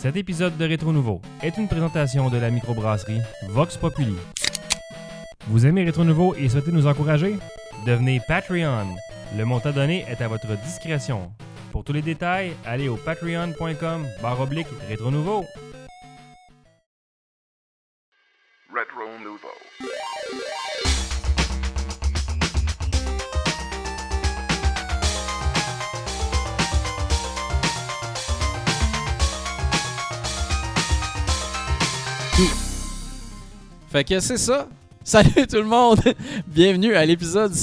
Cet épisode de Rétro Nouveau est une présentation de la microbrasserie Vox Populi. Vous aimez Rétro Nouveau et souhaitez nous encourager? Devenez Patreon. Le montant donné est à votre discrétion. Pour tous les détails, allez au patreon.com/Rétro Nouveau. Retro Nouveau. Fait que c'est ça. Salut tout le monde! Bienvenue à l'épisode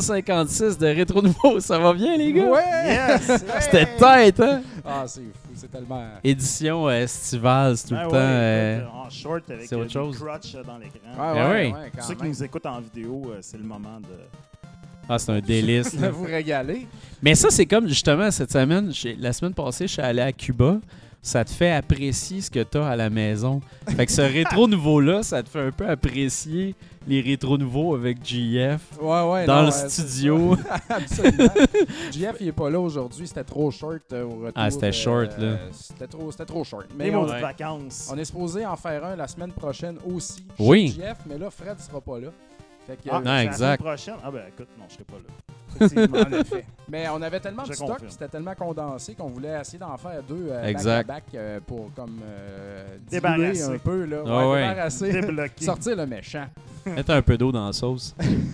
156 de Rétro Nouveau. Ça va bien, les gars? Ouais! Yes! C'était tête, hein? Ah, c'est fou, c'est tellement... Édition estivale, c'est tout le temps. En short avec c'est autre des chose. crotches dans l'écran. Ben oui. quand Pour ceux qui même. nous écoutent en vidéo, c'est le moment de... Ah, c'est un délice. De vous régaler. Mais ça, c'est comme justement cette semaine, la semaine passée, je suis allé à Cuba. Ça te fait apprécier ce que tu as à la maison. Fait que ce rétro nouveau-là, ça te fait un peu apprécier les rétro nouveaux avec GF Ouais, dans non, le c'est studio. ça. Absolument. JF, il est pas là aujourd'hui. C'était trop short au retour. Ah, c'était short, là. C'était trop short. Les Mais maudites ouais. vacances. on est supposé en faire un la semaine prochaine aussi. Oui. Chez JF, mais là, Fred sera pas là. Fait que, Ah, non, c'est la exact. semaine prochaine. Ah ben écoute, non, je serai pas là. Effectivement, en effet. Mais on avait tellement Je de stock, confirme. c'était tellement condensé qu'on voulait essayer d'en faire deux Exact. back-à-back pour comme Débarrasser. diluer un peu. Là. Ah ouais. Débarrasser. Débloqué. Sortir le méchant. Mettre un peu d'eau dans la sauce.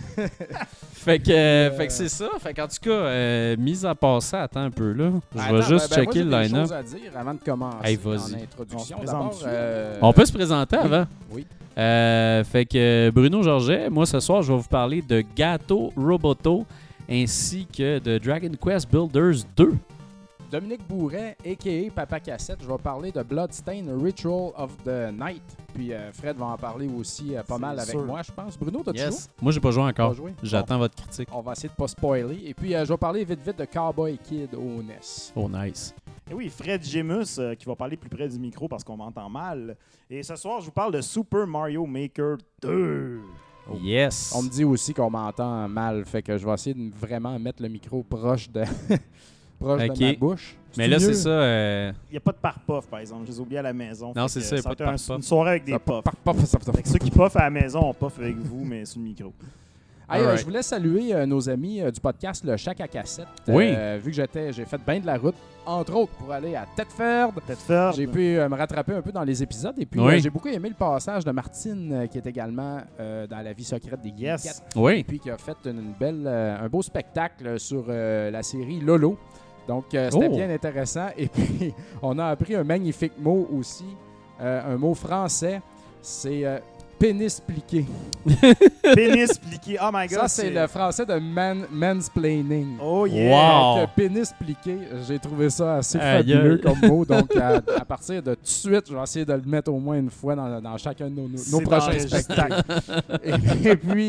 fait que c'est ça. Fait qu'en tout cas, mis à part ça, attends un peu là. Je vais juste checker le moi, j'ai des line-up. choses à dire avant de commencer Hey, vas-y. en introduction. On se D'abord, présente-tu? On peut se présenter avant. Oui. Fait que Bruno Georget, moi ce soir, je vais vous parler de Gato Roboto ainsi que de Dragon Quest Builders 2. Dominique Bourret, a.k.a. Papa Cassette, je vais parler de Bloodstained Ritual of the Night. Puis Fred va en parler aussi pas C'est mal avec sûr. moi, je pense. Bruno, t'as-tu joué? Moi, j'ai pas joué encore. Pas joué? J'attends votre critique. On va essayer de pas spoiler. Et puis, je vais parler vite de Cowboy Kid au NES. Oh, nice. Et oui, Fred Gemus qui va parler plus près du micro parce qu'on m'entend mal. Et ce soir, je vous parle de Super Mario Maker 2. Oh. Yes. On me dit aussi qu'on m'entend mal, fait que je vais essayer de vraiment mettre le micro proche de, proche Ok. de ma bouche. Mais là, c'est mieux? ça. Il n'y a pas de par-puff, par exemple. Je les ai oubliés à la maison. Non, Fait c'est que ça, y a pas de va être par-puff. une soirée avec des Ça puffs. ça. Fait que ceux qui puffent à la maison, on puff avec vous, mais sur le micro. Hey, Alright. je voulais saluer nos amis du podcast Le Chac à cassette. Oui. Vu que j'ai fait bien de la route, entre autres pour aller à Thetford. Peut-être faire. J'ai pu me rattraper un peu dans les épisodes. Et puis, Oui. j'ai beaucoup aimé le passage de Martine, qui est également dans La vie secrète des Yes. Geekettes. Oui. Et puis qui a fait un beau spectacle sur la série Lolo. Donc, c'était Oh. bien intéressant. Et puis, on a appris un magnifique mot aussi, un mot français. C'est pénis pliqué. Pénis pliqué. Oh my god. Ça, c'est le français de mansplaining. Oh yeah. Wow. Donc, pénis pliqué, j'ai trouvé ça assez Aïe, fabuleux aïe. comme mot. Donc, à partir de tout de suite, je vais essayer de le mettre au moins une fois dans chacun de nos C'est prochains enregistré. spectacles. et puis,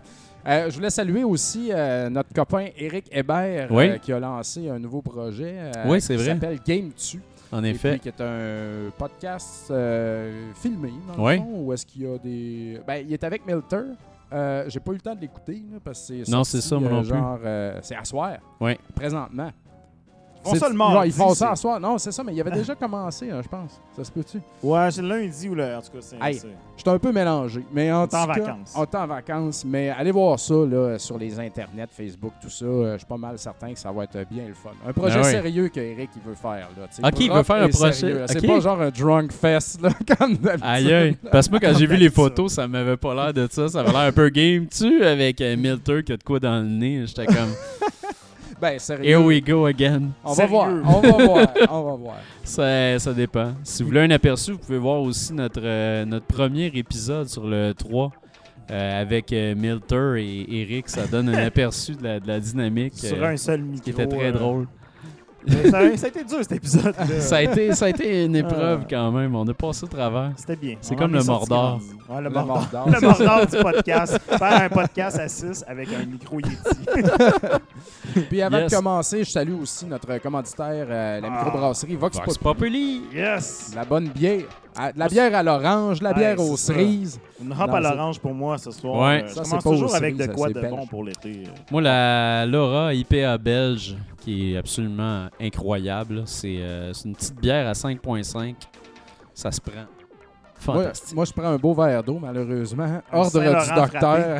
je voulais saluer aussi notre copain Éric Hébert Oui. qui a lancé un nouveau projet Oui, c'est qui vrai. s'appelle Game Tu. En Et effet. puis, qui est un podcast filmé, dans Oui. le fond, où est-ce qu'il y a des... Ben, il est avec Milter. J'ai pas eu le temps de l'écouter, là, parce que c'est Non, sorti, c'est ça, moi non plus. genre, c'est à soir, Oui. présentement. Ils font ça le mardi, genre, ils font ça c'est- à soir. Non, c'est ça, mais il avait déjà commencé, je pense. Ça se peut-tu? Ouais, c'est le lundi ou le. En tout cas, c'est. Hey. c'est- J'étais un peu mélangé. Mais en On est en tout cas, vacances. on est en vacances. Mais allez voir ça là, sur les internets, Facebook, tout ça. Je suis pas mal certain que ça va être bien le fun. Un projet Ah ouais. sérieux qu'Éric il veut faire. Là, tu sais, Ok, il propre veut faire un et projet. sérieux, là. C'est Ok. pas genre un drunk fest, là, comme d'habitude. Aïe aïe. Parce que moi, quand j'ai vu les d'habitude. photos, ça m'avait pas l'air de ça. Ça avait l'air un peu game tu avec Milter qui a de quoi dans le nez. J'étais comme, Ben, sérieux. here we go again. On va Sérieux. voir. On va voir. On va voir. Ça dépend. Si vous voulez un aperçu, vous pouvez voir aussi notre premier épisode sur le 3 avec Milter et Eric. Ça donne un aperçu de la dynamique Sur un seul micro. qui était très drôle. Ça a été dur cet épisode. Ça a été une épreuve quand même. On a passé au travers. C'était bien. C'est On comme en est le sorti Mordor. grandi. Ouais, le Le Mordor. Mordor. Le Mordor du podcast. Faire un podcast à 6 avec un micro Yeti. Puis avant Yes. de commencer, je salue aussi notre commanditaire, la microbrasserie Vox Vox Populi. Populi. Yes! La bonne bière. De la bière à l'orange, de la bière Ouais, aux c'est ça. cerises. Une hop Non, à c'est- l'orange pour moi ce soir. Ouais. Je Ça, c'est commence pas aux toujours avec de cerises, quoi c'est de belge. bon pour l'été. Moi, la Laura IPA belge, qui est absolument incroyable, c'est une petite bière à 5,5. Ça se prend. Fantastique. Moi, je prends un beau verre d'eau, malheureusement. Un Ordre Saint-Laurent du docteur.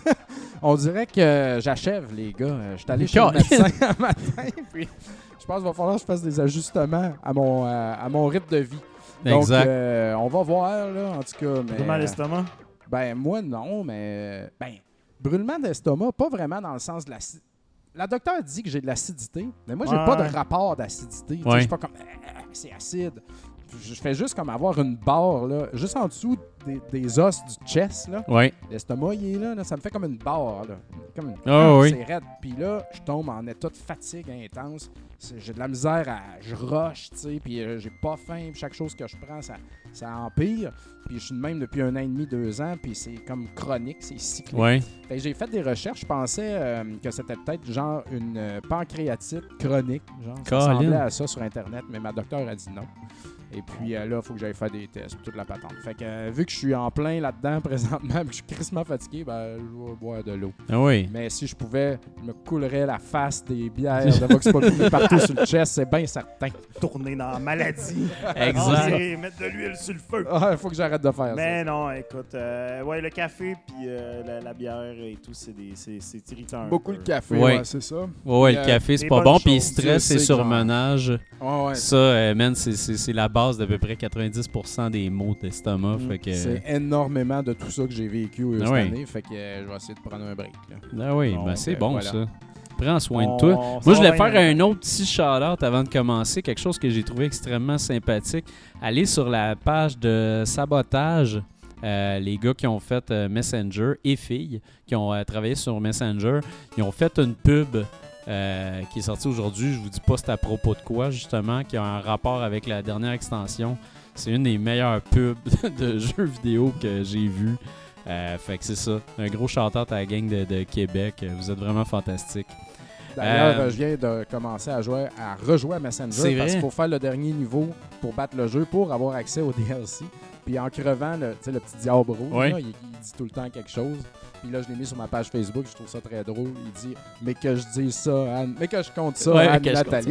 On dirait que j'achève, les gars. Je suis allé chez le Colin. médecin un matin, puis je pense qu'il va falloir que je fasse des ajustements à mon rythme de vie. Donc, Exact. on va voir, là, en tout cas. Mais, T'as mal à l'estomac? ben, moi, non, mais... Ben, brûlement d'estomac, pas vraiment dans le sens de l'acidité. La docteure dit que j'ai de l'acidité, mais moi, j'ai Ouais. pas de rapport d'acidité. Tu sais, Ouais. Je suis pas comme... c'est acide. Je fais juste comme avoir une barre, là, juste en dessous des os du chest, là. Ouais. L'estomac, il est là, ça me fait comme une barre, là. Comme une... Ah oui. C'est raide. Puis là, je tombe en état de fatigue intense. J'ai de la misère Je rush, tu sais, puis j'ai pas faim. Puis chaque chose que je prends, ça empire. Puis je suis de même depuis 1 an et demi, 2 ans, puis c'est comme chronique, c'est cyclique. Ouais. Fait que j'ai fait des recherches. Je pensais que c'était peut-être genre une pancréatite chronique. Genre, ça Colin. ressemblait à ça sur Internet, mais ma docteure a dit non. Et puis là, il faut que j'aille faire des tests, toute la patente. Fait que vu que je suis en plein là-dedans présentement, puis que je suis crissement fatigué, ben, je vais boire de l'eau. Ah oui. Mais si je pouvais, je me coulerais la face des bières de Vox Populi partout sur le chest, c'est bien certain. Tourner dans la maladie. Exact. Et mettre de l'huile sur le feu. Il faut que j'arrête de faire Mais non, écoute, ouais, le café puis la bière et tout, c'est irritant. ça. un Beaucoup peu. de café, Ouais. ouais, c'est ça. Ouais, Puis, le café, c'est des pas bonnes bon. Puis choses. stress Je et sais que surmenage. Ouais. Ça, man, c'est la base d'à peu près 90% des maux d'estomac. Fait que... C'est énormément de tout ça que j'ai vécu cette Ah ouais. année, fait que je vais essayer de prendre un break. Là. Ah oui, Donc, ben c'est bon voilà. ça. Prends soin de On- toi. ça Moi, je va voulais bien, faire un autre petit shout-out avant de commencer. Quelque chose que j'ai trouvé extrêmement sympathique. Allez sur la page de Sabotage. Les gars qui ont fait Messenger et filles qui ont travaillé sur Messenger, ils ont fait une pub qui est sortie aujourd'hui. Je vous dis pas c'est à propos de quoi, justement, qui a un rapport avec la dernière extension. C'est une des meilleures pubs de jeux vidéo que j'ai vues. Fait que c'est ça. Un gros shout-out à la gang de Québec. Vous êtes vraiment fantastiques. D'ailleurs, je viens de commencer à rejouer à Messenger C'est parce vrai? qu'il faut faire le dernier niveau pour battre le jeu, pour avoir accès au DLC. Puis en crevant, tu sais, le petit diable rouge, Ouais. là, il dit tout le temps quelque chose. Puis là, je l'ai mis sur ma page Facebook, je trouve ça très drôle. Il dit « Mais que je dise ça, Anne. Mais que je compte ça, Ouais, Anne que je Nathalie. »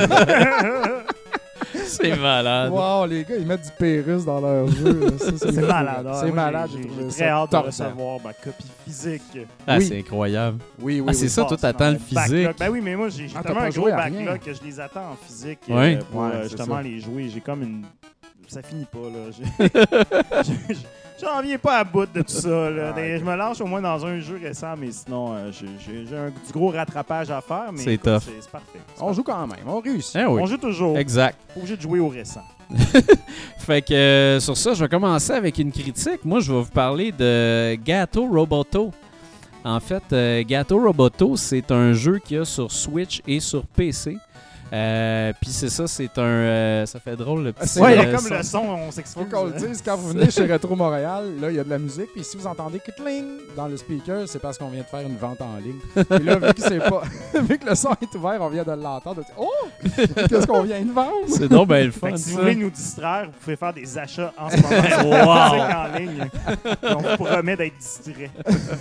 C'est malade. Wow, les gars, ils mettent du Pérus dans leur jeu. là. Ça, C'est fou, malade. là. hein. C'est Moi, malade, j'ai j'ai trouvé très ça hâte de tordant. recevoir ma copie physique. Ah, Oui. c'est incroyable. Oui, oui, Ah, c'est oui. ça, toi, Passe t'attends dans le mon physique. backlog. Ben oui, mais moi, j'ai Ah, t'as tellement pas un gros joué à rien. backlog que je les attends en physique Ouais. pour Ouais, c'est justement ça. les jouer. J'ai comme une... Ça finit pas, là. J'en viens pas à bout de tout ça. Là. Ah, ok. Je me lance au moins dans un jeu récent, mais sinon, j'ai du gros rattrapage à faire. Mais C'est écoute, tough. c'est parfait. On joue quand même, on réussit. Eh oui. On joue toujours. Exact. Pas obligé de jouer au récent. Fait que sur ça, je vais commencer avec une critique. Moi, je vais vous parler de Gato Roboto. En fait, Gato Roboto, c'est un jeu qu'il y a sur Switch et sur PC. Puis c'est ça, c'est un... ça fait drôle le petit... C'est Ouais, il y vrai, a comme son. le son, on Faut s'excuse. qu'on le dise, quand vous venez chez Retro Montréal, là, il y a de la musique, puis si vous entendez cling dans le speaker, c'est parce qu'on vient de faire une vente en ligne. Et là, vu que c'est pas, vu que le son est ouvert, on vient de l'entendre. Oh! Qu'est-ce qu'on vient de vendre? C'est donc bien le Fait fun, que si vous ça. voulez nous distraire, vous pouvez faire des achats en ce moment sur en ligne. On vous promet d'être distrait.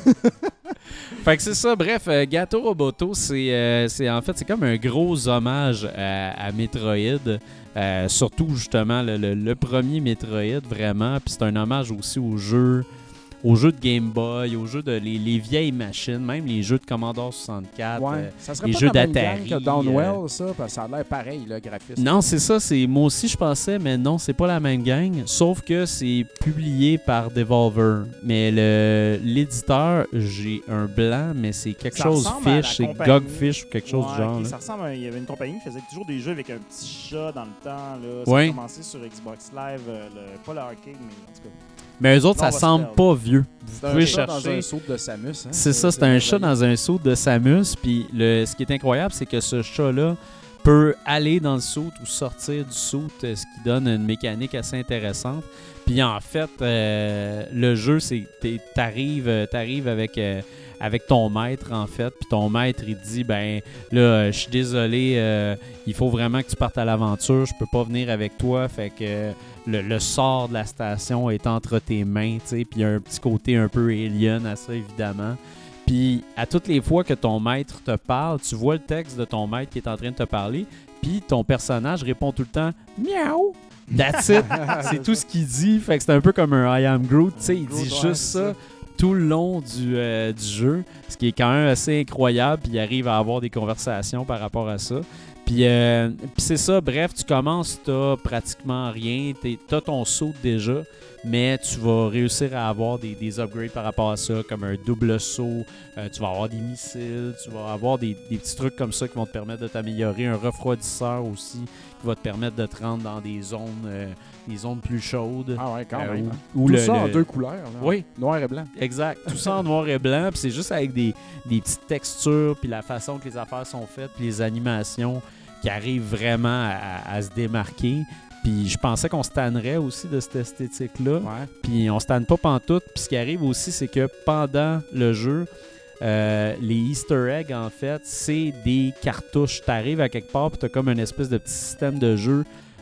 Fait que c'est ça, bref, Gato Roboto, c'est en fait, c'est comme un gros hommage à Metroid. Surtout, justement, le premier Metroid, vraiment. Puis c'est un hommage aussi aux jeux de Game Boy, aux jeux de les vieilles machines, même les jeux de Commodore 64. Ouais, ça serait les pas jeux la même gang d'Atari, que Downwell, ça, parce que ça a l'air pareil, le graphisme. Non, c'est ça. Moi aussi, je pensais, mais non, c'est pas la même gang. Sauf que c'est publié par Devolver. Mais l'éditeur, j'ai un blanc, mais c'est quelque Ça chose ressemble à la Fish, c'est compagnie. Gogfish ou quelque chose Ouais, du genre. ok, là. ça ressemble à... Il y avait une compagnie qui faisait toujours des jeux avec un petit chat dans le temps. Là. Ça Ouais. a commencé sur Xbox Live, pas l'arcade, mais en tout cas. Mais eux autres, Non, ça on va semble se pas vieux. Vous C'est un pouvez chat dans chercher. un saut de Samus. Hein? C'est ça, c'est un chat dans un saut de Samus. Puis ce qui est incroyable, c'est que ce chat-là peut aller dans le saut ou sortir du saut, ce qui donne une mécanique assez intéressante. Puis en fait, le jeu, c'est t'arrives avec avec ton maître, en fait. Puis ton maître, il te dit, ben là, je suis désolé, il faut vraiment que tu partes à l'aventure. Je peux pas venir avec toi. Fait que le sort de la station est entre tes mains, tu sais. Puis il y a un petit côté un peu alien à ça, évidemment. Puis à toutes les fois que ton maître te parle, tu vois le texte de ton maître qui est en train de te parler. Puis ton personnage répond tout le temps « Miaou ». That's it. C'est tout ce qu'il dit. Fait que c'est un peu comme un I am Groot. Tu sais, il dit Groot, ouais, juste ça tout le long du jeu. Ce qui est quand même assez incroyable. Puis il arrive à avoir des conversations par rapport à ça. Puis c'est ça. Bref, tu commences, t'as pratiquement rien. T'as ton saut déjà. Mais tu vas réussir à avoir des upgrades par rapport à ça, comme un double saut. Tu vas avoir des missiles. Tu vas avoir des petits trucs comme ça qui vont te permettre de t'améliorer. Un refroidisseur aussi qui va te permettre de te rendre dans des zones plus chaudes. Ah ouais, quand même. Où Tout ça en 2 couleurs. Là. Oui. Noir et blanc. Exact. Tout ça en noir et blanc. Puis c'est juste avec des petites textures, puis la façon que les affaires sont faites, puis les animations qui arrivent vraiment à se démarquer. Puis je pensais qu'on se tannerait aussi de cette esthétique-là. Ouais. Puis on se tanne pas pantoute. Puis ce qui arrive aussi, c'est que pendant le jeu, les Easter eggs, en fait, c'est des cartouches. Tu arrives à quelque part, puis tu as comme une espèce de petit système de jeu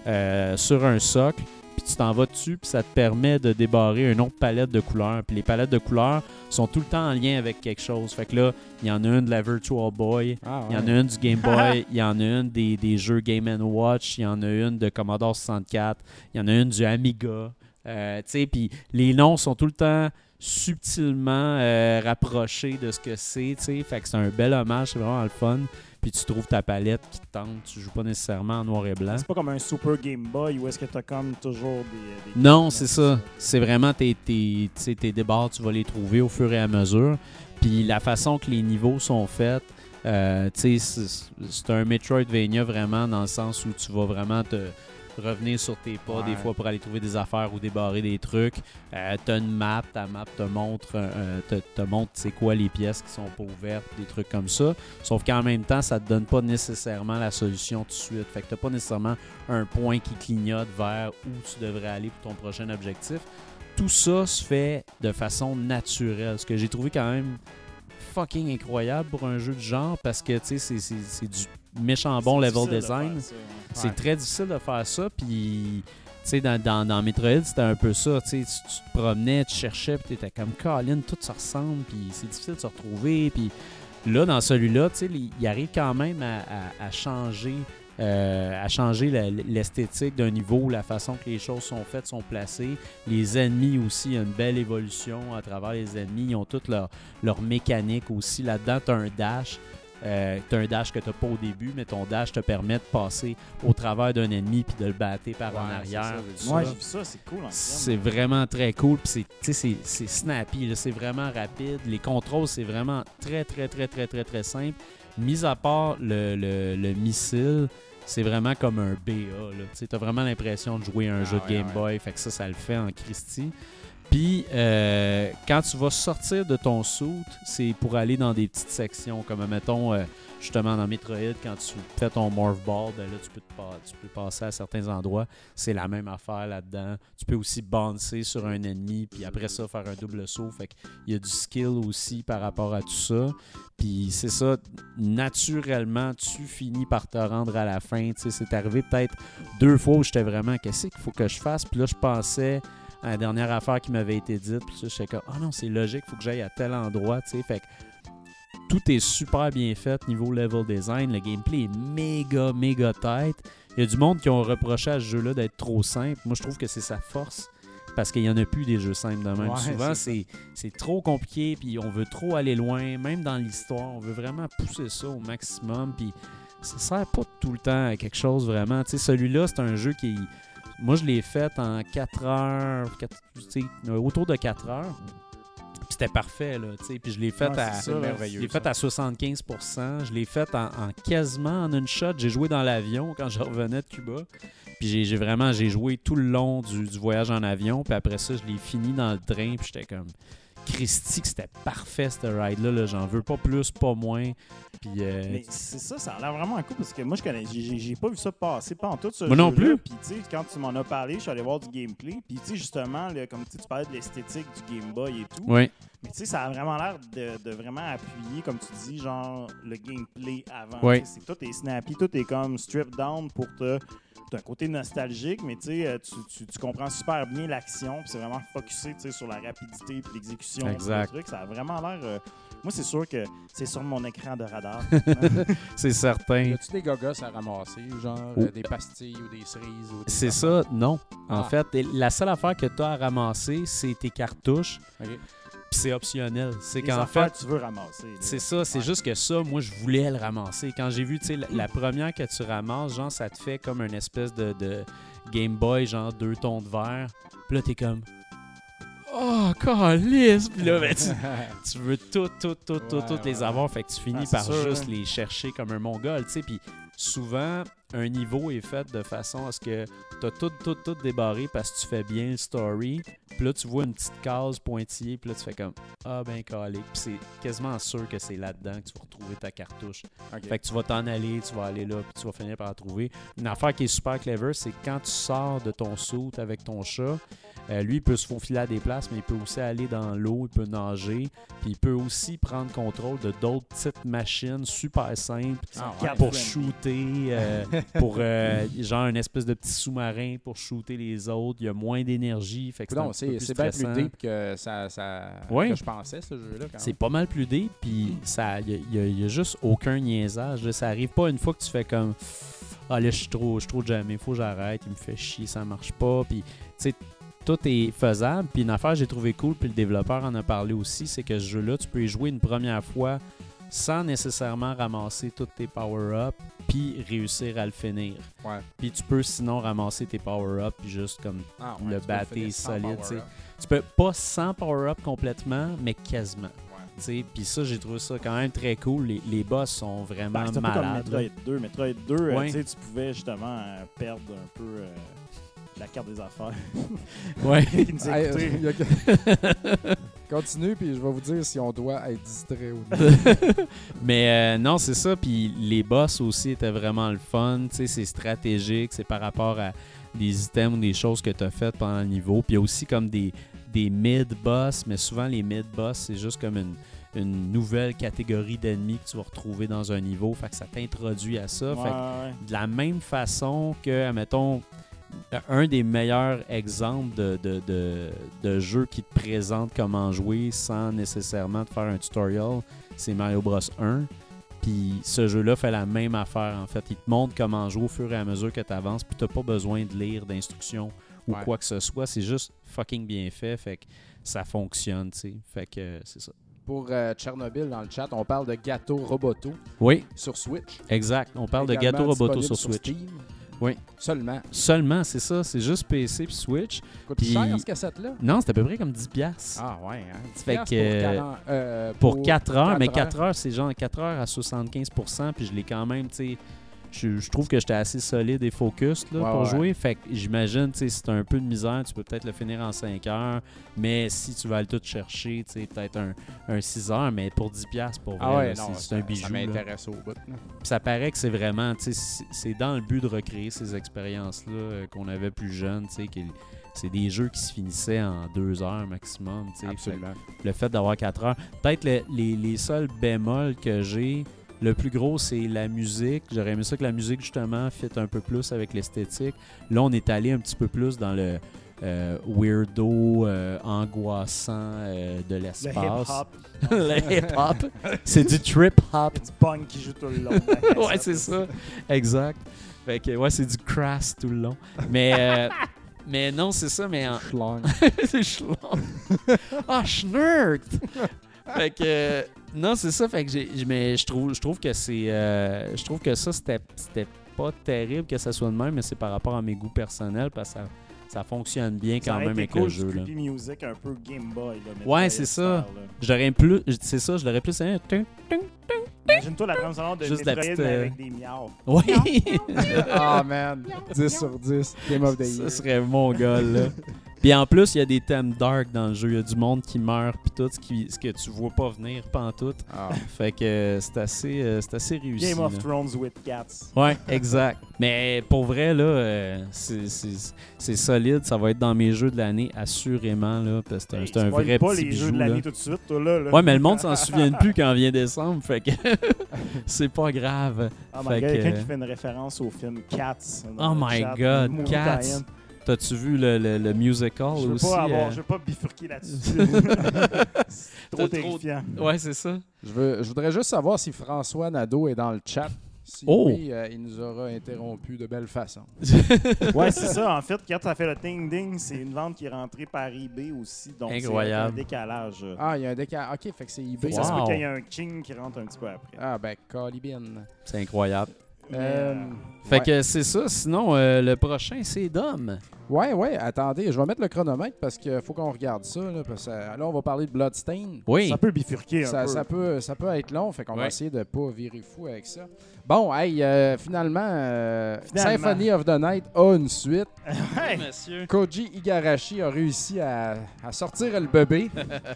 sur un socle. Puis tu t'en vas dessus, puis ça te permet de débarrer une autre palette de couleurs. Puis les palettes de couleurs sont tout le temps en lien avec quelque chose. Fait que là, il y en a une de la Virtual Boy, il y en a une du Game Boy, il y en a une des jeux Game & Watch, il y en a une de Commodore 64, il y en a une du Amiga. Tu sais, puis les noms sont tout le temps subtilement rapprochés de ce que c'est, tu sais. Fait que c'est un bel hommage, c'est vraiment le fun. Puis tu trouves ta palette qui te tente. Tu joues pas nécessairement en noir et blanc. C'est pas comme un Super Game Boy où est-ce que t'as comme toujours des Non, c'est ça. C'est vraiment tes débarres, tu vas les trouver au fur et à mesure. Puis la façon que les niveaux sont faits, c'est un Metroidvania vraiment dans le sens où tu vas vraiment te revenir sur tes pas des fois pour aller trouver des affaires ou débarrer des trucs. T'as une map, ta map te montre c'est quoi les pièces qui sont pas ouvertes, des trucs comme ça. Sauf qu'en même temps, ça te donne pas nécessairement la solution tout de suite. Fait que t'as pas nécessairement un point qui clignote vers où tu devrais aller pour ton prochain objectif. Tout ça se fait de façon naturelle, ce que j'ai trouvé quand même fucking incroyable pour un jeu de genre parce que tu sais c'est du méchant bon level design. C'est très difficile de faire ça. Puis, tu sais, dans Metroid, c'était un peu ça. Tu te promenais, tu cherchais, puis t'étais comme Colin, tout se ressemble, puis c'est difficile de se retrouver. Puis là, dans celui-là, tu sais, il arrive quand même à changer. À changer l'esthétique d'un niveau, la façon que les choses sont faites, sont placées. Les ennemis aussi, il y a une belle évolution à travers les ennemis. Ils ont toute leur mécanique aussi. Là-dedans, tu as un dash. Tu as un dash que tu n'as pas au début, mais ton dash te permet de passer au travers d'un ennemi puis de le battre par en arrière. Moi, j'ai vu ça, c'est cool. C'est vraiment très cool. Puis c'est snappy, là, c'est vraiment rapide. Les contrôles, c'est vraiment très, très, très, très, très, très simple. Mis à part le missile, c'est vraiment comme un BA. Tu as vraiment l'impression de jouer à un jeu de Game Boy. Fait que ça le fait en Christie. Puis, quand tu vas sortir de ton suit, c'est pour aller dans des petites sections, comme mettons, justement dans Metroid, quand tu fais ton Morph Ball, ben là, tu peux passer à certains endroits. C'est la même affaire là-dedans. Tu peux aussi bouncer sur un ennemi, puis après ça, faire un double saut. Fait qu'il y a du skill aussi par rapport à tout ça. Puis c'est ça, naturellement, tu finis par te rendre à la fin. Tu sais, c'est arrivé peut-être 2 fois où j'étais vraiment, qu'est-ce qu'il faut que je fasse? Puis là, je pensais à la dernière affaire qui m'avait été dite. Puis là, j'étais comme, oh non, c'est logique, il faut que j'aille à tel endroit. Tu sais, fait que tout est super bien fait niveau level design. Le gameplay est méga, méga tight. Il y a du monde qui ont reproché à ce jeu-là d'être trop simple. Moi, je trouve que c'est sa force. Parce qu'il n'y en a plus des jeux simples de même. Souvent, c'est trop compliqué, puis on veut trop aller loin. Même dans l'histoire, on veut vraiment pousser ça au maximum. Puis ça sert pas tout le temps à quelque chose vraiment. Tu sais, celui-là, c'est un jeu qui... Moi, je l'ai fait en 4 heures, autour de 4 heures. Puis c'était parfait, là, tu sais. Puis je l'ai fait, à 75%. Je l'ai fait en quasiment en une shot. J'ai joué dans l'avion quand je revenais de Cuba. Puis j'ai joué tout le long du voyage en avion. Puis après ça, je l'ai fini dans le train. Puis j'étais comme, Christy, que c'était parfait, ce ride-là. Là. J'en veux pas plus, pas moins. Puis, Mais c'est ça a l'air vraiment cool parce que moi, j'ai pas vu ça passer, pas en tout ce Moi non jeu-là. plus. Puis, tu sais, quand tu m'en as parlé, je suis allé voir du gameplay. Puis, tu sais, justement, comme tu parlais de l'esthétique du Game Boy et tout. oui, Mais, tu sais, ça a vraiment l'air de vraiment appuyer, comme tu dis, genre, le gameplay avant. Oui. Tu sais, tout est snappy, tout est comme strip down pour te. T'as un côté nostalgique, mais tu sais, tu comprends super bien l'action. Puis, c'est vraiment focusé, tu sais, sur la rapidité puis l'exécution. Exact. Du truc. Ça a vraiment l'air. Moi, c'est sûr que c'est sur mon écran de radar. c'est certain. Y a-tu des gogos à ramasser, genre Oh. des pastilles ou des cerises? Ou des C'est affaires? ça, non. En Ah. fait, la seule affaire que tu as à ramasser, c'est tes cartouches. Ok. Puis c'est optionnel. C'est Les qu'en affaires fait, que tu veux ramasser. là. c'est ça. C'est Ouais. juste que ça, moi, je voulais le ramasser. Quand j'ai vu, tu sais, la première que tu ramasses, genre, ça te fait comme une espèce de Game Boy, genre 2 tons de vert. Puis là, t'es comme... Oh, calice! Puis là, ben, tu veux toutes les avoir. Fait que tu finis Ah, c'est par sûr, juste hein. les chercher comme un mongol, tu sais. Puis souvent, un niveau est fait de façon à ce que t'as tout débarré parce que tu fais bien le story. Puis là, tu vois une petite case pointillée. Puis là, tu fais comme ah ben calé. Puis c'est quasiment sûr que c'est là-dedans que tu vas retrouver ta cartouche. Ok. Fait que tu vas t'en aller, tu vas aller là, puis tu vas finir par la trouver. Une affaire qui est super clever, c'est que quand tu sors de ton suit avec ton chat, lui, il peut se faufiler à des places, mais il peut aussi aller dans l'eau, il peut nager, puis il peut aussi prendre contrôle de d'autres petites machines super simples Ah, ouais. ouais. pour shooter, pour genre une espèce de petit sous-marin pour shooter les autres. Il y a moins d'énergie, fait que Non, c'est un peu plus c'est bien plus stressant. deep que Ouais. que je pensais, ce jeu-là. quand C'est même. pas mal plus deep, puis il y a juste aucun niaisage. Là. Ça arrive pas une fois que tu fais comme ah là je suis trop jammé, faut que j'arrête, il me fait chier, ça marche pas. Puis tu sais, tout est faisable. Puis une affaire que j'ai trouvé cool, puis le développeur en a parlé aussi, c'est que ce jeu-là, tu peux y jouer une première fois sans nécessairement ramasser tous tes power-ups, puis réussir à le finir. Ouais. Puis tu peux sinon ramasser tes power-ups, puis juste comme Ah, le tu peux battre finir sans solide, tu sais. power-up. tu peux pas sans power-up complètement, mais quasiment. Ouais. T'sais, puis ça, j'ai trouvé ça quand même très cool. Les boss sont vraiment Ben, c'est un peu comme malades. Metroid 2. Metroid 2, Ouais. tu sais, tu pouvais justement perdre un peu la carte des affaires. Ouais. Qui nous Hey, écoutait. il y a- Continue, puis je vais vous dire si on doit être distrait ou non. Mais non, c'est ça. Puis les boss aussi étaient vraiment le fun. T'sais, c'est stratégique. C'est par rapport à des items ou des choses que tu as faites pendant le niveau. Puis il y a aussi comme des mid-boss. Mais souvent, les mid-boss, c'est juste comme une nouvelle catégorie d'ennemis que tu vas retrouver dans un niveau. Fait que ça t'introduit à ça. Ouais, Fait que ouais. de la même façon que, admettons, un des meilleurs exemples de jeux qui te présentent comment jouer sans nécessairement te faire un tutorial, c'est Mario Bros 1. Puis ce jeu-là fait la même affaire, en fait. Il te montre comment jouer au fur et à mesure que tu avances, puis tu n'as pas besoin de lire d'instructions ou Ouais. quoi que ce soit. C'est juste fucking bien fait, fait que ça fonctionne, tu sais. Fait que c'est ça. Pour Tchernobyl, dans le chat, on parle de Gato Roboto Oui, sur Switch. exact. On parle de Également Gato Roboto disponible sur Switch. Steam. Oui. Seulement. Seulement, c'est ça. C'est juste PC puis Switch. Coûte Puis- cher, cette cassette-là? Non, c'est à peu près comme 10$. Ah ouais, hein? 10 Fait piastres que, pour Pour 4 heures, mais 4 4 heures, c'est genre 4 heures à 75%, puis je l'ai quand même, tu sais, je trouve que j'étais assez solide et focus là, Ouais, pour ouais. jouer. Fait que j'imagine, tu sais, si t'as un peu de misère, tu peux peut-être le finir en 5 heures, mais si tu vas aller tout chercher, tu sais, peut-être un 6 heures, mais pour 10$ pour vrai, Ah ouais, là, non, c'est un bijou. Ça là. m'intéresse au bout. là. Puis ça paraît que c'est vraiment, tu sais, c'est dans le but de recréer ces expériences-là qu'on avait plus jeunes, tu sais, c'est des jeux qui se finissaient en 2 heures maximum, tu sais. Absolument. Le fait d'avoir 4 heures. Peut-être les seuls bémols que j'ai, le plus gros, c'est la musique. J'aurais aimé ça que la musique, justement, fit un peu plus avec l'esthétique. Là, on est allé un petit peu plus dans le weirdo, angoissant de Le l'espace. hip-hop. Le hip-hop. C'est du trip-hop. Il y a du punk qui joue tout le long. de la cassette. Ouais, c'est ça. Exact. Fait que, ouais, c'est du crass tout le long. Mais... Mais non, c'est ça, mais en... Schlong. c'est schlong. Ah, schnurkt! Fait que non, c'est ça. Fait que mais je trouve que c'est je trouve que ça c'était pas terrible que ça soit de même, mais c'est par rapport à mes goûts personnels parce que ça fonctionne bien Ça quand aurait même été avec cool, le du jeu là. creepy music un peu Game Boy. Là, Ouais, Metroid c'est style, ça. là. J'aurais plus c'est ça, je l'aurais plus aimé. Imagine-toi la trame sonore de Juste la Metroid petite, mais avec des miauts. Oui. Ah man, 10 sur 10. Game of the Ça Year. serait mon gars là. Puis en plus, il y a des thèmes dark dans le jeu. Il y a du monde qui meurt, puis tout, ce que tu vois pas venir pantoute. Ah. Fait que c'est assez réussi. Game of là. Thrones with cats. Ouais, exact. Mais pour vrai, là, c'est solide. Ça va être dans mes jeux de l'année, assurément. Là, parce que c'est un Spoil vrai pas petit les jeux bijou. de Là. l'année tout de suite, toi, là. Ouais, mais le monde s'en souvient plus quand vient décembre. Fait que c'est pas grave. Oh Fait my god, que- quelqu'un qui fait une référence au film Cats. Oh my god, Cats. T'as-tu vu le musical Je veux aussi? je veux pas bifurquer là-dessus. C'est trop terrifiant. Ouais, c'est ça. Je voudrais juste savoir si François Nadeau est dans le chat. Si Oh. oui, il nous aura interrompu de belle façon. Ouais, c'est ça. En fait, quand ça fait le ding-ding, c'est une vente qui est rentrée par eBay aussi. Donc, Incroyable. c'est un décalage. Ah, il y a un décalage. OK, fait que c'est eBay. Ça se peut Wow. qu'il y ait un king qui rentre un petit peu après. Ah, ben, Calibine. C'est incroyable. Euh, Fait ouais. que c'est ça. Sinon, le prochain, c'est Dom. Ouais, attendez, je vais mettre le chronomètre parce qu'il faut qu'on regarde ça. Là, parce que là, on va parler de Bloodstain. Oui. Ça peut bifurquer un peu. Ça peut être long, fait qu'on va Ouais. essayer de pas virer fou avec ça. Bon, hey, finalement, Symphony of the Night a une suite. Ouais. monsieur. Koji Igarashi a réussi à sortir le bébé.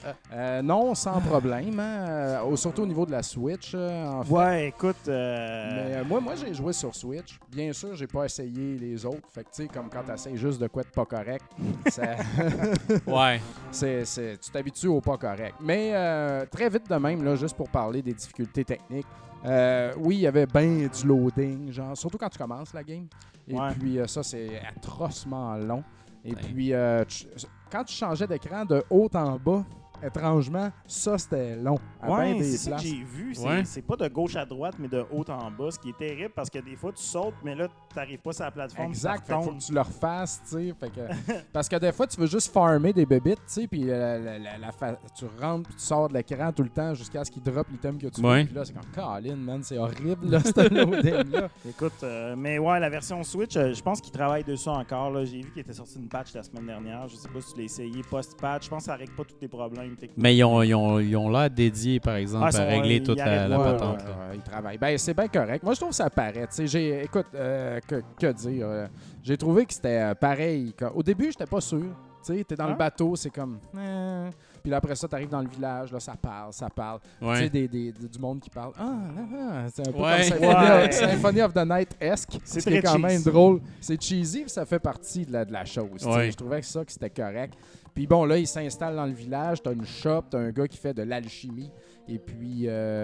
Non, sans problème, hein, surtout au niveau de la Switch, en fait. Ouais, écoute. Mais moi j'ai joué sur Switch. Bien sûr, j'ai pas essayé les autres. Fait que tu sais, comme quand t'essayes juste de quoi de pas correct, ça- Ouais. tu t'habitues au pas correct. Mais très vite de même, là, juste pour parler des difficultés techniques. Oui, il y avait bien du loading, genre, surtout quand tu commences la game. Et Ouais. puis ça, c'est atrocement long. Et Ouais. puis, quand tu changeais d'écran de haut en bas, étrangement, ça, c'était long. À bien Ouais, des c'est ça que places. j'ai vu. Ouais. C'est pas de gauche à droite, mais de haut en bas, ce qui est terrible parce que des fois, tu sautes, mais là, t'arrives pas sur la plateforme. Exact, ça fait que faut retombe. que tu le refasses, tu sais. Fait que- parce que des fois, tu veux juste farmer des bébites, tu sais, puis tu rentres, puis tu sors de l'écran tout le temps jusqu'à ce qu'il drop l'item que tu veux. Ouais. Puis là, c'est comme, Colin, man, c'est horrible, là, ce loading-là. Écoute, mais ouais, la version Switch, je pense qu'ils travaillent dessus encore. Là. J'ai vu qu'il était sorti une patch la semaine dernière. Je sais pas si tu l'as essayé post-patch. Je pense que ça règle pas tous les problèmes techniques. Mais ils ont l'air dédiés, par exemple, Ah, ils à sont- régler ils toute la arrêtent pas, patente. Ouais, là. ouais, il travaille. Ben, c'est bien correct. Moi, je trouve que ça paraît. Tu sais, écoute, que dire? J'ai trouvé que c'était pareil. Au début, j'étais pas sûr. Tu sais, t'es dans le Hein? bateau, c'est comme... Puis là, après ça, t'arrives dans le village, là, ça parle. Tu sais, Ouais. du monde qui parle. C'est un peu Ouais. comme Ouais. Symphony of the Night-esque. C'est Ce qui est très quand même cheesy. drôle. C'est cheesy, puis ça fait partie de la chose. tu sais. Ouais. Je trouvais que c'était correct. Puis bon, là, il s'installe dans le village. T'as une shop, t'as un gars qui fait de l'alchimie. Et puis,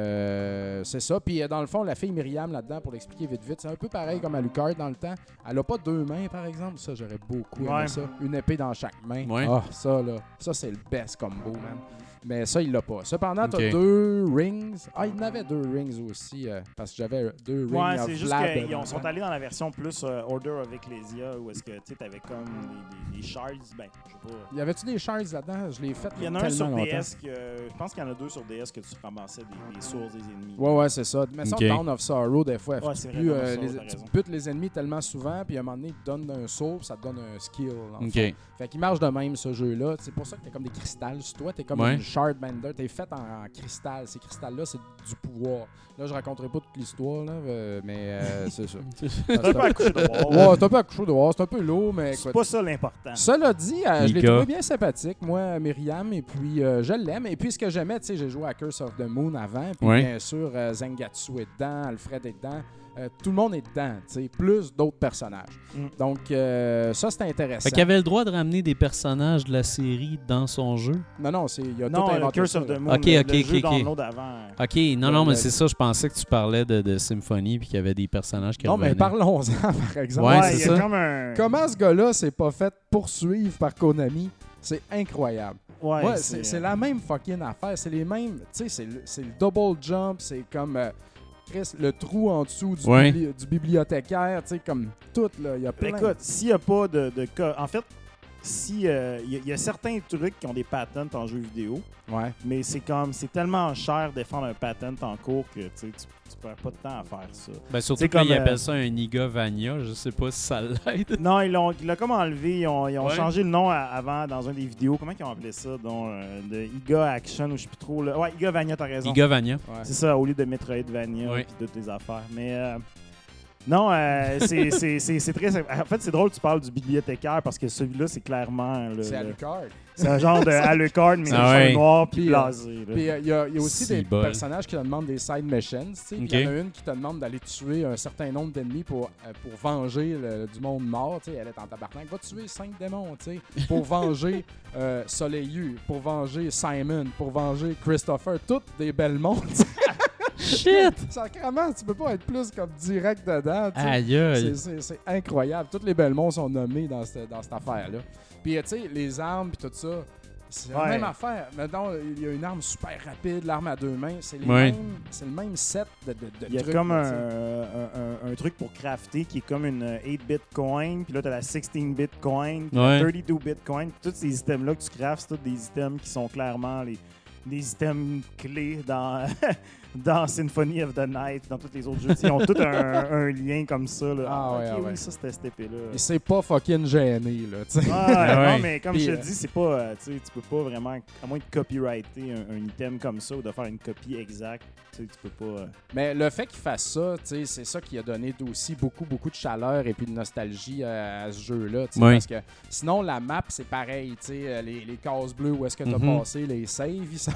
c'est ça. Puis, dans le fond, la fille Myriam, là-dedans, pour l'expliquer vite, c'est un peu pareil comme Alucard dans le temps. Elle a pas deux mains, par exemple. Ça, j'aurais beaucoup aimé Ouais. ça. Une épée dans chaque main. Ouais. Ah, ça, là. Ça, c'est le best combo, man. Mais ça, il l'a pas. Cependant, t'as Ok. 2 rings. Ah, il en avait 2 rings aussi, parce que j'avais 2 rings Ouais, of c'est juste Vlad qu'ils dans le sont temps. allés dans la version plus Order of Ecclesia où est-ce que tu avais comme des shards. Ben, je sais pas. Y avait-tu des shards là-dedans? Je l'ai fait Il y en a un tellement sur longtemps. DS je pense qu'il y en a 2 sur DS que tu ramassais des sources des ennemis. Ouais, c'est ça. Mais ça, Ok. Dawn of Sorrow, des fois, Ouais, tu c'est plus, vrai, Dawn of Sorrow, t'as tu raison. butes les ennemis tellement souvent, puis à un moment donné, ils te donnent un soul, puis ça te donne un skill. dans le OK. fond. Fait qu'il marche de même, ce jeu-là. C'est pour ça que t'es comme des cristals sur toi. T'es comme Ouais. une shard bender. T'es fait en cristal. Ces cristals-là, c'est du pouvoir. Là, je raconterai pas toute l'histoire, là, mais c'est ça. C'est un peu accouché de voir. Ouais, c'est un peu accouché de voir. C'est un peu lourd, mais C'est écoute. pas ça l'important. Cela dit, je l'ai Mika. trouvé bien sympathique, moi, Myriam, et puis je l'aime. Et puis ce que j'aimais, tu sais, j'ai joué à Curse of the Moon avant, puis Ouais. bien sûr, Zangatsu est dedans, Alfred est dedans, tout le monde est dedans, tu sais, plus d'autres personnages. Mm. Donc, ça, c'est intéressant. Fait qu'il avait le droit de ramener des personnages de la série dans son jeu. Non, il a Non, tout le inventé Curse ça, of là. the Moon, Ok, le ok, jeu ok. download avant. OK, non, mais le- c'est ça, je pensais que tu parlais de Symphony puis qu'il y avait des personnages qui Non, mais revenaient. parlons-en, par exemple. Ouais, Ouais, c'est il y a ça. comme un. Comment ce gars-là s'est pas fait poursuivre par Konami, c'est incroyable. Ouais, Ouais, c'est la même fucking affaire. C'est les mêmes. Tu sais, c'est le double jump. C'est comme Chris, le trou en dessous du, Ouais. du bibliothécaire. Tu sais, comme tout, là. Il y a plein. Écoute, s'il n'y a pas de cas. En fait, il y a certains trucs qui ont des patents en jeu vidéo, Ouais. mais c'est tellement cher de défendre un patent en cours que tu sais, tu perds pas de temps à faire ça. Ben, surtout C'est que là, comme, ils appellent ça un Iga Vania. Je sais pas si ça l'aide. Non, ils l'ont comme enlevé. Ils ont Ouais. changé le nom avant dans un des vidéos. Comment ils ont appelé ça? Donc, de Iga Action ou je sais plus trop. Là. Ouais, Iga Vania, t'as raison. Iga Vania. Ouais. C'est ça, au lieu de Metroidvania Ouais. et toutes les affaires. Mais Non, c'est très... En fait, c'est drôle que tu parles du bibliothécaire parce que celui-là, c'est clairement... C'est Alucard. C'est un genre de Alucard, mais Ah c'est ouais. noir puis Puis, blasé. Puis il y a aussi des bol. personnages qui te demandent des side missions. Tu sais. Puis il y en a une qui te demande d'aller tuer un certain nombre d'ennemis pour venger du monde mort. Tu sais. Elle est en tabarnak. Va tuer 5 démons, tu sais, pour venger Soleil, pour venger Simon, pour venger Christopher. Toutes des belles mondes. Shit! Sacrément, tu peux pas être plus comme direct dedans. Tu sais. Aïe, aïe. C'est incroyable. Toutes les Belmonts sont nommés dans cette affaire-là. Puis, tu sais, les armes puis tout ça, c'est la même affaire. Maintenant, il y a une arme super rapide, l'arme à 2 mains. C'est le même set de Il y a trucs. comme là, un truc pour crafter qui est comme une 8-bit coin, puis là, tu as la 16-bit coin, puis Ouais. la 32-bit coin. Puis tous ces items-là que tu craftes, c'est tous des items qui sont clairement des items clés dans, dans Symphony of the Night, dans tous les autres jeux. Ils ont tous un lien comme ça. Là. Ah ouais, ok, ouais. oui, ça, c'était cette épée-là. Et c'est pas fucking gêné, là, tu sais. Ouais. Non, mais comme Puis, je te dis, c'est pas, tu peux pas vraiment, à moins de copyrighter un item comme ça ou de faire une copie exacte, tu peux pas... Mais le fait qu'il fasse ça, tu sais, c'est ça qui a donné aussi beaucoup de chaleur et puis de nostalgie à ce jeu-là. Tu sais, Oui. Parce que sinon, la map, c'est pareil. Tu sais, les cases bleues où est-ce que tu as passé, les saves,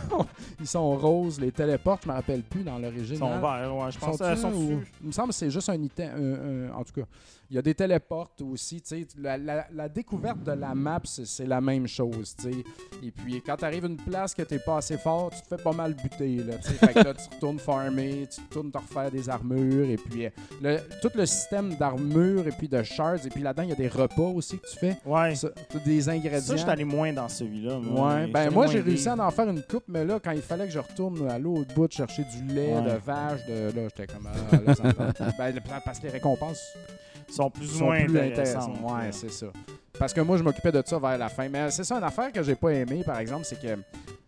ils sont roses. Les téléportes, je me rappelle plus dans l'origine. Ils sont verts, ouais, je pense qu'ils sont dessus. Il me semble que c'est juste un item. En tout cas, il y a des téléportes aussi. Tu sais, la découverte de la map, c'est la même chose. Tu sais. Et puis, quand tu arrives à une place que tu n'es pas assez fort, tu te fais pas mal buter. Là, tu sais. Fait que là, tu retournes farmer, tu retournes te refaire des armures. Et puis, tout le système d'armure et puis de shards. Et puis là-dedans, il y a des repas aussi que tu fais. Ouais. Des ingrédients. Ça, je suis allé moins dans celui-là. Ouais, ben moi j'ai réussi à en faire une coupe, mais là, quand il fallait que je retourne à l'autre bout chercher du lait, Ouais. de vache, là, j'étais comme. Là, ça me tente. Ben, parce que les récompenses sont plus ou sont moins plus intéressantes. intéressantes. Ouais, c'est ça. Parce que moi, je m'occupais de ça vers la fin. Mais c'est ça, une affaire que j'ai pas aimé, par exemple, c'est que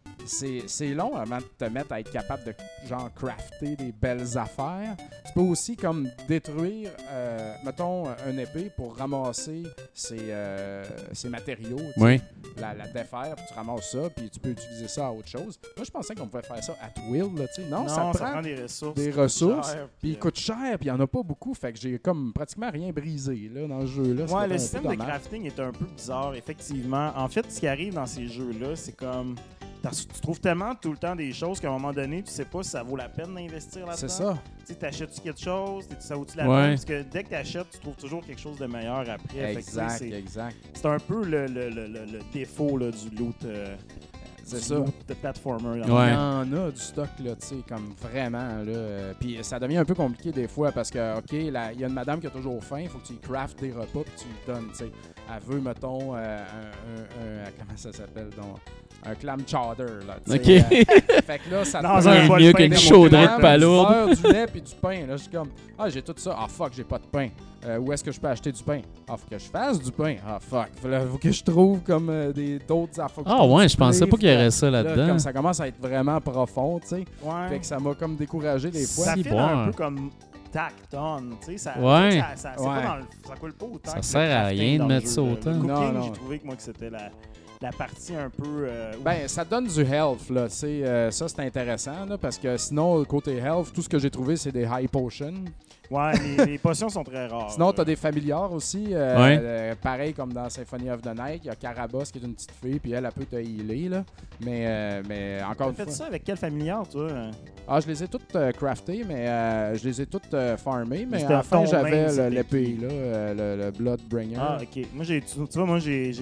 c'est long avant de te mettre à être capable de genre crafter des belles affaires. Tu peux aussi comme détruire, mettons, une épée pour ramasser ses matériaux. Tu sais. Oui. La défaire, puis tu ramasses ça, puis tu peux utiliser ça à autre chose. Moi, je pensais qu'on pouvait faire ça at will, là, tu sais. Non, ça prend des ressources. des ça coûte ressources, cher, puis il coûte cher, puis il n'y en a pas beaucoup, fait que j'ai comme pratiquement rien brisé, là, dans le jeu, là. Ouais, le C'était un système peu de dommage. crafting est un peu bizarre, effectivement. En fait, ce qui arrive dans ces jeux-là, c'est comme... Tu trouves tellement tout le temps des choses qu'à un moment donné, tu sais pas si ça vaut la peine d'investir là-dedans. C'est ça. Tu sais, t'achètes-tu quelque chose, ça vaut-tu la Ouais. peine? Parce que dès que t'achètes, tu trouves toujours quelque chose de meilleur après. Fait que, tu sais, Exact, exact. c'est un peu le défaut là, du loot. C'est du ça. loot de platformer. là. Ouais. Il y en a du stock, là, tu sais, comme vraiment, là. Puis ça devient un peu compliqué des fois parce que, OK, il y a une madame qui a toujours faim, il faut que tu lui craftes des repas puis tu lui donnes, tu sais. Elle veut, mettons, comment ça s'appelle, donc? Un clam chowder, là, tu sais. OK. Fait que là, ça te Non, prend c'est mieux pas qu'une le pain de chaudrée mon de palourde. Du beurre, du lait puis du pain. Là, je suis comme, j'ai tout ça. Ah, fuck, j'ai pas de pain. Où est-ce que je peux acheter du pain? Ah, faut que je fasse du pain. Ah, fuck. Faut que je trouve comme d'autres affaires. Ah ouais, je pensais pas qu'il y aurait ça Là, là-dedans. comme ça commence à être vraiment profond, tu sais. Ouais. Fait que ça m'a comme découragé des fois. Ça Si, fait bon. un peu comme Tacton, tu sais, ça, Ouais. ça, c'est Ouais. pas dans le- ça coule pas autant. Ça que le sert à crafting rien de dans le mettre jeu, ça là. autant. Le cooking, Non, non. j'ai trouvé que moi que c'était la partie un peu... Ben, ça donne du health, là, tu sais. Ça, c'est intéressant, là, parce que sinon, côté health, tout ce que j'ai trouvé, c'est des high potions. ouais, les potions sont très rares. Sinon, t'as des familiars aussi. Pareil comme dans Symphony of the Night, il y a Carabosse qui est une petite fille, puis elle peut te healer, là. Mais encore T'as une fait fois... ça avec quel familiar, toi? Ah, je les ai toutes craftées, mais je les ai toutes farmées, mais C'était à la fin, ton main, j'avais c'était l'épée, qui? là, le Bloodbringer. Ah, OK. Moi, tu vois, moi,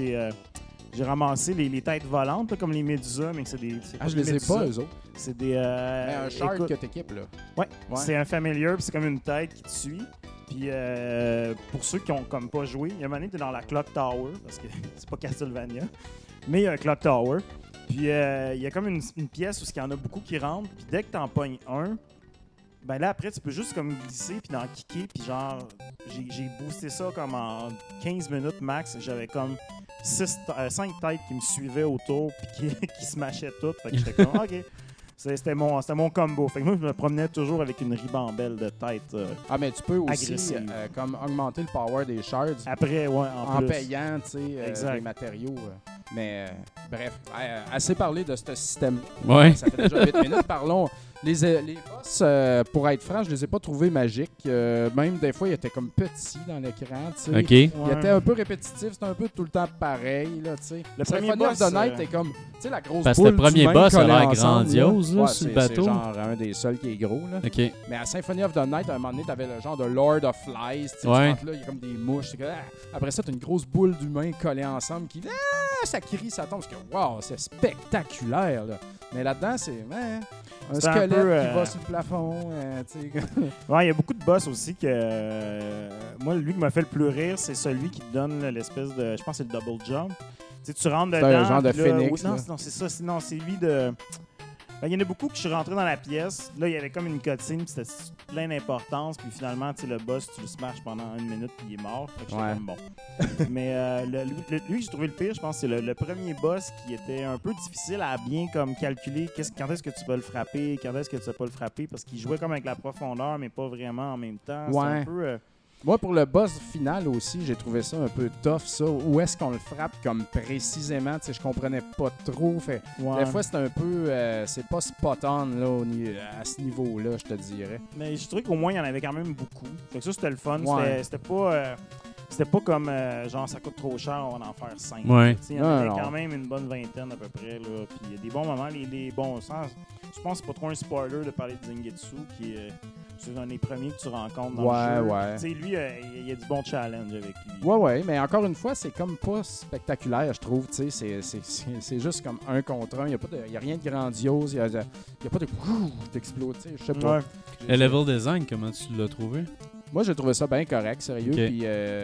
j'ai ramassé les têtes volantes, là, comme les Médusas, mais c'est des... c'est Je des les ai Médusas. pas, eux autres. C'est des... Mais un shard écoute, que t'équipes, là. Ouais, Ouais. c'est un familiar, puis c'est comme une tête qui te suit. Puis pour ceux qui ont comme pas joué, il y a un moment donné, t'es dans la Clock Tower, parce que c'est pas Castlevania, mais il y a un Clock Tower. Puis il y a comme une pièce où il y en a beaucoup qui rentrent, puis dès que t'en pognes un, ben là après tu peux juste comme glisser puis d'en kicker, puis genre j'ai boosté ça comme en 15 minutes max, j'avais comme 5 têtes qui me suivaient autour puis qui se mâchaient toutes, fait que j'étais comme OK. C'était mon combo. Fait que moi, je me promenais toujours avec une ribambelle de tête. Ah, mais tu peux aussi Agressive. comme augmenter le power des shards Après, ouais, en en plus. payant, tu sais, Exact. des matériaux. Mais bref, assez parlé de ce système. Ouais. Ça fait déjà 8 minutes. Parlons. Les boss, pour être franc, je les ai pas trouvés magiques. Même des fois, ils étaient comme petits dans l'écran. Tu sais. OK. Ils étaient un peu répétitifs. C'était un peu tout le temps pareil. Là, tu sais. Le Symphony premier of the boss, Night est comme, tu sais, la grosse Parce que boule le premier d'humains boss a collés l'air ensemble, grandiose, là, Ouais, sur le c'est bateau. genre un des seuls qui est gros. Là. OK. Mais à Symphony of the Night, à un moment donné, t'avais le genre de Lord of Flies. Tu sais, Ouais. là, il y a comme des mouches. Après ça, t'as une grosse boule d'humains collés ensemble qui... ça crie, ça tombe. Parce que, wow, c'est spectaculaire. Là. Mais là-dedans, c'est un C'est un squelette peu, qui va sur le plafond. Tu sais. Ouais, il y a beaucoup de boss aussi que. Moi, lui qui m'a fait le plus rire, c'est celui qui te donne là, l'espèce de. Je pense que c'est le double jump. Tu sais, tu rentres C'est dedans. un genre de puis là, phénix, non, là. non, c'est ça. Non, c'est lui de. Ben, il y en a beaucoup que je suis rentré dans la pièce. Là, il y avait comme une cutscene, puis c'était plein d'importance. Puis finalement, tu sais, le boss, tu le smashes pendant 1 minute, puis il est mort. Fait que j'étais Ouais. comme bon. Mais lui que j'ai trouvé le pire, je pense, c'est le premier boss qui était un peu difficile à bien comme calculer quand est-ce que tu vas le frapper, quand est-ce que tu vas pas le frapper, parce qu'il jouait comme avec la profondeur, mais pas vraiment en même temps. C'était Ouais. un peu. Moi, pour le boss final aussi, j'ai trouvé ça un peu tough, ça. Où est-ce qu'on le frappe comme précisément? Tu sais, je comprenais pas trop. Fait, Ouais. des fois, c'est un peu... c'est pas spot-on là, à ce niveau-là, je te dirais. Mais je trouvais qu'au moins, il y en avait quand même beaucoup. Fait que ça, c'était le fun. Ouais. C'était pas comme genre ça coûte trop cher, on va en faire 5. Ouais. Il y en avait Non. quand même une bonne vingtaine à peu près. Là. Puis il y a des bons moments, les bons sens. Je pense que c'est pas trop un spoiler de parler de Zangetsu, qui est un des premiers que tu rencontres dans le jeu. Ouais. Tu sais, lui, il y a du bon challenge avec lui. Ouais, mais encore une fois, c'est comme pas spectaculaire, je trouve. Tu sais, c'est juste comme un contre un. Il n'y a rien de grandiose. Il n'y a pas de d'explos. Tu sais, je sais pas. Ouais. Le level design, comment tu l'as trouvé? Moi, j'ai trouvé ça bien correct, sérieux. Ok. Puis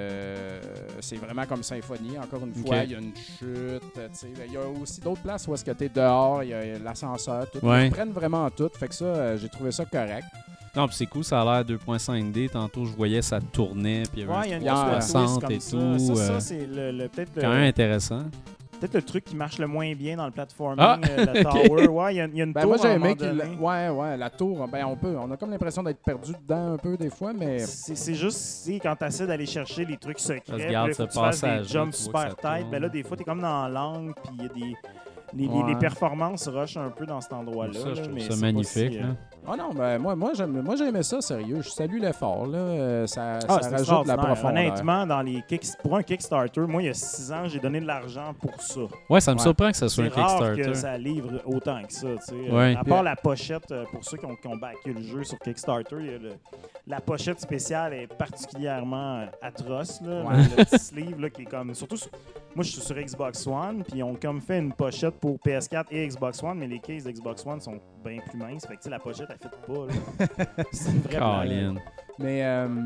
c'est vraiment comme Symphonie. Encore une fois, il y a une chute. Tu sais. Il y a aussi d'autres places où est-ce que tu es dehors, il y a l'ascenseur. Tout. Ouais. Ils prennent vraiment tout. Fait que ça, j'ai trouvé ça correct. Non, puis c'est cool, ça a l'air 2.5D. Tantôt, je voyais ça tournait, puis il y Ouais, avait il y a un une y a petite 60 twist et comme tout. ça. Ça, c'est peut-être quand même intéressant. peut-être le truc qui marche le moins bien dans le platforming, Ah, le ok. tower. Ouais, il y a une Ben, tour moi, j'ai à un aimé moment qu'il. donné. Ouais, la tour. Ben, on a comme l'impression d'être perdu dedans un peu des fois, mais. C'est juste quand tu essaies d'aller chercher les trucs secrets, Ça se puis garde là, faut ce que tu fasses passage-là, des jumps tu vois que super ça tight. tourne. Ben là, des fois, tu es comme dans l'angle, puis il y a des. Les Ouais. performances rush un peu dans cet endroit-là. Ça, je là, trouve mais ça c'est pas magnifique. si, là. Ah non, ben moi j'ai aimé ça, sérieux. Je salue l'effort, là. Ça c'est rajoute de la extraordinaire. profondeur. Honnêtement, pour un Kickstarter, moi, il y a 6 ans, j'ai donné de l'argent pour ça. Ouais, ça me Ouais. surprend que ça soit un C'est rare Kickstarter. que ça livre autant que ça. Tu sais. Ouais. À part la pochette, pour ceux qui ont backé le jeu sur Kickstarter, il y a la pochette spéciale est particulièrement atroce. Là, Ouais. le petit sleeve là, qui est comme. Surtout, moi je suis sur Xbox One, puis ils ont comme fait une pochette pour PS4 et Xbox One, mais les cases d'Xbox One sont bien plus minces. Fait que tu sais, la pochette, elle fit pas. Là. C'est une vraie blague. Colin. Mais.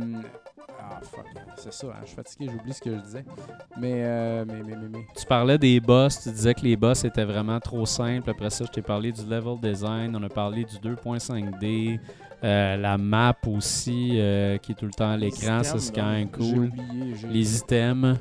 Ah, fuck. C'est ça, hein, je suis fatigué, j'oublie ce que je disais. Mais. Tu parlais des boss, tu disais que les boss étaient vraiment trop simples. Après ça, je t'ai parlé du level design, on a parlé du 2.5D, la map aussi qui est tout le temps à l'écran, ça items, c'est quand même J'ai cool. oublié. Les items,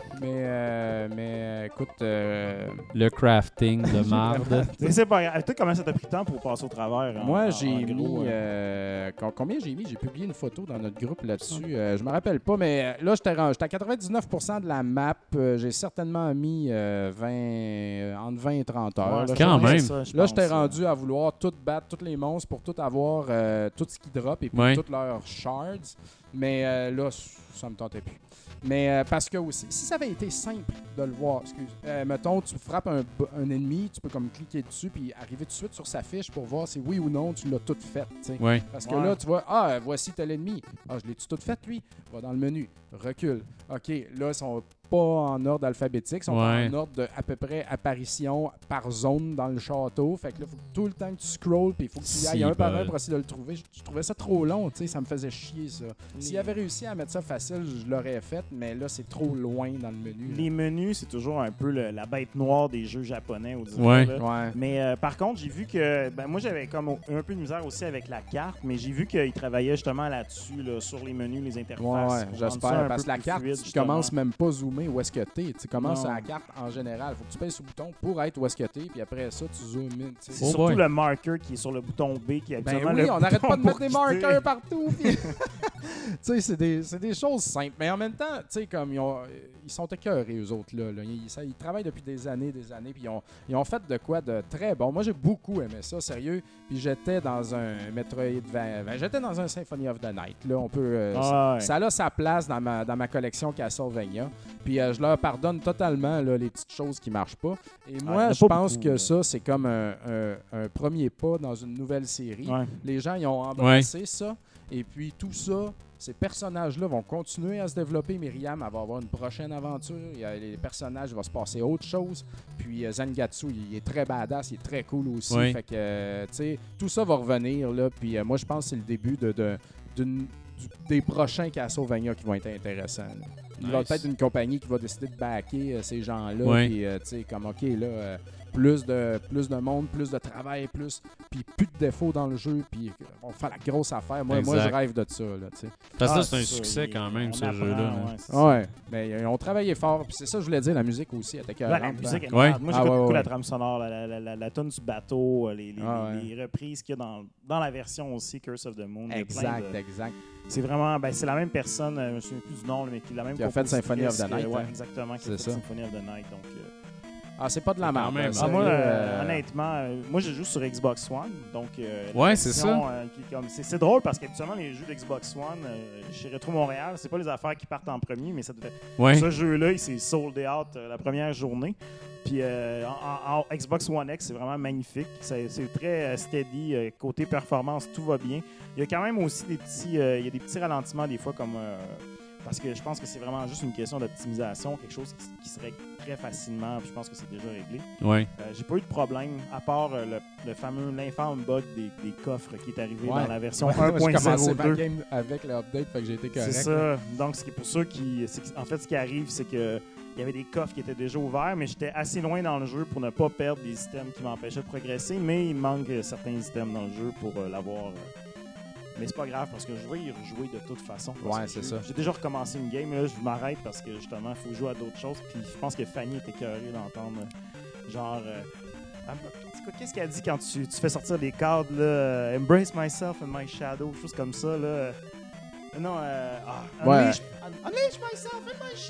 Mais écoute. le crafting de marde. C'est pas grave. Toi, comment ça t'a pris de temps pour passer au travers? Moi, en j'ai gros, mis. Combien j'ai mis? J'ai publié une photo dans notre groupe là-dessus. Je me rappelle pas, mais là, j'étais à 99% de la map. J'ai certainement mis entre 20 et 30 heures. Ouais, Là, c'est quand pas mal même. ça, je Là, pense, j'étais ça. rendu à vouloir tout battre, tous les monstres pour tout avoir, tout ce qui drop et puis Ouais. toutes leurs shards. Mais là, ça me tentait plus. Mais parce que aussi, si ça avait été simple de le voir, mettons, tu frappes un ennemi, tu peux comme cliquer dessus puis arriver tout de suite sur sa fiche pour voir si oui ou non tu l'as tout fait. T'sais. Ouais. Parce que Ouais. là, tu vois, voici tel ennemi. Ah, je l'ai-tu tout fait, lui? Va dans le menu, recule. OK, là, ils sont pas en ordre alphabétique, ils sont Ouais. en ordre de à peu près apparition par zone dans le château. Fait que là, il faut tout le temps que tu scrolls, puis il faut que tu y ailles un par un pour essayer de le trouver. Je trouvais ça trop long, tu sais, ça me faisait chier, ça. S'il avait réussi à mettre ça facile, je l'aurais fait, mais là, c'est trop loin dans le menu. là. Les menus, c'est toujours un peu la bête noire des jeux japonais, on dirait. Ouais. là. Ouais. Mais par contre, j'ai vu que. Ben, moi, j'avais comme un peu de misère aussi avec la carte, mais j'ai vu qu'ils travaillaient justement là-dessus, là, sur les menus, les interfaces. Ouais, pour rendre ça j'espère. un Parce peu que la plus carte, fluide, tu justement. commences même pas zoomer zoomer où est-ce que t'es. Tu commences Non. à la carte en général. Faut que tu pèses sur le bouton pour être où est-ce que t'es, puis après ça, tu zoomes in. Tu sais. C'est Oh surtout boy. le marqueur qui est sur le bouton B qui est Ben habituellement oui, le on n'arrête bouton pas de mettre pour des quitter. marqueurs partout. Puis... tu sais, c'est des choses simples. Mais en même temps, tu sais, comme ils sont écœurés, eux autres, là. Ils travaillent depuis des années, puis ils ont fait de quoi de très bon. Moi, j'ai beaucoup aimé ça, sérieux. Puis j'étais dans un j'étais dans un Symphony of the Night. Là, on peut... Ah ouais. Ça a sa place dans ma collection Castlevania. Puis je leur pardonne totalement là, les petites choses qui marchent pas. Et il y en moi, a je pas pense beaucoup, que là. ça, c'est comme un premier pas dans une nouvelle série. Ouais. Les gens, ils ont embrassé ça. Et puis tout ça, ces personnages-là vont continuer à se développer. Myriam, elle va avoir une prochaine aventure. Les personnages, il va se passer autre chose. Puis Zangatsu, il est très badass, il est très cool aussi. Oui. Fait que, tu sais, tout ça va revenir. Là. Puis moi, je pense que c'est le début des prochains Castlevania qui vont être intéressants. Là. Il va Nice. peut-être une compagnie qui va décider de backer ces gens-là. Ouais. Puis, tu sais, comme, OK, là, plus de monde, plus de travail, puis plus de défauts dans le jeu, puis on va faire la grosse affaire. Moi, Exact. je rêve de ça, là, tu sais. Parce que Ah, c'est un ça, succès il- quand même, on ce apprend, jeu-là. là. ouais, c'est ça. Ouais, mais ils ont travaillé fort, puis c'est ça que je voulais dire, la musique aussi était Ouais, la écœurante, musique hein. est Ouais. malade. Moi, Ah, j'écoute ouais, beaucoup ouais. la trame sonore, la tonne du bateau, les Ouais. reprises qu'il y a dans la version aussi, Curse of the Moon. Il y a Exact, plein de- exact. C'est vraiment, c'est la même personne, je me souviens plus du nom, mais qui est la même Qui a fait Symphony of the compositrice Night, que- hein. Ouais, exactement, qui a C'est fait ça. Symphony of the Night. Donc, Ah, c'est pas de la Quand merde. même. hein, Ah, sérieux, moi, honnêtement, moi, je joue sur Xbox One, donc la Ouais, c'est version, ça. qui est comme- c'est drôle parce qu'habituellement, les jeux d'Xbox One, chez Retro Montréal, c'est pas les affaires qui partent en premier, mais Ouais. ce jeu-là, il s'est sold out la première journée. Puis en Xbox One X, c'est vraiment magnifique. C'est très steady. Côté performance, tout va bien. Il y a quand même aussi des petits ralentissements des fois comme... parce que je pense que c'est vraiment juste une question d'optimisation, quelque chose qui se règle très facilement. Puis je pense que c'est déjà réglé. Ouais. J'ai pas eu de problème, à part l'infâme bug des coffres qui est arrivé Ouais. dans la version Ouais, moi, j'ai commencé ma 1.02. game avec l'update, fait que j'ai été correct. C'est ça. Donc, c'est pour ça en fait, ce qui arrive, c'est que il y avait des coffres qui étaient déjà ouverts, mais j'étais assez loin dans le jeu pour ne pas perdre des items qui m'empêchaient de progresser, mais il manque certains items dans le jeu pour l'avoir. Mais c'est pas grave parce que je vais y rejouer de toute façon. Parce Ouais, que c'est j'ai- ça. J'ai déjà recommencé une game, là, je m'arrête parce que justement, il faut jouer à d'autres choses. Puis je pense que Fanny était écœurée d'entendre genre. Qu'est-ce qu'elle dit quand tu fais sortir des cadres, là, Embrace myself and my shadow, choses comme ça, là. Non, Ouais. Unleash myself and my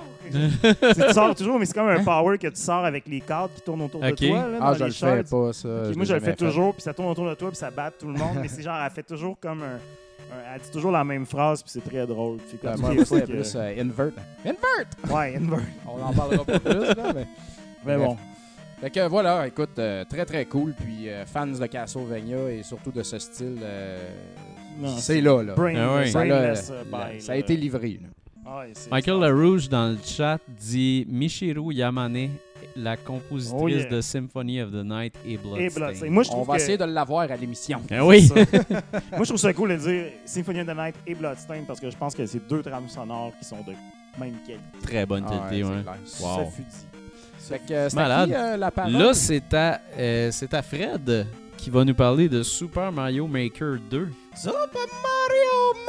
shadow! Tu sors toujours, mais c'est comme un power que tu sors avec les cadres qui tournent autour Ok. de toi. Là, Ah, dans je les le fais shards. pas, ça. Ok, l'ai moi, je le jamais fais toujours, puis ça tourne autour de toi, puis ça bat tout le monde. Mais c'est genre, elle fait toujours comme elle dit toujours la même phrase, puis c'est très drôle. Puis comme toutes Moi, les fois c'était que- plus invert. Ouais, invert. On en parlera pas plus, là, mais... Mais bon. Fait que voilà, écoute, très très cool. Puis fans de Castlevania et surtout de ce style, Non, c'est là. Ah ouais. Ça, brainless, ça a été livré. Là. Ouais, c'est- Michael LaRouge dans le chat dit Michiru Yamane, la compositrice Oh yeah. de Symphony of the Night et Et Bloodstained. Bloodstained. Moi, je On trouve va que- essayer de l'avoir à l'émission. Ah oui! Ça. Moi, je trouve ça cool de dire Symphony of the Night et Bloodstained parce que je pense que c'est deux trames sonores qui sont de même qualité. Très bonne Ah qualité, ouais, ouais. c'est clair. Wow. Ça fut dit. Fait que c'est Malade. à qui la parole? Là, c'est à Fred qui va nous parler de Super Mario Maker 2. Super Mario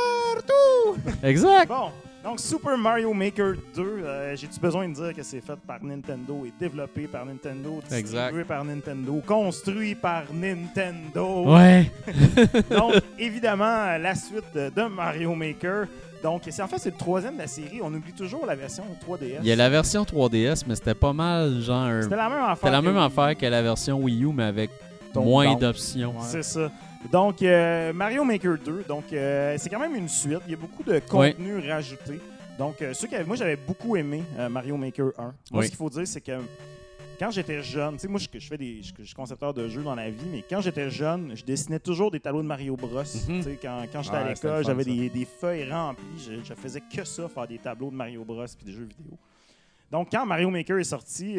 Maker 2! Exact! Bon, donc Super Mario Maker 2, j'ai-tu besoin de dire que c'est fait par Nintendo et développé par Nintendo, distribué Exact. par Nintendo, construit par Nintendo. Ouais! Donc, évidemment, la suite de Mario Maker. Donc, c'est le troisième de la série. On oublie toujours la version 3DS. Il y a la version 3DS, mais c'était pas mal genre. C'était la même affaire. C'était la que même Wii U. affaire que la version Wii U, mais avec Donc, moins bon. d'options. Ouais. C'est ça. Donc, Mario Maker 2, donc c'est quand même une suite. Il y a beaucoup de contenu rajouté. Donc, moi, j'avais beaucoup aimé Mario Maker 1. Moi, Oui. ce qu'il faut dire, c'est que quand j'étais jeune, tu sais, moi, je suis concepteur de jeux dans la vie, mais quand j'étais jeune, je dessinais toujours des tableaux de Mario Bros. Mhm. Tu sais, quand j'étais Ah, à ouais, c'était le l'école, fun, j'avais ça. des feuilles remplies. Je faisais que ça, faire des tableaux de Mario Bros. Puis des jeux vidéo. Donc, quand Mario Maker est sorti,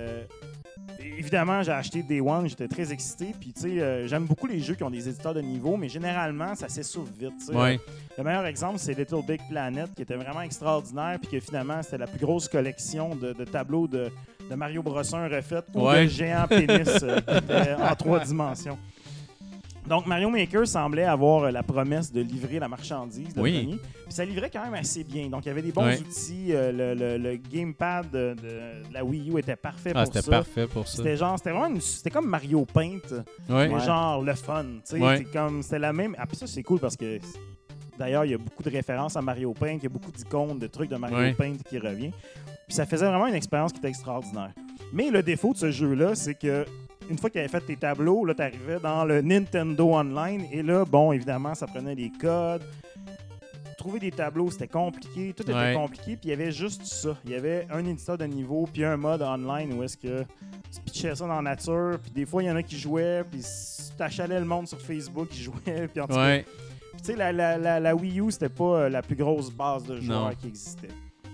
évidemment, j'ai acheté Day One, j'étais très excité. Puis, tu sais, j'aime beaucoup les jeux qui ont des éditeurs de niveau, mais généralement, ça s'essouffle vite. tu sais. Ouais. Le meilleur exemple, c'est Little Big Planet, qui était vraiment extraordinaire, puis que finalement, c'était la plus grosse collection de tableaux de Mario Bros 1 refaites ou Ouais. de géants pénis qui étaient en 3 dimensions. Donc, Mario Maker semblait avoir la promesse de livrer la marchandise, le Oui. premier. Puis ça livrait quand même assez bien. Donc, il y avait des bons Ouais. outils. Le gamepad de la Wii U était parfait Ah, pour c'était ça. parfait pour ça. C'était comme Mario Paint, Ouais. mais genre le fun. Tu sais, Ouais. c'était la même. Ah, puis ça, c'est cool parce que d'ailleurs, il y a beaucoup de références à Mario Paint. Il y a beaucoup d'icônes, de trucs de Mario Ouais. Paint qui revient. Puis ça faisait vraiment une expérience qui était extraordinaire. Mais le défaut de ce jeu-là, c'est que une fois que tu avais fait tes tableaux, là, tu arrivais dans le Nintendo Online. Et là, bon, évidemment, ça prenait des codes. Trouver des tableaux, c'était compliqué. Tout était Ouais. compliqué. Puis il y avait juste ça. Il y avait un éditeur de niveau, puis un mode online où est-ce que tu pitchais ça dans la nature. Puis des fois, il y en a qui jouaient. Puis t'achalais le monde sur Facebook qui jouait. Puis en tout cas, Ouais. puis tu sais, la Wii U, c'était pas la plus grosse base de joueurs Non. qui existait.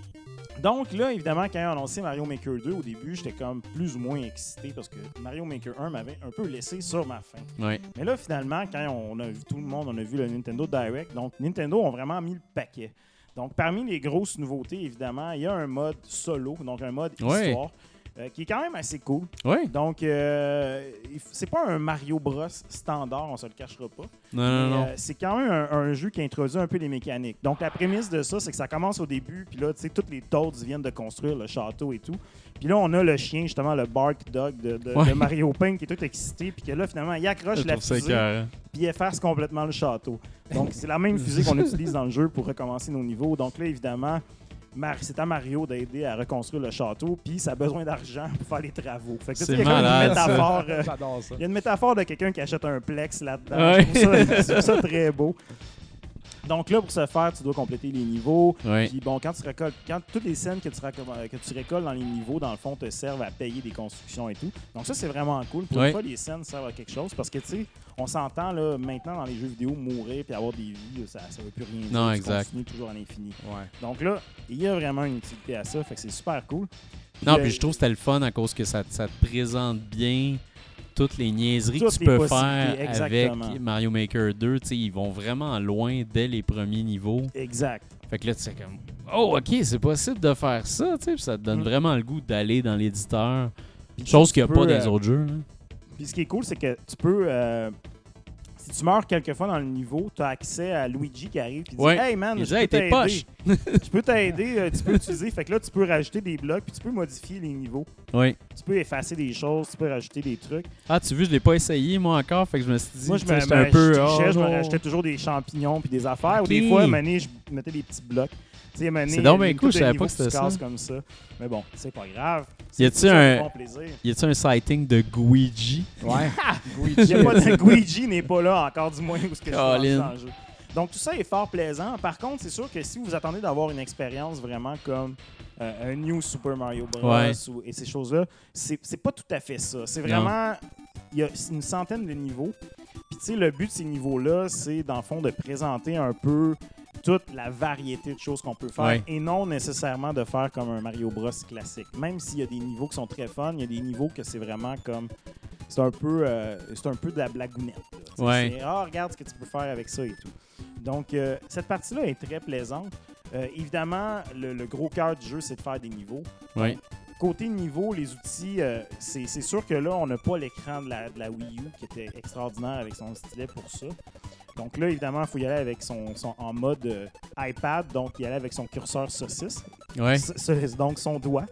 Donc là, évidemment, quand ils ont annoncé Mario Maker 2, au début, j'étais comme plus ou moins excité parce que Mario Maker 1 m'avait un peu laissé sur ma faim. Ouais. Mais là, finalement, quand on a vu tout le monde, on a vu le Nintendo Direct, donc Nintendo ont vraiment mis le paquet. Donc, parmi les grosses nouveautés, évidemment, il y a un mode solo, donc un mode Ouais. histoire, qui est quand même assez cool. Ouais. Donc, c'est pas un Mario Bros standard, on se le cachera pas. Non, non, Mais, non. c'est quand même un jeu qui introduit un peu les mécaniques. Donc, la prémisse de ça, c'est que ça commence au début, puis là, tu sais, toutes les Toads viennent de construire le château et tout. Puis là, on a le chien, justement, le Bark Dog de Ouais. Mario Paint qui est tout excité, puis que là, finalement, il accroche Je la trouve ça fusée, écœurant. puis il efface complètement le château. Donc, c'est la même fusée qu'on utilise dans le jeu pour recommencer nos niveaux. Donc là, évidemment, c'est à Mario d'aider à reconstruire le château, puis ça a besoin d'argent pour faire les travaux. Fait que C'est il y a comme une malade, ça. métaphore. J'adore ça. Il y a une métaphore de quelqu'un qui achète un Plex là-dedans. Ouais. Je trouve ça très beau. Donc là, pour ce faire, tu dois compléter les niveaux. Ouais. Puis bon, quand toutes les scènes que tu récoltes dans les niveaux, dans le fond, te servent à payer des constructions et tout. Donc ça, c'est vraiment cool. Pour Ouais. une fois, les scènes servent à quelque chose parce que, tu sais, on s'entend là maintenant dans les jeux vidéo, mourir puis avoir des vies, là, ça veut plus rien dire. Non, Tu exact. continues toujours à l'infini. Ouais. Donc là, il y a vraiment une utilité à ça, fait que c'est super cool. Non, euh, puis je trouve que c'était le fun à cause que ça te présente bien toutes les niaiseries Toutes que tu les peux faire possibilités, exactement. avec Mario Maker 2. Tu sais, ils vont vraiment loin dès les premiers niveaux. Exact. Fait que là, tu sais comme, oh, OK, c'est possible de faire ça, tu sais, puis ça te donne Mm. vraiment le goût d'aller dans l'éditeur. Puis Chose tu qu'il n'y a peux, pas dans les autres jeux. Là. Puis ce qui est cool, c'est que tu peux. Si tu meurs quelques fois dans le niveau, tu as accès à Luigi qui arrive et dit Ouais. Hey man, Il je dit, peux hey, t'es t'aider. poche. Je peux t'aider, tu peux utiliser. Fait que là, tu peux rajouter des blocs puis tu peux modifier les niveaux. Oui. Tu peux effacer des choses, tu peux rajouter des trucs. Ah, tu veux, je l'ai pas essayé, moi, encore, fait que je me suis dit, Moi, je tu sais, me j'étais un peu... je me oh, rajoutais toujours des champignons puis des affaires. Ou Ok. des fois, à un moment donné, je mettais des petits blocs. Tu sais, à un moment donné, C'est donc bien il y a une cool, couple je de savais niveaux pas que c'était tu casses ça. comme ça. Mais bon, c'est pas grave. Y a-tu C'est ça, un- c'est bon plaisir. Y a-tu un sighting de Guigi? Ouais. Il y a pas de Luigi n'est pas là encore du moins où ce que je suis rendu Colin. dans le jeu. Donc tout ça est fort plaisant. Par contre, c'est sûr que si vous attendez d'avoir une expérience vraiment comme un New Super Mario Bros. Ouais. Et ces choses-là, c'est pas tout à fait ça. C'est vraiment il y a une centaine de niveaux. Puis tu sais, le but de ces niveaux-là, c'est dans le fond de présenter un peu toute la variété de choses qu'on peut faire Ouais. et non nécessairement de faire comme un Mario Bros classique. Même s'il y a des niveaux qui sont très fun, il y a des niveaux que c'est vraiment comme c'est un peu de la blagounette. Là. Tu sais, Ouais. c'est, regarde ce que tu peux faire avec ça et tout. Donc cette partie-là est très plaisante. Évidemment, le gros cœur du jeu, c'est de faire des niveaux. Oui. Côté niveau, les outils, c'est sûr que là, on n'a pas l'écran de la Wii U qui était extraordinaire avec son stylet pour ça. Donc là, évidemment, il faut y aller avec son en mode iPad, donc y aller avec son curseur saucisse, Ouais. donc son doigt,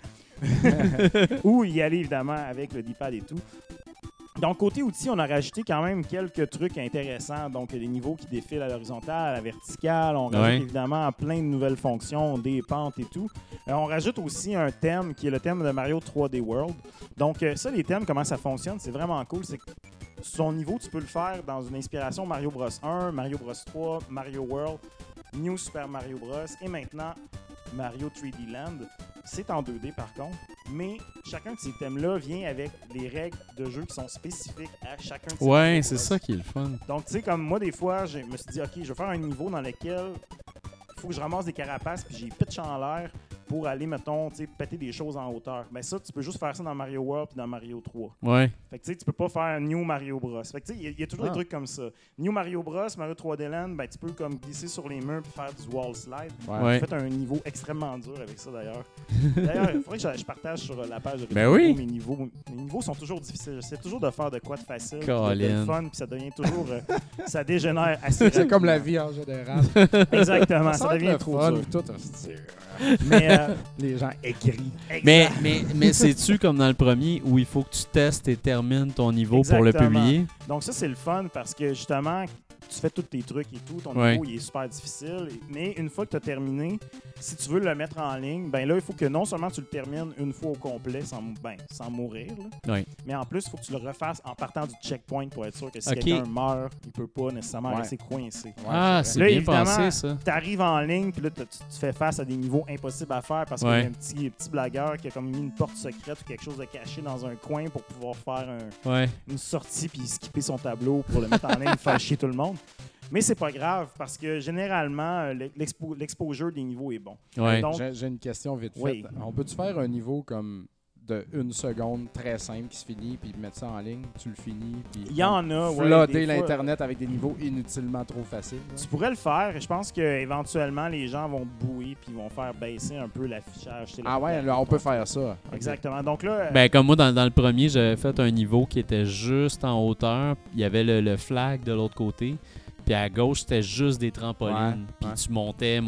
ou y aller évidemment avec le D-pad et tout. Donc, côté outils, on a rajouté quand même quelques trucs intéressants. Donc, des niveaux qui défilent à l'horizontale, à la verticale. On rajoute Ouais. évidemment plein de nouvelles fonctions, des pentes et tout. On rajoute aussi un thème qui est le thème de Mario 3D World. Donc, ça, les thèmes, comment ça fonctionne, c'est vraiment cool. C'est que son niveau, tu peux le faire dans une inspiration Mario Bros 1, Mario Bros 3, Mario World, New Super Mario Bros et maintenant Mario 3D Land. C'est en 2D par contre, mais chacun de ces thèmes-là vient avec des règles de jeu qui sont spécifiques à chacun de ces Ouais, niveaux. c'est ça qui est le fun. Donc, tu sais, comme moi, des fois, je me suis dit, OK, je vais faire un niveau dans lequel il faut que je ramasse des carapaces, puis j'ai pitch en l'air, pour aller, mettons, péter des choses en hauteur. Ben ça, tu peux juste faire ça dans Mario World et dans Mario 3. Ouais. Fait que tu peux pas faire un New Mario Bros. Fait que il y a toujours des trucs comme ça. New Mario Bros, Mario 3D Land, ben tu peux comme glisser sur les murs et faire du wall slide. Ouais. J'ai fait un niveau extrêmement dur avec ça d'ailleurs. D'ailleurs, il faudrait que je partage sur la page de Ben oui. mes niveaux. Les niveaux sont toujours difficiles. J'essaie toujours de faire de quoi de facile, Colin. de fun, puis ça devient toujours... ça dégénère assez C'est comme la rapidement. vie en général. Exactement, ça va être devient le trop fun, dur. puis tout, c'est- Mais les gens écrivent. Mais c'est-tu comme dans le premier où il faut que tu testes et termines ton niveau pour le Exactement. publier? Donc ça, c'est le fun parce que justement, tu fais tous tes trucs et tout, ton Ouais. niveau il est super difficile, mais une fois que tu as terminé, si tu veux le mettre en ligne, ben là, il faut que non seulement tu le termines une fois au complet sans mourir, là, Oui. mais en plus, il faut que tu le refasses en partant du checkpoint pour être sûr que si Ok. quelqu'un meurt, il peut pas nécessairement Ouais. rester coincé. Ah, c'est Là, bien évidemment, pensé, ça. Tu arrives en ligne, puis là, tu fais face à des niveaux impossibles à faire parce qu'il y Ouais. a un petit blagueur qui a comme mis une porte secrète ou quelque chose de caché dans un coin pour pouvoir faire Ouais. une sortie puis skipper son tableau pour le mettre en ligne et faire chier tout le monde. Mais c'est pas grave parce que généralement, l'exposure des niveaux est bon. Ouais. Donc, J'ai une question vite faite. Oui. On peut-tu faire un niveau comme de 1 seconde très simple qui se finit, puis mettre ça en ligne, tu le finis, puis il y en a, ouais, flooder des fois, l'Internet avec des niveaux inutilement trop faciles. là. Tu pourrais le faire. Je pense qu'éventuellement, les gens vont bouer puis vont faire baisser un peu l'affichage. Ah ouais, là, on peut faire ça. Ok. Exactement. Donc là, Ben, comme moi, dans le premier, j'avais fait un niveau qui était juste en hauteur. Il y avait le flag de l'autre côté. Puis à gauche, c'était juste des trampolines. Ouais, Puis ouais. tu montais,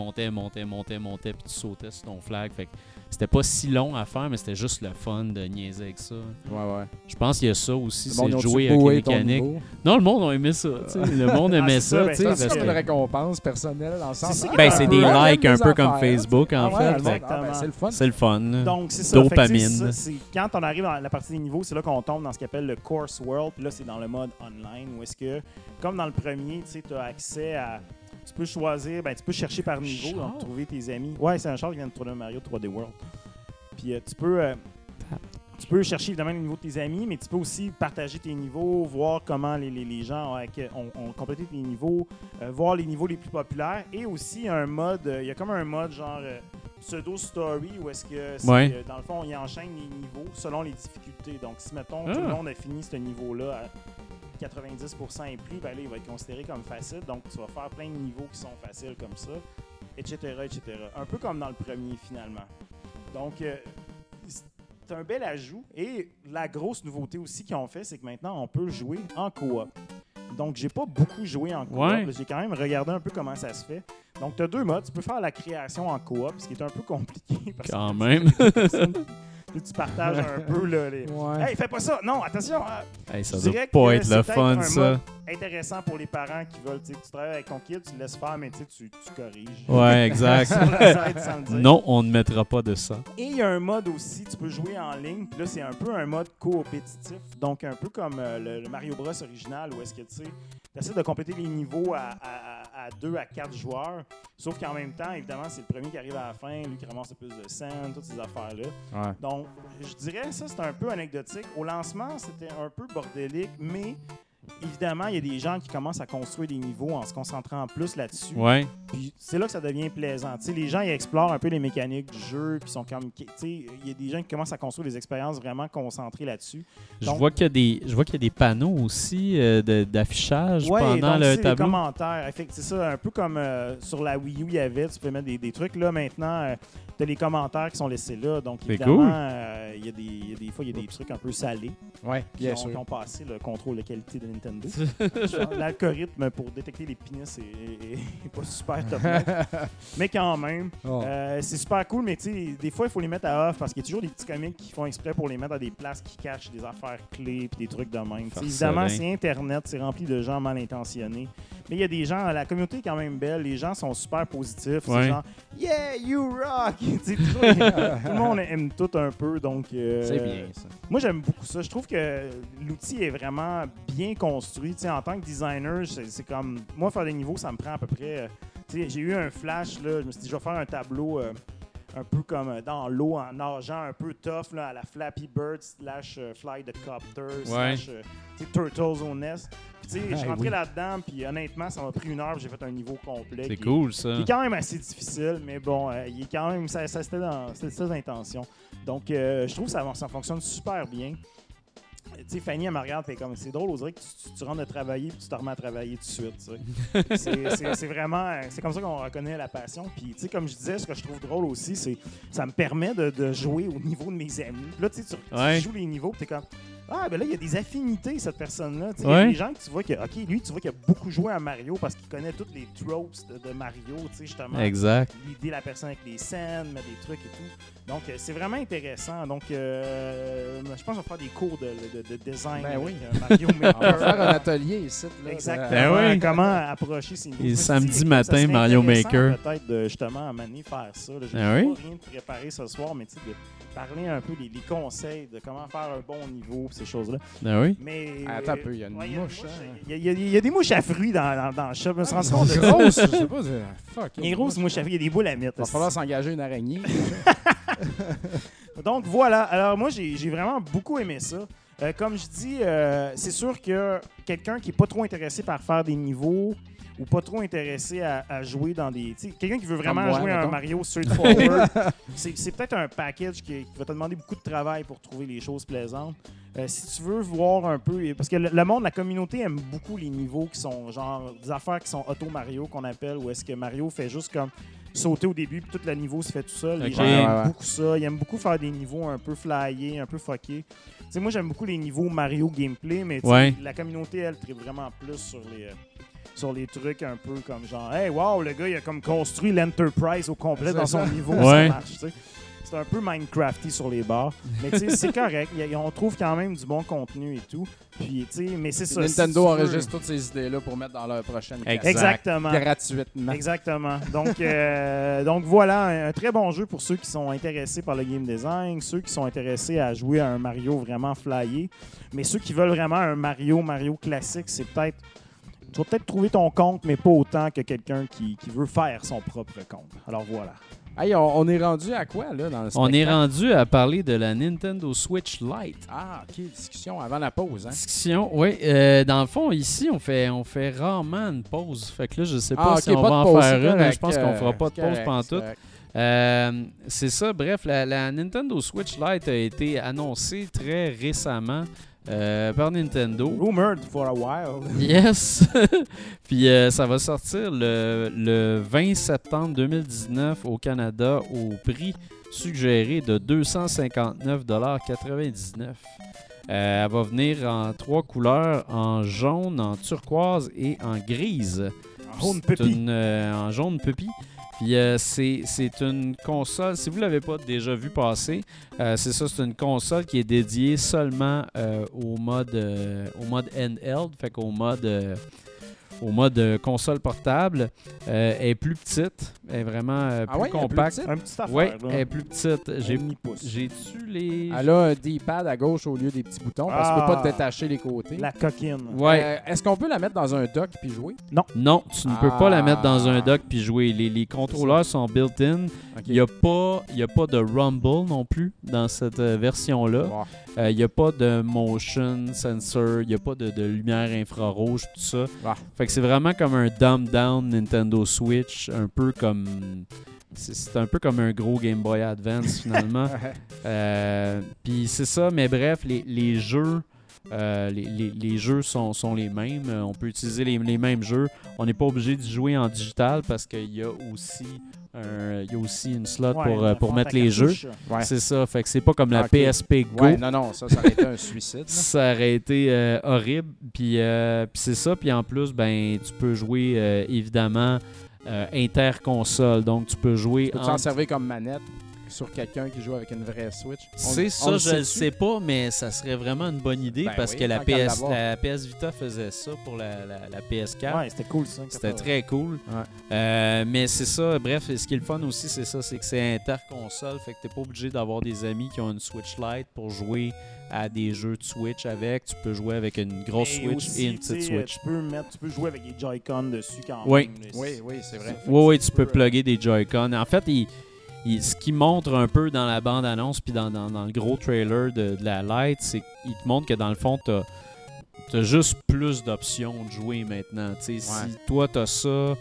puis tu sautais sur ton flag. Fait que c'était pas si long à faire, mais c'était juste le fun de niaiser avec ça. Ouais. Je pense qu'il y a ça aussi, Le monde, c'est ils de ont-tu jouer avec boué les ton mécaniques. niveau? Non, le monde a aimé ça. tu sais. Le monde aimait c'est ça, ça. ben, tu sais, ça, parce C'est comme que- une récompense personnelle dans le sens. C'est ça qui Ben, est c'est un des peu- likes un des peu comme affaires, Facebook, en Ah ouais, fait. exactement. ben, c'est le fun. C'est le fun. là. Donc, c'est ça. Fait que, Dopamine. tu sais, c'est quand on arrive dans la partie des niveaux, c'est là qu'on tombe dans ce qu'on appelle le Course World. Puis là, c'est dans le mode online où est-ce que, comme dans le premier, tu as accès à. Tu peux choisir, tu peux chercher par niveau, Char? donc trouver tes amis. Ouais, c'est un char qui vient de tourner Mario 3D World. Puis tu peux chercher évidemment les niveaux de tes amis, mais tu peux aussi partager tes niveaux, voir comment les gens ont complété tes niveaux, voir les niveaux les plus populaires. Et aussi un mode, il y a comme un mode genre pseudo-story où est-ce que, Ouais. dans le fond, il enchaîne les niveaux selon les difficultés. Donc si, mettons, Ah. tout le monde a fini ce niveau-là à 90% et plus, ben là, il va être considéré comme facile. Donc tu vas faire plein de niveaux qui sont faciles comme ça, etc., etc. Un peu comme dans le premier, finalement. Donc, c'est un bel ajout. Et la grosse nouveauté aussi qu'ils ont fait, c'est que maintenant, on peut jouer en coop. Donc, j'ai pas beaucoup joué en coop. Ouais. J'ai quand même regardé un peu comment ça se fait. Donc, tu as deux modes. Tu peux faire la création en coop, ce qui est un peu compliqué. Parce Quand que même. tu partages un peu là, les... Ouais. Hey, fais pas ça! Non, attention! Hey, ça Je doit dirais pas que être c'est le peut-être fun, un ça. mode intéressant pour les parents qui veulent, tu travailles avec ton kid, tu le laisses faire, mais tu corriges. Ouais, exact. Sur la side sans le dire. Non, on ne mettra pas de ça. Et il y a un mode aussi, tu peux jouer en ligne. Puis là, c'est un peu un mode coopétitif. Donc, un peu comme le Mario Bros original, où est-ce que tu essaies de compléter les niveaux à 2 à 4 joueurs. Sauf qu'en même temps, évidemment, c'est le premier qui arrive à la fin, lui qui ramasse le plus de scènes, toutes ces affaires-là. Ouais. Donc, je dirais, ça, c'est un peu anecdotique. Au lancement, c'était un peu bordélique, mais évidemment, il y a des gens qui commencent à construire des niveaux en se concentrant plus là-dessus. Ouais. Puis c'est là que ça devient plaisant. Tu sais, les gens, ils explorent un peu les mécaniques du jeu, puis sont comme, tu sais, il y a des gens qui commencent à construire des expériences vraiment concentrées là-dessus. Je Donc- vois qu'il y a des panneaux aussi d'affichage Ouais, pendant donc le c'est les tableau. commentaires. C'est ça, un peu comme sur la Wii U, il y avait, tu peux mettre des trucs. Là, maintenant, tu as les commentaires qui sont laissés là. Donc, C'est évidemment, cool. il y a des fois, il y a des trucs un peu salés Ouais, qui bien ont, sûr. qui ont passé le contrôle de qualité de Nintendo. L'algorithme pour détecter les pénis est pas super top. Mais quand même, Oh. c'est super cool, mais tu sais, des fois, il faut les mettre à off parce qu'il y a toujours des petits comiques qui font exprès pour les mettre à des places qui cachent des affaires clés et des trucs de même. Tu sais, évidemment, Farcelin. c'est Internet, c'est rempli de gens mal intentionnés. Mais il y a des gens, la communauté est quand même belle, les gens sont super positifs. Ouais. C'est genre, yeah, you rock! Tu sais, tout le monde aime tout un peu, donc... C'est bien, ça. Moi, j'aime beaucoup ça. Je trouve que l'outil est vraiment bien construit. Tu sais, en tant que designer, c'est comme... Moi, faire des niveaux, ça me prend à peu près... tu sais, j'ai eu un flash, là. Je me suis dit, je vais faire un tableau un peu comme dans l'eau, en nageant, un peu tough, là, à la Flappy Bird / Fly the Copter / tu sais, Turtles au Nest. Puis tu sais, je suis rentré là-dedans, puis honnêtement, ça m'a pris 1 heure, puis j'ai fait un niveau complet. C'est qui cool, ça. Qui est quand même assez difficile, mais bon, il est quand même, c'était ça l'intention. Donc, je trouve que ça fonctionne super bien. Tu sais, Fanny, elle me regarde, fait comme, c'est drôle, on dirait que tu rentres de travailler puis tu te remets à travailler tout de suite. Tu sais. C'est vraiment, c'est comme ça qu'on reconnaît la passion. Puis, tu sais, comme je disais, ce que je trouve drôle aussi, c'est ça me permet de jouer au niveau de mes amis. Puis là, tu sais, tu joues les niveaux, puis t'es comme, ah, ben là, il y a des affinités, cette personne-là. Il y a des gens que tu vois que, OK, lui, tu vois qu'il a beaucoup joué à Mario parce qu'il connaît toutes les tropes de Mario, tu sais, justement. Exact. L'idée la personne avec les scènes, mettre des trucs et tout. Donc, c'est vraiment intéressant. Donc, je pense qu'on va faire des cours de design avec Mario Maker. On va faire un atelier ici. Là, Exactement. Comment approcher ces niveaux. Et samedi matin, Mario Maker. Peut-être de, justement, à Mané faire ça. Je n'ai pas rien de préparé ce soir, mais tu sais, de parler un peu des conseils de comment faire un bon niveau, ces choses-là. Ah oui? Mais, attends un peu, il y a une mouche. Il y a des mouches à fruits dans le shop. Je me suis rendu compte de ça. Grosse, je sais pas. Fuck. Il y a une grosse mouche à fruits, il y a des boules à mettre. Il va falloir s'engager une araignée. Donc voilà, alors moi j'ai vraiment beaucoup aimé ça. Comme je dis, c'est sûr que quelqu'un qui n'est pas trop intéressé par faire des niveaux ou pas trop intéressé à jouer dans des... Quelqu'un qui veut vraiment jouer à un Mario straightforward, c'est peut-être un package qui va te demander beaucoup de travail pour trouver les choses plaisantes. Si tu veux voir un peu... Parce que le monde, la communauté aime beaucoup les niveaux qui sont genre des affaires qui sont auto-Mario qu'on appelle, où est-ce que Mario fait juste comme sauter au début puis tout le niveau se fait tout seul. Les gens aiment beaucoup ça. Ils aiment beaucoup faire des niveaux un peu flyés, un peu fuckés. T'sais, moi, j'aime beaucoup les niveaux Mario gameplay, mais la communauté, elle, tripe vraiment plus sur les trucs un peu comme genre, hey, wow, le gars, il a comme construit l'Enterprise au complet dans son niveau, ça marche, tu sais. C'est un peu Minecrafty sur les bords. Mais tu sais, c'est correct. On trouve quand même du bon contenu et tout. Puis, tu sais, mais c'est ça. Nintendo enregistre toutes ces idées-là pour mettre dans leur prochaine Exactement. Gratuitement. Exactement. Donc voilà, un très bon jeu pour ceux qui sont intéressés par le game design, ceux qui sont intéressés à jouer à un Mario vraiment flyé. Mais ceux qui veulent vraiment un Mario classique, c'est peut-être... Tu vas peut-être trouver ton compte, mais pas autant que quelqu'un qui veut faire son propre compte. Alors voilà. Hey, on est rendu à quoi, là, dans le spectacle? On est rendu à parler de la Nintendo Switch Lite. Ah, OK. Discussion avant la pause, hein? Discussion, oui. Dans le fond, ici, on fait rarement une pause. Fait que là, je sais pas si on va en faire une. Mais je pense qu'on fera pas de pause pantoute. C'est ça. Bref, la Nintendo Switch Lite a été annoncée très récemment par Nintendo. Rumored for a while. Yes! Puis ça va sortir le 20 septembre 2019 au Canada au prix suggéré de 259,99 $. Elle va venir en 3 couleurs, en jaune, en turquoise et en grise. En jaune pupille. Puis c'est une console, si vous ne l'avez pas déjà vu passer, c'est ça, c'est une console qui est dédiée seulement au mode handheld, fait qu'au mode console portable. Elle est plus petite, elle est vraiment plus compacte. Un petit affaire. Oui, elle est plus petite. J'ai-tu les... Elle a un D-pad à gauche au lieu des petits boutons parce que tu peux pas te détacher les côtés. La coquine. Ouais. Est-ce qu'on peut la mettre dans un dock puis jouer? Non, tu ne peux pas la mettre dans un dock puis jouer. Les contrôleurs sont built-in. Il n'y a pas de rumble non plus dans cette version-là. Il n'y a pas de motion sensor, il n'y a pas de lumière infrarouge, tout ça. Fait que c'est vraiment comme un dumbed-down Nintendo Switch, un peu comme... C'est un peu comme un gros Game Boy Advance, finalement. Puis c'est ça, mais bref, les jeux... les jeux sont les mêmes. On peut utiliser les mêmes jeux. On n'est pas obligé de jouer en digital parce qu'il y a aussi une slot pour mettre les jeux. Ouais. C'est ça. Fait que c'est pas comme la PSP Go. Ouais, non, ça aurait été un suicide. Ça aurait été horrible. Puis c'est ça. Puis en plus, ben tu peux jouer évidemment interconsole. Donc tu peux jouer. Tu peux t'en servir comme manette sur quelqu'un qui joue avec une vraie Switch? C'est ça, je ne sais pas, mais ça serait vraiment une bonne idée parce que la PS Vita faisait ça pour la PS4. Ouais, c'était cool ça. C'était très cool. Ouais. Mais c'est ça, bref, ce qui est le fun aussi, c'est ça, c'est que c'est interconsole, fait que t'es pas obligé d'avoir des amis qui ont une Switch Lite pour jouer à des jeux de Switch avec. Tu peux jouer avec une grosse Switch et une petite Switch. Tu peux jouer avec des Joy-Con dessus quand même. Oui, c'est vrai. Oui, tu peux plugger des Joy-Con. En fait, ce qui montre un peu dans la bande-annonce puis dans le gros trailer de la Lite, c'est qu'il te montre que dans le fond, t'as juste plus d'options de jouer maintenant. Tu sais, si toi, t'as ça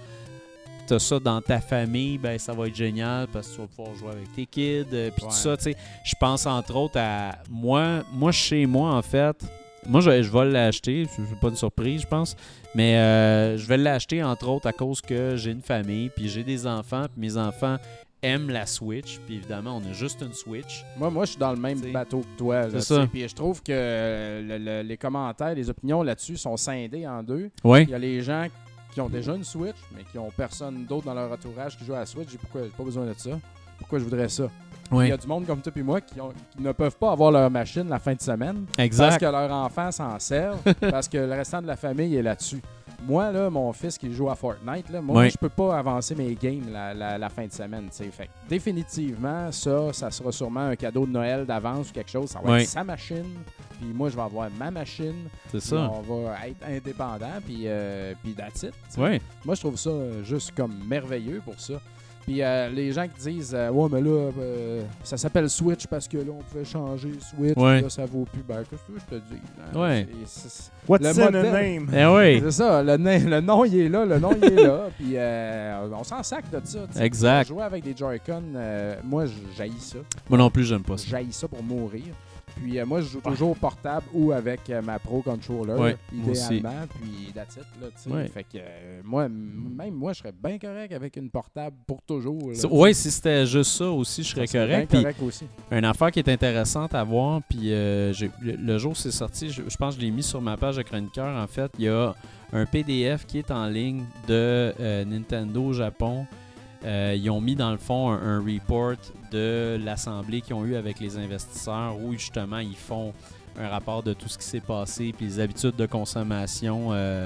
dans ta famille, ben ça va être génial parce que tu vas pouvoir jouer avec tes kids. Puis tout ça, tu sais. Je pense entre autres à moi, chez moi, en fait. Moi, je vais l'acheter. C'est pas une surprise, je pense. Mais je vais l'acheter, entre autres, à cause que j'ai une famille, puis j'ai des enfants, puis mes enfants aiment la Switch. Puis évidemment, on a juste une Switch. Moi, je suis dans le même bateau que toi. C'est ça. Puis je trouve que les commentaires, les opinions là-dessus sont scindés en deux. Oui. Il y a les gens qui ont déjà une Switch, mais qui n'ont personne d'autre dans leur entourage qui joue à la Switch. J'ai pas besoin de ça. Pourquoi je voudrais ça? Il y a du monde comme toi et moi qui ne peuvent pas avoir leur machine la fin de semaine. Exact. Parce que leur enfant s'en sert, parce que le restant de la famille est là-dessus. Moi, là, mon fils qui joue à Fortnite, là, moi, je peux pas avancer mes games la fin de semaine. Fait, définitivement, ça sera sûrement un cadeau de Noël d'avance ou quelque chose. Ça va être sa machine, puis moi, je vais avoir ma machine. C'est ça. On va être indépendant, puis that's it. Ouais. Moi, je trouve ça juste comme merveilleux pour ça. Puis les gens qui disent ouais, mais là, ça s'appelle Switch parce que là, on pouvait changer Switch, là, ça vaut plus. Ben, qu'est-ce que je te dis? Hein? Ouais. What's in a name? C'est ça, le nom, il est là, Puis on s'en sac de ça. T'sais. Exact. Jouer avec des Joy-Con, moi, j'haïs ça. Moi non plus, j'aime pas ça. J'haïs ça pour mourir. Puis moi, je joue toujours portable ou avec ma Pro Controller, idéalement. Puis that's it, là, tu sais. Fait que moi, je serais bien correct avec une portable pour toujours. Oui, si c'était juste ça aussi, je serais correct. Bien correct aussi. Une affaire qui est intéressante à voir, puis le jour où c'est sorti, je pense que je l'ai mis sur ma page de chroniqueur, en fait, il y a un PDF qui est en ligne de Nintendo Japon. Ils ont mis dans le fond un report de l'assemblée qu'ils ont eu avec les investisseurs où justement ils font un rapport de tout ce qui s'est passé puis les habitudes de consommation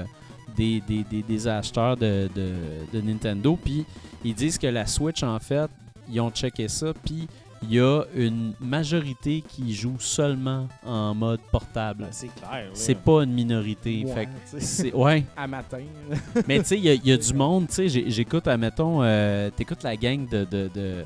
des acheteurs de Nintendo. Puis ils disent que la Switch, en fait, ils ont checké ça puis il y a une majorité qui joue seulement en mode portable. Ben, c'est clair. C'est pas une minorité. Ouais, fait que c'est à matin. Mais tu sais, il y a du monde. Tu sais, j'écoute, admettons, t'écoutes la gang de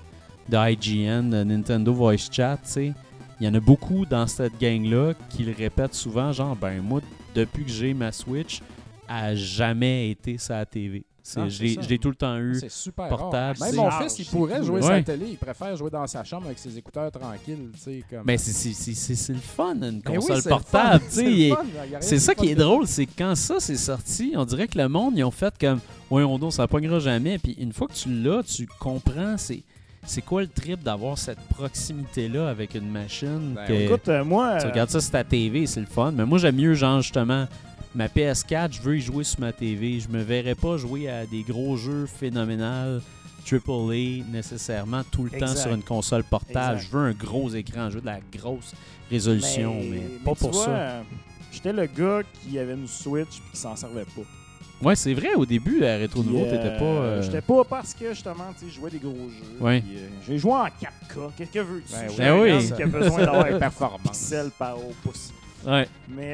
IGN, de Nintendo Voice Chat, tu sais. Il y en a beaucoup dans cette gang-là qui le répètent souvent, genre, ben moi, depuis que j'ai ma Switch, elle n'a jamais été sur la TV. Je l'ai tout le temps eu. C'est super portable. Même mon fils, il pourrait jouer sur la télé. Il préfère jouer dans sa chambre avec ses écouteurs tranquilles. Comme... Ben c'est le fun, une console portable. C'est ça qui est drôle, c'est que quand ça c'est sorti, on dirait que le monde, ils ont fait comme « Ouais, ça ne pognera jamais. » Puis une fois que tu l'as, tu comprends c'est quoi le trip d'avoir cette proximité-là avec une machine. Écoute, moi... Tu regardes ça sur ta TV, c'est le fun. Mais moi, j'aime mieux, genre, justement... Ma PS4, je veux y jouer sur ma TV. Je me verrais pas jouer à des gros jeux phénoménaux AAA nécessairement tout le temps sur une console portable. Je veux un gros écran, je veux de la grosse résolution, mais pas pour ça. J'étais le gars qui avait une Switch et qui s'en servait pas. Ouais, c'est vrai, au début, à Rétro Nouveau, t'étais pas... J'étais pas parce que, justement, tu sais, je jouais des gros jeux. Ouais. J'ai joué en 4K. Qu'est-ce que veux-tu? Oui. Qui a besoin d'avoir une performance. Pixel par au pouce. Ouais. Mais...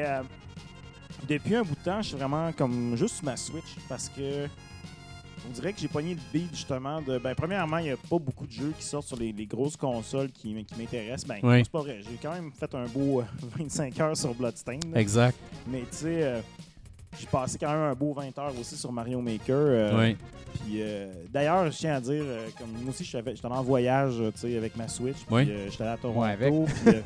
depuis un bout de temps, je suis vraiment comme juste sur ma Switch parce que on dirait que j'ai pogné le beat justement de... Ben, premièrement, il n'y a pas beaucoup de jeux qui sortent sur les grosses consoles qui m'intéressent. Ben, c'est pas vrai. J'ai quand même fait un beau 25 heures sur Bloodstained. Exact. Mais tu sais, j'ai passé quand même un beau 20 heures aussi sur Mario Maker. Puis d'ailleurs, je tiens à dire, comme moi aussi, j'étais en voyage avec ma Switch. Puis j'étais allé à Toronto.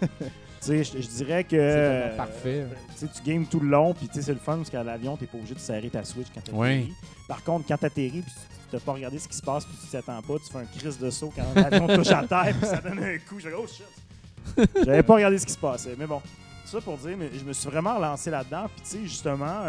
Je dirais que c'est parfait. Tu games tout le long, puis c'est le fun parce qu'à l'avion, t'es pas obligé de serrer ta Switch quand t'atterris. Par contre, quand t'atterris, puis tu n'as pas regardé ce qui se passe, puis tu t'y attends pas, tu fais un crise de saut quand l'avion touche à terre, puis ça donne un coup. Je dis, oh shit! J'avais pas regardé ce qui se passait. Mais bon, ça pour dire, mais je me suis vraiment relancé là-dedans, puis tu sais, justement,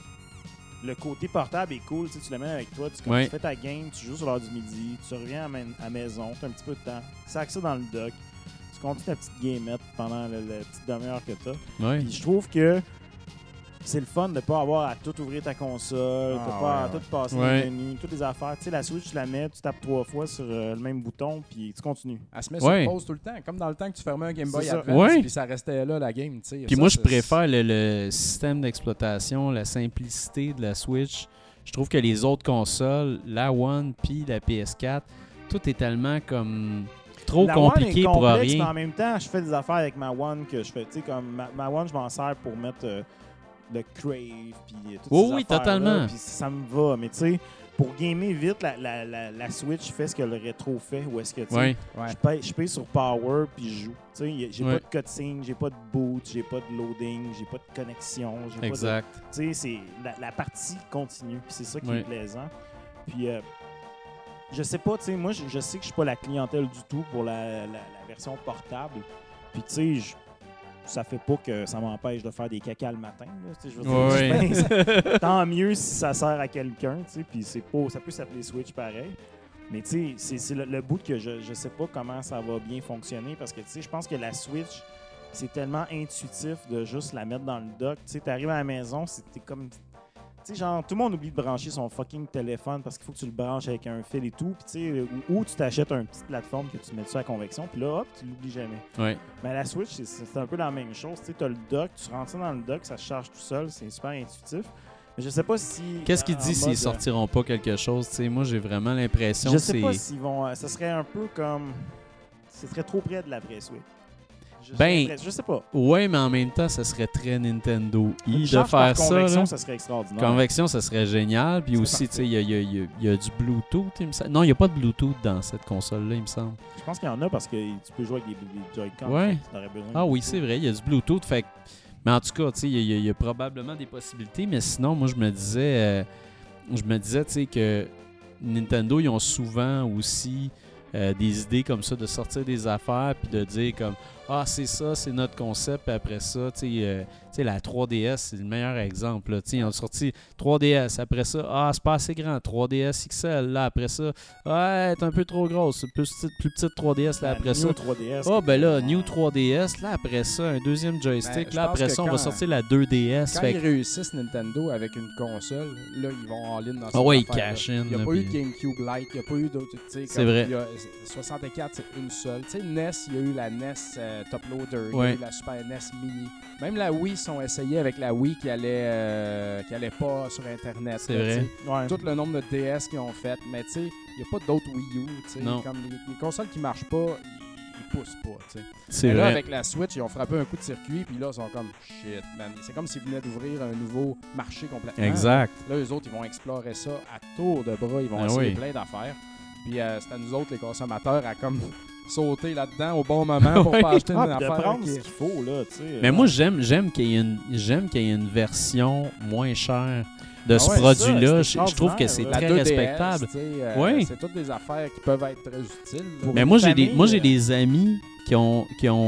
le côté portable est cool. Tu l'amènes avec toi, tu fais ta game, tu joues sur l'heure du midi, tu reviens à la maison, tu as un petit peu de temps, sac ça dans le dock. Tu continues ta petite gamette pendant la petite demi-heure que tu as. Puis je trouve que c'est le fun de ne pas avoir à tout ouvrir ta console, de pas à tout passer dans le menu, toutes les affaires. Tu sais, la Switch, tu la mets, tu tapes 3 fois sur le même bouton, puis tu continues. Elle se met sur pause tout le temps, comme dans le temps que tu fermais un Game Boy Advance, puis ça restait là, la game. Puis moi, je préfère le système d'exploitation, la simplicité de la Switch. Je trouve que les autres consoles, la One puis la PS4, tout est tellement comme... trop compliqué pour rien. Mais en même temps, je fais des affaires avec ma One que je fais. Tu sais, comme ma One, je m'en sers pour mettre le Crave, puis toutes Oh ces oui, affaires-là, totalement. puis ça me va. Mais tu sais, pour gamer vite, la Switch fait ce que le rétro fait, ou est-ce que tu sais, Ouais. Ouais. je paye sur Power puis je joue. Tu sais, j'ai Ouais. pas de cutscene, j'ai pas de boot, j'ai pas de loading, j'ai pas de connexion, j'ai pas de... Exact. Tu sais, c'est la partie continue, puis c'est ça qui Ouais. est plaisant. Puis je sais pas, tu sais, moi je sais que je suis pas la clientèle du tout pour la version portable. Puis tu sais, ça fait pas que ça m'empêche de faire des caca le matin. Là, tu sais, je veux dire, Ouais. je pense, tant mieux si ça sert à quelqu'un, tu sais, puis ça peut s'appeler Switch pareil. Mais tu sais, c'est le bout que je sais pas comment ça va bien fonctionner parce que tu sais, je pense que la Switch, c'est tellement intuitif de juste la mettre dans le dock. Tu sais, t'arrives à la maison, c'était comme... Tu sais, genre, tout le monde oublie de brancher son fucking téléphone parce qu'il faut que tu le branches avec un fil et tout. Puis, tu sais, ou tu t'achètes une petite plateforme que tu mets dessus à convection. Puis là, hop, tu l'oublies jamais. Ouais. Mais la Switch, c'est un peu la même chose. Tu sais, t'as le dock, tu rentres ça dans le dock, ça se charge tout seul. C'est super intuitif. Mais je sais pas si... Qu'est-ce qu'il en dit s'ils mode, sortiront pas quelque chose? Tu sais, moi, j'ai vraiment l'impression je que sais c'est... pas s'ils vont... ça serait un peu comme... Ce serait trop près de la vraie Switch. Je sais pas. Ouais, mais en même temps, ça serait très Nintendo Une de charge par faire ça. convection, Là. ça serait extraordinaire. Convection, ça serait génial. Puis C'est aussi, tu sais, parfait. il y a du Bluetooth, il me semble. Non, il n'y a pas de Bluetooth dans cette console-là, il me semble. Je pense qu'il y en a parce que tu peux jouer avec des Joy-Con. Ouais. Tu aurais besoin Ah de oui, Bluetooth. c'est vrai, il y a du Bluetooth. Fait que- mais en tout cas, tu sais, il y a probablement des possibilités. Mais sinon, moi, je me disais, tu sais, que Nintendo, ils ont souvent aussi des idées comme ça de sortir des affaires puis de dire comme ah, c'est ça, c'est notre concept. Puis après ça, tu sais, la 3DS, c'est le meilleur exemple. Là. Tu sais, ils ont sorti 3DS. Après ça, ah, c'est pas assez grand. 3DS XL. Là, après ça, ouais, t'es un peu trop grosse. Plus petite 3DS. Là, La après New ça, 3DS. oh, ben là, New 3DS. Là, après ça, un deuxième joystick. Ben, je là, pense après que ça, on va quand- sortir la 2DS. Quand Fait ils que- réussissent Nintendo avec une console, là, ils vont en ligne dans cette Ah ouais, ils affaire-là. cash in, Il n'y a là, pas eu de puis- GameCube Lite, il n'y a pas eu d'autres. tu sais, C'est comme vrai. il y a 64, c'est une seule. Tu sais, NES, il y a eu la NES Top Loader, il y a Ouais. eu la Super NES Mini. Même la Wii sont essayés avec la Wii qui allait pas sur Internet. C'est là, vrai. tu sais. Ouais. Tout le nombre de DS qu'ils ont fait. Mais tu sais, il n'y a pas d'autres Wii U. tu sais. Non. Comme les consoles qui marchent pas, ils poussent pas. tu sais. C'est Mais là, vrai. avec la Switch, ils ont frappé un coup de circuit, puis là, ils sont comme shit, man. C'est comme s'ils venaient d'ouvrir un nouveau marché complètement. Exact. Là, eux autres, ils vont explorer ça à tour de bras. Ils vont Ah essayer oui. plein d'affaires. Puis c'est à nous autres, les consommateurs, à comme sauter là-dedans au bon moment pour Oui. pas acheter une Ah, puis de affaire. prendre qui- ce qu'il faut, là, tu sais. Mais moi, j'aime qu'il y ait une version moins chère de ce ouais, produit-là. ça, c'est Je trouve que c'est extraordinaire, la très 2DS, respectable. tu sais, Oui. C'est toutes des affaires qui peuvent être très utiles. Pour Mais une moi, famille, j'ai des amis qui ont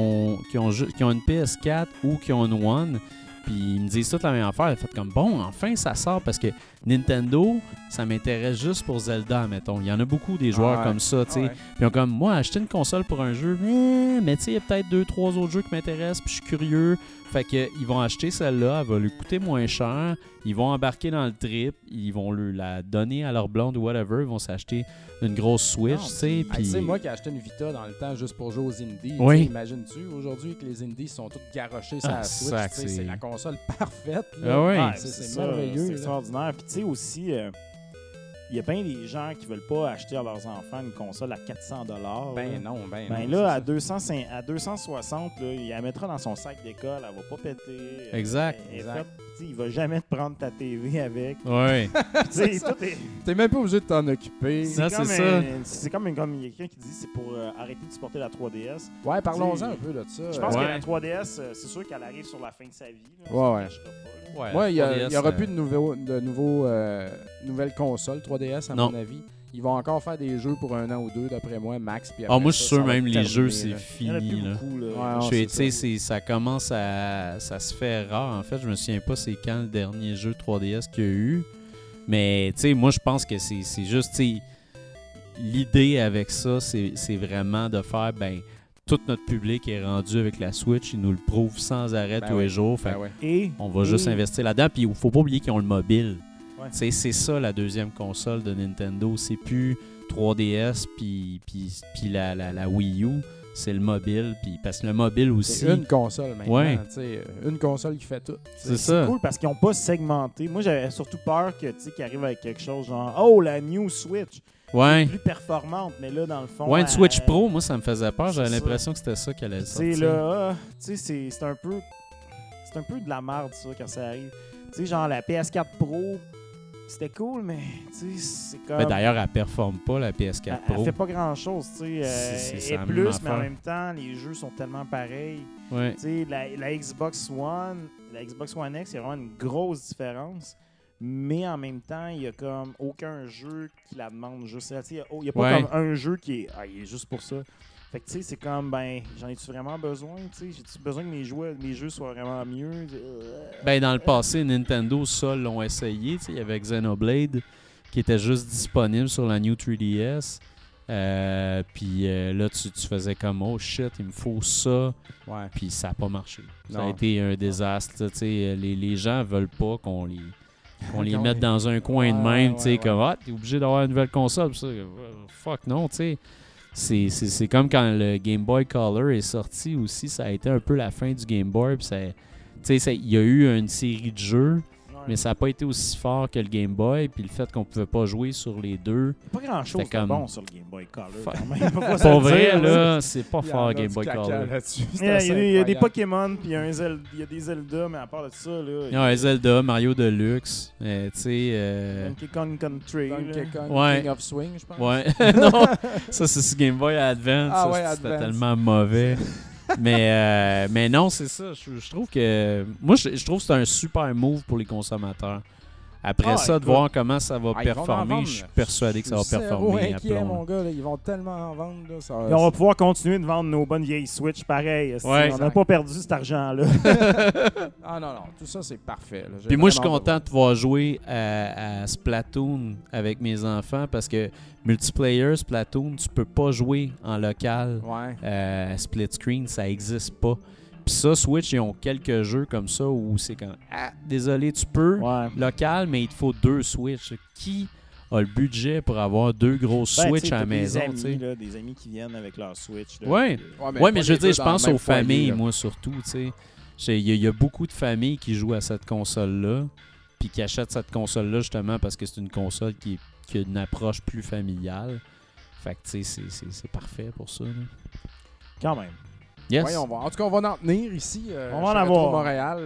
une PS4 ou qui ont une One. Puis ils me disent toute la même affaire. Ils font comme bon, enfin ça sort parce que Nintendo, ça m'intéresse juste pour Zelda, mettons. Il y en a beaucoup des joueurs Ouais. comme ça, tu sais. Ouais. Puis ils ont comme moi, acheter une console pour un jeu, mais tu sais, il y a peut-être 2-3 autres jeux qui m'intéressent, puis je suis curieux. Fait que ils vont acheter celle-là, elle va lui coûter moins cher. Ils vont embarquer dans le trip, ils vont la donner à leur blonde ou whatever. Ils vont s'acheter une grosse Switch, Non, tu sais. Hey, tu Puis sais, moi qui ai acheté une Vita dans le temps juste pour jouer aux indies, Oui. tu sais, imagines-tu aujourd'hui que les indies sont tous garochés sur Ah, la Switch, sac, tu sais, c'est- c'est la console parfaite. là. Ah oui. Ouais, c'est ça, merveilleux, C'est là. extraordinaire. Puis tu sais aussi, il y a bien des gens qui veulent pas acheter à leurs enfants une console à 400 $. Ben non, ben non. Ben c'est là, ça. à 260, là, il la mettra dans son sac d'école, elle va pas péter. Exact. Elle est Exact. faite, tu sais, il va jamais te prendre ta TV avec. Ouais. Tu sais, tout est- T'es même pas obligé de t'en occuper. Non, comme c'est ça. C'est comme il y a quelqu'un qui dit c'est pour arrêter de supporter la 3DS. Ouais, parlons-en T'sais, un peu de ça. Je pense Ouais. que la 3DS, c'est sûr qu'elle arrive sur la fin de sa vie. Là, Ouais, on ouais. se cachera pas, là. Ouais, Moi, il y 3DS, aura plus de nouvelles consoles 3DS, à Non. mon avis. Ils vont encore faire des jeux pour 1 an ou 2, d'après moi, max. Puis Ah, après moi, je ça, suis sûr ça va même les terminer, jeux, c'est là. Il y en a fini. plus Là. beaucoup. Là. Ouais, Je non, suis- c'est tu sais, ça commence à. Ça se fait rare, en fait. Je me souviens pas c'est quand le dernier jeu 3DS qu'il y a eu. Mais, tu sais, moi, je pense que c'est juste, tu sais, l'idée avec ça, c'est vraiment de faire, ben, tout notre public est rendu avec la Switch. Ils nous le prouvent sans arrêt Ben tous oui. les jours. Fait Ben ouais. Et on va juste investir là-dedans. Puis, il faut pas oublier qu'ils ont le mobile. Ouais. Tu sais, c'est ça, la deuxième console de Nintendo. C'est plus 3DS puis la Wii U. C'est le mobile. Puis, parce que le mobile aussi... C'est une console maintenant. Ouais. tu sais, une console qui fait tout. C'est ça. cool parce qu'ils n'ont pas segmenté. Moi, j'avais surtout peur que, tu sais, qu'ils arrivent avec quelque chose genre « Oh, la New Switch! Ouais. Plus performante. » Mais là, dans le fond... Ouais, une Switch Pro, moi, ça me faisait peur. c'est J'avais ça. l'impression que c'était ça qu'elle allait Tu sais, sortir. là, c'est un peu... c'est un peu de la merde, ça, quand ça arrive. Tu sais, genre la PS4 Pro, c'était cool, mais tu sais, c'est comme... Ben, d'ailleurs, elle performe pas, la PS4 elle Pro. fait pas grand-chose, tu sais. C'est Et la plus, même mais en affaire. même temps, les jeux sont tellement pareils. Ouais. Tu sais, la Xbox One, la Xbox One X, il y a vraiment une grosse différence. Mais en même temps, il y a comme aucun jeu qui la demande juste. Tu sais, il y a pas Ouais. comme un jeu qui est, il est juste pour ça. Fait que tu sais, c'est comme, ben, j'en ai-tu vraiment besoin? Tu sais, j'ai-tu besoin que mes jeux soient vraiment mieux? Ben, dans le passé, Nintendo, ça, l'ont essayé. Tu sais, il y avait Xenoblade qui était juste disponible sur la New 3DS. Puis là, tu faisais comme, oh shit, il me faut ça. Ouais. Puis ça n'a pas marché. Ça a Non. été un désastre. Tu sais, les gens veulent pas qu'on les Qu'on mette les- dans un coin de Ouais, même. ouais, Tu sais, ouais. comme, t'es obligé d'avoir une nouvelle console. Puis ça, fuck non, tu sais. C'est comme quand le Game Boy Color est sorti aussi, ça a été un peu la fin du Game Boy. Puis il y a eu une série de jeux, mais ça n'a pas été aussi fort que le Game Boy. Puis le fait qu'on pouvait pas jouer sur les deux. Pas grand-chose C'était de comme- bon sur le Game Boy Color. Fuck. Quand même. Faut pas se Pour le vrai, dire, là, c'est pas Il y en fort a Game du Boy caca Color. là-dessus. C'est Il y a assez des incroyable. Pokémon, puis il y a des Zelda, mais à part de ça, là, Il y a un Zelda, Mario Deluxe, tu sais... Donkey Kong Country. là. Donkey Kong, Ouais. King of Swing, je pense. Ouais, non, ça c'est sur Game Boy Advance, Ah ça, ouais, c'était Advance. tellement mauvais. mais non, c'est ça, je trouve que... Moi, je trouve que c'est un super move pour les consommateurs. Après Ah, ça, de écoute. voir comment ça va Ah, ils vont en performer, vendre. je suis persuadé que ça va Je suis performer zéro à inquiet, plomb. mon gars. Là. Ils vont tellement en vendre. Là, ça, Et on va pouvoir continuer de vendre nos bonnes vieilles Switch pareil. esti. Ouais. On n'a pas perdu cet argent-là. Ah non, tout ça, c'est parfait. Là. J'ai Puis moi, je suis vraiment content de pouvoir jouer à Splatoon avec mes enfants parce que multiplayer Splatoon, tu peux pas jouer en local. Ouais. Split screen, ça existe pas. Puis ça, Switch, ils ont quelques jeux comme ça où c'est comme désolé, tu peux Ouais. local, mais il te faut 2 Switch. Qui a le budget pour avoir 2 grosses Ben, Switch tu sais, à la t'as maison, des tu sais? amis, là, des amis qui viennent avec leur Switch. Là, Ouais. puis, Ouais, pas mais je veux les dire, deux je dans pense le même aux familles, foyer, là. moi surtout, tu sais. Il y a beaucoup de familles qui jouent à cette console-là, puis qui achètent cette console-là justement parce que c'est une console qui a une approche plus familiale. Fait que, tu sais, c'est parfait pour ça. Là. Quand même. Yes. Ouais, en tout cas, on va en tenir ici. On va en chez avoir. Retro Montréal.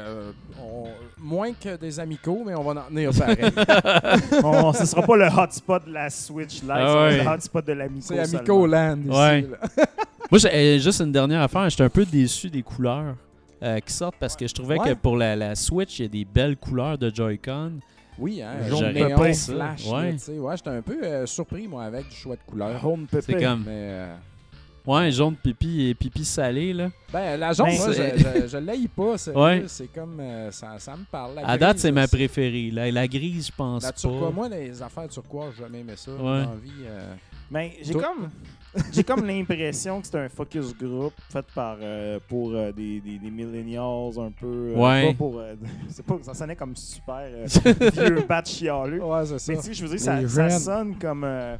Moins que des amicaux, mais on va en tenir pareil. Ce sera pas le hotspot de la Switch Live, Ah ça va être ouais. le hotspot de l'Amico. C'est seulement. Amico Land ici. Ouais. là. Moi, juste une dernière affaire, j'étais un peu déçu des couleurs qui sortent parce que je trouvais Ouais. que pour la Switch, il y a des belles couleurs de Joy-Con. Oui, hein. Jaune Jaune pépé, néon, ça. flash. Ouais. là, tu sais. Ouais, j'étais un peu surpris, moi, avec du choix de couleur. Home C'est Pépé. comme, Mais, ouais, jaune pipi et pipi salé, là. la jaune, Ben, moi, c'est- je l'aille pas. Sérieux. Ouais. C'est comme. Ça me parle. La À date, grise, c'est ma là, préférée. La grise, je pense La pas. turquoise, moi, les affaires turquoise, j'ai jamais aimé ça. Ouais. J'ai envie. Ben, Tout. j'ai comme l'impression que c'est un focus group fait par pour des millennials un peu. Ouais. Pas pour. C'est pas, ça sonnait comme super vieux batch chialeux. Ouais, c'est ça. Mais tu sais, je veux dire, Les ça jeunes. sonne comme.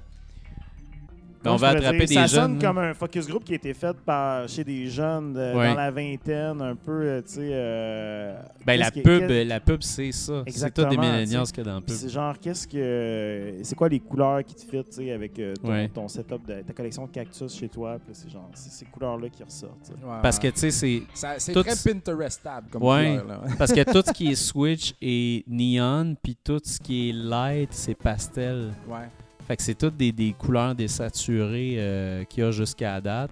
Ben, on comment va je pourrais attraper dire? des Ça sonne jeunes. comme un focus group qui a été fait chez des jeunes Ouais. dans la vingtaine, un peu, tu sais. Ben, la pub, c'est ça. C'est Exactement, tout des millennials tu sais. qu'il y a dans la Puis pub. c'est genre, c'est quoi les couleurs qui te fit, tu sais, avec Ouais. ton setup, ta collection de cactus chez toi. Puis c'est genre, c'est ces couleurs-là qui ressortent. tu sais. Ouais. Parce que, tu sais, c'est... C'est tout- très Pinterestable comme Ouais. couleur. Là. Parce que tout ce qui est Switch est neon, puis tout ce qui est light, c'est pastel. Ouais. Fait que c'est toutes des couleurs désaturées qu'il y a jusqu'à date.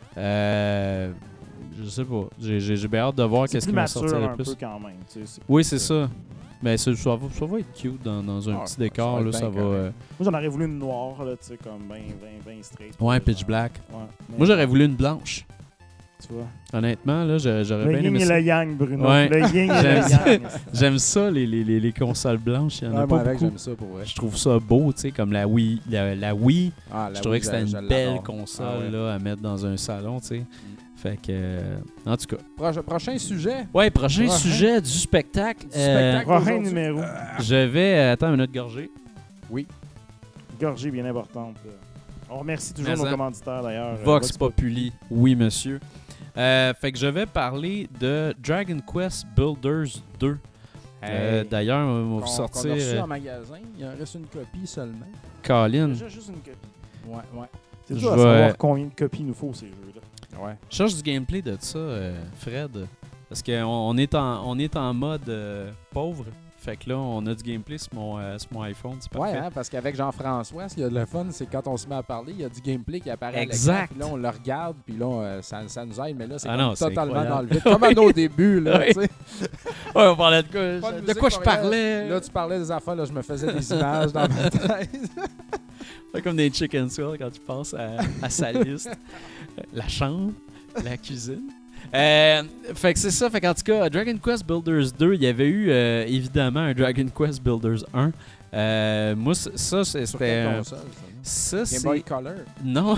Je sais pas. J'ai bien hâte de voir C'est qu'est-ce plus qui va mature sortir le un peu plus. quand même. Tu sais, Oui, c'est ça. Mais ça va être cute dans un Ah, petit ça décor. va Là, être ça bien va. Moi, j'en aurais voulu une noire, là, tu sais, comme ben straight. Ouais, Là, pitch genre. black. Ouais. Mais, Moi, j'aurais voulu une blanche. Tu vois. Honnêtement, là, j'aurais Le bien yin aimé et ça. le yang, Bruno. Ouais. Le yin et J'aime le ça. yang. J'aime ça, les consoles blanches. Il y en a Ouais, pas moi, avec, beaucoup. j'aime ça pour vrai. Je trouve ça beau, tu sais, comme la Wii. La Wii, Ah, la je trouvais Wii, que c'était je une belle l'adore. console Ah ouais. là, à mettre dans un salon, tu sais. Fait que, en tout cas. Prochain sujet. Ouais, prochain Ouais. sujet du spectacle. spectacle. Prochain Aujourd'hui. numéro. Je vais. Attends une minute, gorgée. Gorgée bien importante. On remercie toujours Mais nos ça. commanditaires d'ailleurs. Vox Populi. Oui, monsieur. Fait que je vais parler de Dragon Quest Builders 2. D'ailleurs, on va vous Qu'on sortir a reçu en magasin. Il en reste une copie seulement. Colin. Déjà juste une copie. Ouais. C'est Je dur à vais- savoir combien de copies il nous faut ces jeux-là. Ouais. Cherche du gameplay de ça, Fred. Parce qu'on est en mode pauvre. Fait que là, on a du gameplay sur mon iPhone. C'est parfait. Ouais, hein, parce qu'avec Jean-François, ce qu'il y a de le fun, c'est quand on se met à parler, il y a du gameplay qui apparaît Exact. à l'écran. Puis là, on le regarde, puis là, ça nous aide. Mais là, c'est Ah comme non, c'est totalement incroyable. dans le vide. Comme à nos débuts, là, Ouais. tu sais. Ouais, on parlait de quoi? Pas De musique, quoi je pas rien. parlais? Là, tu parlais des affaires, là, je me faisais des images dans ma tête. C'est comme des chicken swell quand tu penses à sa liste. La chambre, la cuisine. Fait que c'est ça. Fait qu'en tout cas, Dragon Quest Builders 2, il y avait eu évidemment un Dragon Quest Builders 1. Moi, ça, Sur c'était. quelle console, Ça, Game c'est. Boy Color. Non,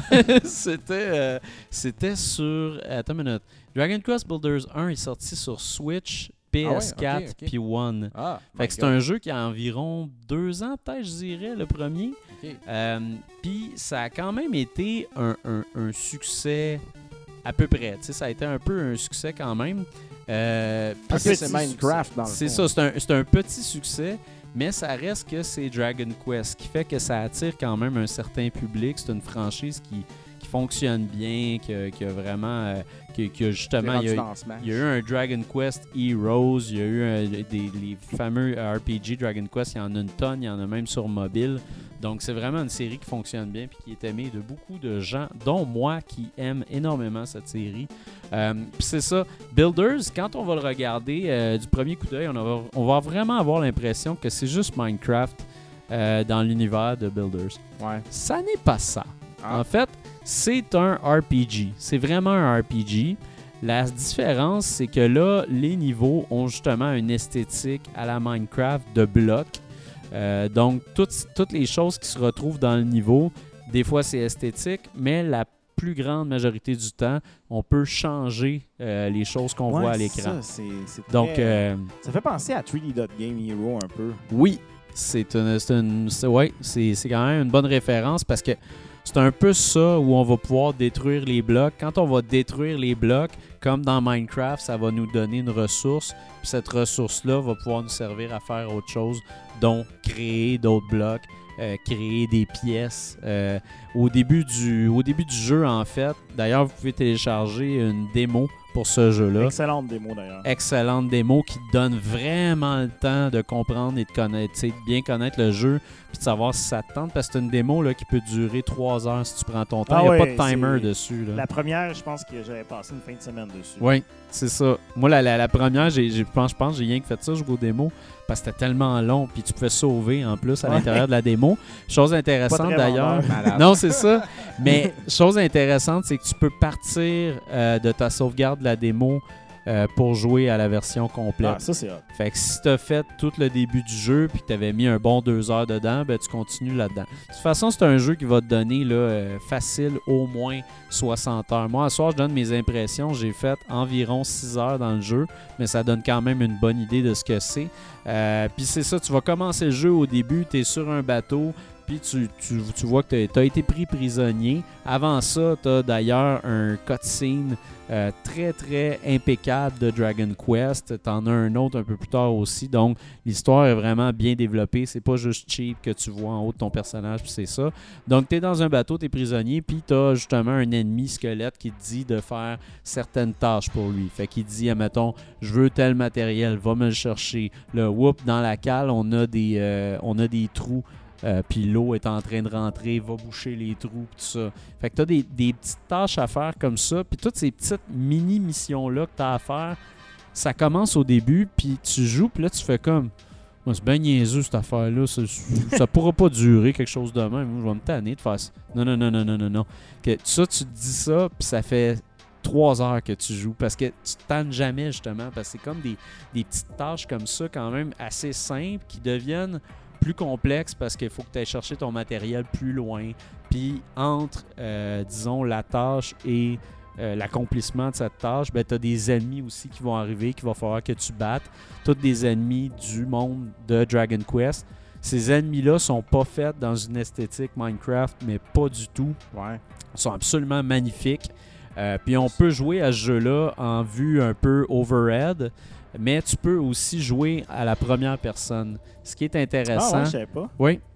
c'était sur. Attends une minute. Dragon Quest Builders 1 est sorti sur Switch, PS4 Ah ouais, ok. puis One. Ah, Fait que c'est un jeu qui a environ 2 ans, peut-être, je dirais, le premier. OK. Puis ça a quand même été un succès à peu près. Tu sais, ça a été un peu un succès quand même. Puis C'est Minecraft, dans le fond. c'est ça, c'est un petit succès, mais ça reste que c'est Dragon Quest, ce qui fait que ça attire quand même un certain public. C'est une franchise qui fonctionne bien, qui a vraiment... qui a justement... Il y a eu un Dragon Quest Heroes, il y a eu les fameux RPG Dragon Quest, il y en a une tonne, il y en a même sur mobile. Donc c'est vraiment une série qui fonctionne bien et qui est aimée de beaucoup de gens, dont moi qui aime énormément cette série. Puis c'est ça, Builders, quand on va le regarder du premier coup d'œil, on va vraiment avoir l'impression que c'est juste Minecraft dans l'univers de Builders. Ouais. Ça n'est pas ça. Ah. En fait, c'est un RPG. C'est vraiment un RPG. La différence, c'est que là, les niveaux ont justement une esthétique à la Minecraft de blocs. Donc, toutes les choses qui se retrouvent dans le niveau, des fois c'est esthétique, mais la plus grande majorité du temps, on peut changer les choses qu'on voit à l'écran. Ça, c'est très- Donc, ça fait penser à 3D.Game Hero un peu. oui, c'est quand même une bonne référence parce que c'est un peu ça où on va pouvoir détruire les blocs. Quand on va détruire les blocs, comme dans Minecraft, ça va nous donner une ressource. Puis cette ressource-là va pouvoir nous servir à faire autre chose, dont créer d'autres blocs, créer des pièces. Au début du jeu, en fait, d'ailleurs, vous pouvez télécharger une démo pour ce jeu-là. Excellente démo d'ailleurs. Excellente démo qui te donne vraiment le temps de comprendre et de connaître, tu sais, de bien connaître le jeu puis de savoir si ça te tente parce que c'est une démo là, qui peut durer 3 heures si tu prends ton temps. Ah Il n'y a ouais, pas de timer c'est- dessus. Là. La première, je pense que j'avais passé une fin de semaine dessus. Oui, c'est ça. Moi, la première, je pense que j'ai rien que fait ça, jouer aux démos, parce que c'était tellement long, puis tu pouvais sauver en plus à Ouais. l'intérieur de la démo. Chose Pas intéressante très d'ailleurs. vendeur. Malade. Non, c'est ça. Mais chose intéressante, c'est que tu peux partir de ta sauvegarde de la démo pour jouer à la version complète. Ah, ça, c'est hot. Fait que si tu as fait tout le début du jeu puis que tu avais mis un bon 2 heures dedans, ben tu continues là-dedans. De toute façon, c'est un jeu qui va te donner là, facile au moins 60 heures. Moi, à soir, je donne mes impressions. J'ai fait environ 6 heures dans le jeu, mais ça donne quand même une bonne idée de ce que c'est. Puis c'est ça, tu vas commencer le jeu au début, tu es sur un bateau, puis tu vois que tu as été pris prisonnier. Avant ça, tu as d'ailleurs un cutscene très très impeccable de Dragon Quest. T'en as un autre un peu plus tard aussi. Donc l'histoire est vraiment bien développée. C'est pas juste cheap que tu vois en haut de ton personnage, puis c'est ça. Donc t'es dans un bateau, t'es prisonnier, puis t'as justement un ennemi squelette qui te dit de faire certaines tâches pour lui. Fait qu'il dit, admettons, je veux tel matériel, va me le chercher. Là, whoop, dans la cale, on a des trous. Puis l'eau est en train de rentrer, va boucher les trous, tout ça. Fait que tu as des petites tâches à faire comme ça. Puis toutes ces petites mini-missions-là que tu as à faire, ça commence au début, puis tu joues, puis là, tu fais comme... Moi, c'est bien niaiseux, cette affaire-là. Ça pourra pas durer quelque chose de même. Moi, je vais me tanner de faire ça. Non. Que, ça, tu te dis ça, puis ça fait 3 heures que tu joues parce que tu te tannes jamais, justement, parce que c'est comme des petites tâches comme ça, quand même assez simples, qui deviennent plus complexe parce qu'il faut que tu ailles chercher ton matériel plus loin. Puis entre, disons, la tâche et l'accomplissement de cette tâche, ben, tu as des ennemis aussi qui vont arriver, qu'il va falloir que tu battes. Tous des ennemis du monde de Dragon Quest. Ces ennemis-là sont pas faits dans une esthétique Minecraft, mais pas du tout. Ouais. Ils sont absolument magnifiques. Puis on peut jouer à ce jeu-là en vue un peu overhead, mais tu peux aussi jouer à la première personne. Ce qui est Ah intéressant. ouais, je savais pas. Oui.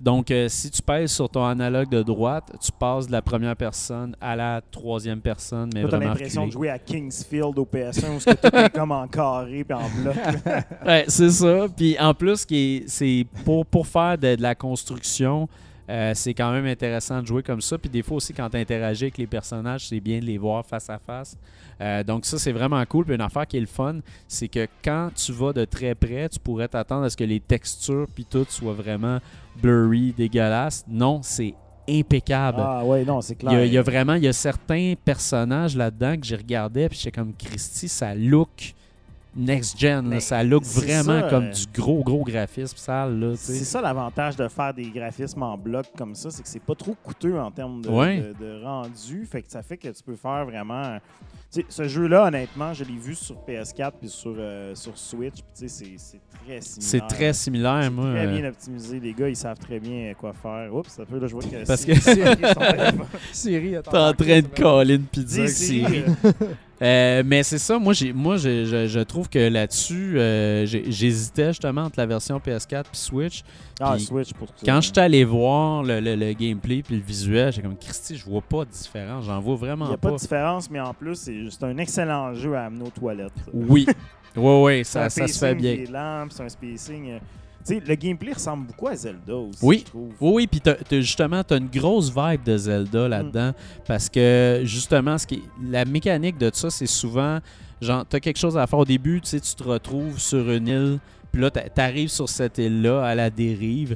Donc, si tu pèses sur ton analogue de droite, tu passes de la première personne à la troisième personne, mais Là, t'as vraiment l'impression de reculé. jouer à Kingsfield au PS1 où ce que tout est comme en carré puis en bloc. Ouais, c'est ça. Puis en plus, c'est pour faire de la construction, c'est quand même intéressant de jouer comme ça. Puis des fois aussi, quand tu interagis avec les personnages, c'est bien de les voir face à face. Donc ça, c'est vraiment cool. Puis une affaire qui est le fun, c'est que quand tu vas de très près, tu pourrais t'attendre à ce que les textures puis tout soient vraiment blurry, dégueulasses. Non, c'est impeccable. Ah ouais, non, c'est clair. Il y a certains personnages là-dedans que j'ai regardé puis j'étais comme Christy, ça look next gen, là, Mais ça look c'est vraiment ça, comme du gros graphisme sale là, tu sais. C'est ça l'avantage de faire des graphismes en bloc comme ça, c'est que c'est pas trop coûteux en termes de, Ouais. de rendu. Fait que ça fait que tu peux faire vraiment. Tu sais, ce jeu-là, honnêtement, je l'ai vu sur PS4 puis sur Switch. Puis tu sais, c'est très similaire. C'est très similaire, C'est moi. très bien optimisé. Les gars, ils savent très bien quoi faire. Oups, ça peut, là, je vois que Parce Siri- que- Siri est sur son téléphone. Siri, T'es en train de coller une pizza Dis, avec Siri, Siri. Mais c'est ça, moi je trouve que là-dessus, j'hésitais justement entre la version PS4 puis Switch. Ah, Puis Switch pour ça. Quand je suis allé voir le gameplay puis le visuel, j'ai comme Christy, je vois pas de différence, j'en vois Il vraiment n'y a pas de différence, mais en plus, c'est un excellent jeu à amener aux toilettes. Oui, oui, C'est un ça se fait pacing bien. qui est lent, puis c'est un spacing. Tu sais, le gameplay ressemble beaucoup à Zelda aussi, Oui. je trouve. Oui, puis justement, tu as une grosse vibe de Zelda là-dedans parce que justement, la mécanique de ça, c'est souvent, genre, tu as quelque chose à faire au début, tu sais, tu te retrouves sur une île, puis là, tu arrives sur cette île-là à la dérive,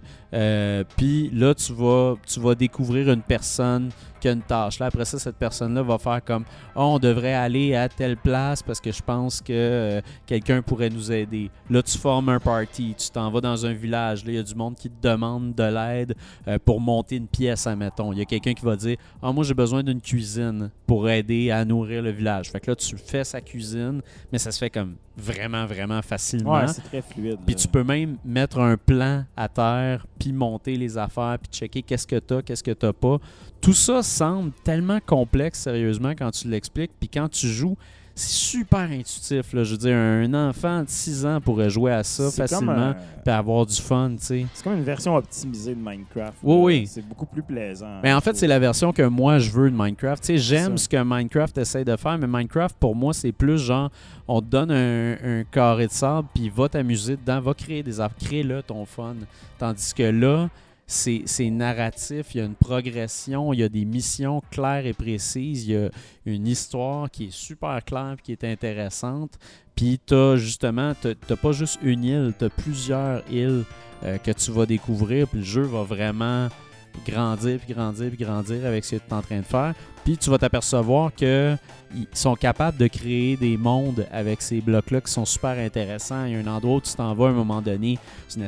puis là, tu vas découvrir une personne qui a une tâche. Là, après ça, cette personne-là va faire comme « Oh, on devrait aller à telle place parce que je pense que quelqu'un pourrait nous aider. » Là, tu formes un party, tu t'en vas dans un village. Là, il y a du monde qui te demande de l'aide pour monter une pièce, admettons. Il y a quelqu'un qui va dire « Ah, moi, j'ai besoin d'une cuisine pour aider à nourrir le village. » Fait que là, tu fais sa cuisine, mais ça se fait comme vraiment, vraiment facilement. Ouais, c'est très fluide. Puis là. tu peux même mettre un plan à terre, puis monter les affaires, puis checker qu'est-ce que t'as pas. Tout ça semble tellement complexe, sérieusement, quand tu l'expliques. Puis quand tu joues, c'est super intuitif. Là. Je veux dire, un enfant de 6 ans pourrait jouer à ça C'est facilement, comme, puis avoir du fun, tu sais. c'est comme une version optimisée de Minecraft. Oui, là. oui. C'est beaucoup plus plaisant. Mais en fait, c'est la version que moi je veux de Minecraft. Tu sais, j'aime ça. ce que Minecraft essaie de faire, mais Minecraft, pour moi, c'est plus genre, on te donne un carré de sable, puis va t'amuser dedans, va créer des affaires, crée-le ton fun. Tandis que là, c'est narratif, il y a une progression, il y a des missions claires et précises, il y a une histoire qui est super claire et qui est intéressante. Puis t'as justement, t'as pas juste une île, t'as plusieurs îles que tu vas découvrir, puis le jeu va vraiment grandir, puis grandir, puis grandir avec ce que tu es en train de faire. Puis tu vas t'apercevoir qu'ils sont capables de créer des mondes avec ces blocs-là qui sont super intéressants. Il y a un endroit où tu t'en vas à un moment donné, c'est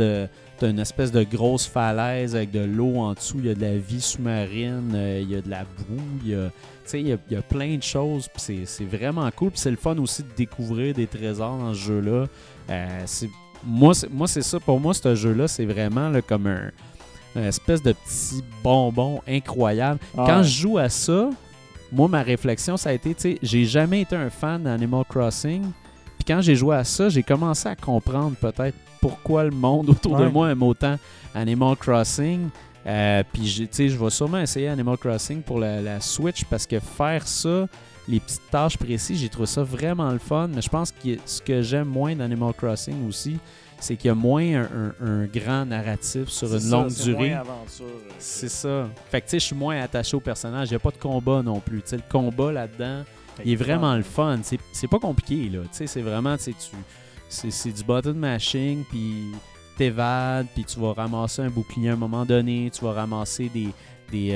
t'as une espèce de grosse falaise avec de l'eau en dessous, il y a de la vie sous-marine, il y a de la boue, il y a plein de choses, puis c'est vraiment cool. Puis c'est le fun aussi de découvrir des trésors dans ce jeu-là. Moi, c'est ça. Pour moi, ce jeu-là, c'est vraiment là, comme une espèce de petit bonbon incroyable. Ah Quand ouais. je joue à ça, moi, ma réflexion, ça a été, tu sais, j'ai jamais été un fan d'Animal Crossing. Puis quand j'ai joué à ça, j'ai commencé à comprendre peut-être pourquoi le monde autour de Ouais. moi aime autant Animal Crossing. Puis, tu sais, je vais sûrement essayer Animal Crossing pour la Switch parce que faire ça, les petites tâches précises, j'ai trouvé ça vraiment le fun. Mais je pense que ce que j'aime moins d'Animal Crossing aussi, c'est qu'il y a moins un grand narratif sur une longue durée. Moins aventure, C'est ça. Fait que tu sais, je suis moins attaché au personnage. Il n'y a pas de combat non plus. Tu sais, le combat là-dedans, il est vraiment le fun. C'est pas compliqué, là. Tu sais, c'est vraiment, tu sais, c'est du button mashing, puis t'évades, puis tu vas ramasser un bouclier à un moment donné, tu vas ramasser des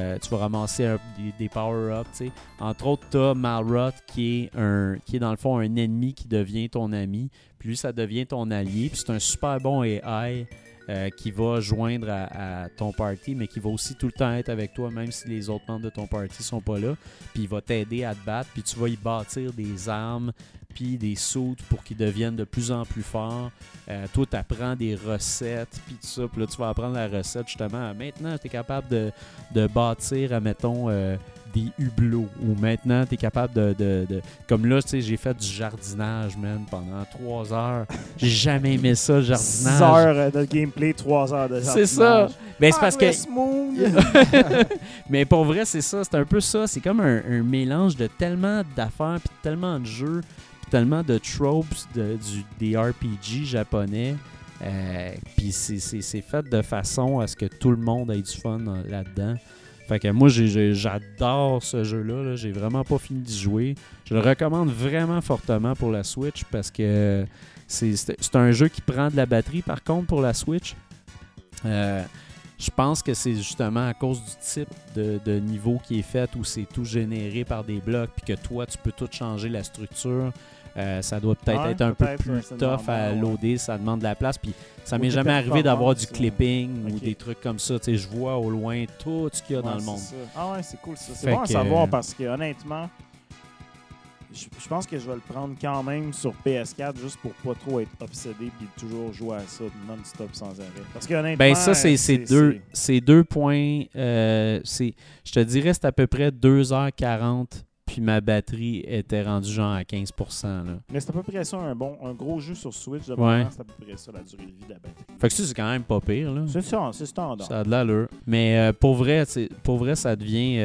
power-ups, tu sais. Entre autres, t'as Malrot qui est dans le fond un ennemi qui devient ton ami. Puis lui, ça devient ton allié. Puis c'est un super bon AI qui va joindre à ton party, mais qui va aussi tout le temps être avec toi, même si les autres membres de ton party sont pas là. Puis il va t'aider à te battre. Puis tu vas y bâtir des armes, puis des suits pour qu'ils deviennent de plus en plus forts. Toi, tu apprends des recettes, puis tout ça. Puis là, tu vas apprendre la recette, justement. Maintenant, tu es capable de bâtir, admettons, des hublots, où maintenant, tu es capable de... Comme là, tu sais, j'ai fait du jardinage, man, pendant 3 heures. J'ai jamais aimé ça, le 6 jardinage. heures de gameplay, 3 heures de jardinage. C'est ça. Ben, c'est parce que... Harvest Moon. Mais pour vrai, c'est ça. C'est un peu ça. C'est comme un mélange de tellement d'affaires, puis tellement de jeux, puis tellement de tropes des RPG japonais. Puis c'est fait de façon à ce que tout le monde ait du fun là-dedans. Fait que moi, j'adore ce jeu-là. Là. J'ai vraiment pas fini d'y jouer. Je le recommande vraiment fortement pour la Switch parce que c'est un jeu qui prend de la batterie, par contre, pour la Switch. Je pense que c'est justement à cause du type de niveau qui est fait où c'est tout généré par des blocs puis que toi, tu peux tout changer la structure. Ça doit peut-être être un peu plus c'est tough normal, à loader, ça demande de la place. Puis ça Ou m'est de jamais arrivé d'avoir du performance, clipping ou ok. des trucs comme ça. Tu sais, je vois au loin tout ce qu'il y a dans Ouais, le monde. c'est ça. Ah ouais, c'est cool ça. C'est Fait bon à que, savoir parce que honnêtement, je pense que je vais le prendre quand même sur PS4 juste pour pas trop être obsédé puis toujours jouer à ça non-stop sans arrêt. Parce que honnêtement, Ben ça, c'est deux points. Je te dirais c'est à peu près 2h40 puis ma batterie était rendue genre à 15%. Là. Mais c'est à peu près ça, un gros jeu sur Switch, de Ouais. c'est à peu près ça la durée de vie de la batterie. Fait que ça, c'est quand même pas pire. Là. C'est ça, c'est standard. Ça a de l'allure. Mais pour vrai, ça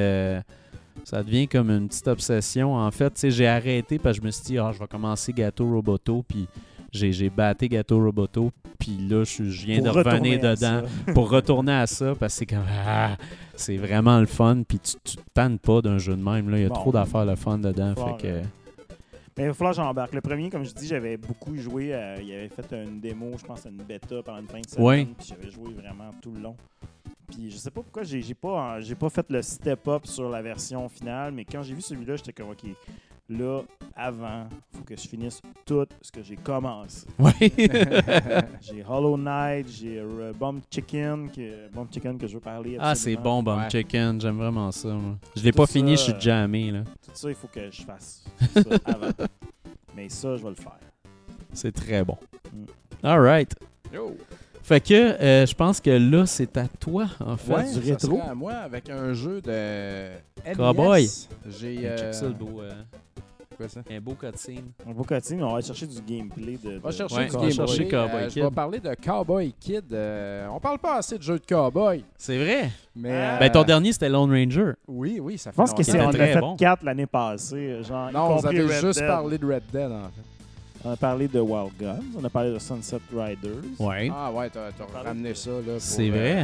devient comme une petite obsession. En fait, tu sais, j'ai arrêté parce que je me suis dit, je vais commencer Gato Roboto. Puis j'ai batté Gato Roboto. Puis là, je viens de Pour retourner revenir à dedans ça. pour retourner à ça. Parce que c'est comme, c'est vraiment le fun. Puis tu te tannes pas d'un jeu de même. Là. Il y a Bon. trop d'affaires le fun dedans. Fort, Fait que, Mais il va falloir que j'embarque. Le premier, comme je dis, j'avais beaucoup joué. Il avait fait une démo, je pense, une bêta pendant une fin de semaine. Ouais. Puis j'avais joué vraiment tout le long. Puis je sais pas pourquoi j'ai pas fait le step-up sur la version finale, mais quand j'ai vu celui-là, j'étais comme, OK, là, avant, faut que je finisse tout ce que j'ai commencé. ouais. J'ai Hollow Knight, j'ai Bomb Chicken que je veux parler. Ah, c'est absolument. bon, Bomb Ouais. Chicken. J'aime vraiment ça. Moi. Je l'ai Tout pas ça, fini, je suis jamais. Là. Tout ça, il faut que je fasse ça avant. Mais ça, je vais le faire. C'est très bon. Mm. All right. Yo. Fait que je pense que là, c'est à toi, en fait. Ouais, du ça rétro. serait à moi avec un jeu de NES. Cowboy. J'ai Check ça, le beau, quoi ça? un beau cutscene. On va continuer, on va chercher du gameplay de. On va chercher Ouais, du on va Game chercher Boy. Cowboy Je Kid. vais parler de Cowboy Kid. On parle pas assez de jeux de cowboy. C'est vrai? Mais Ben, ton dernier, c'était Lone Ranger. Oui, ça Je fait pense que longtemps. c'est on en a très fait bon. 4 l'année passée. Genre, y Non, vous compris avez Red juste Dead. parlé de Red Dead, en fait. On a parlé de Wild Guns, on a parlé de Sunset Riders. Ouais. Ah ouais, t'as ramené ça, là. pour, C'est vrai.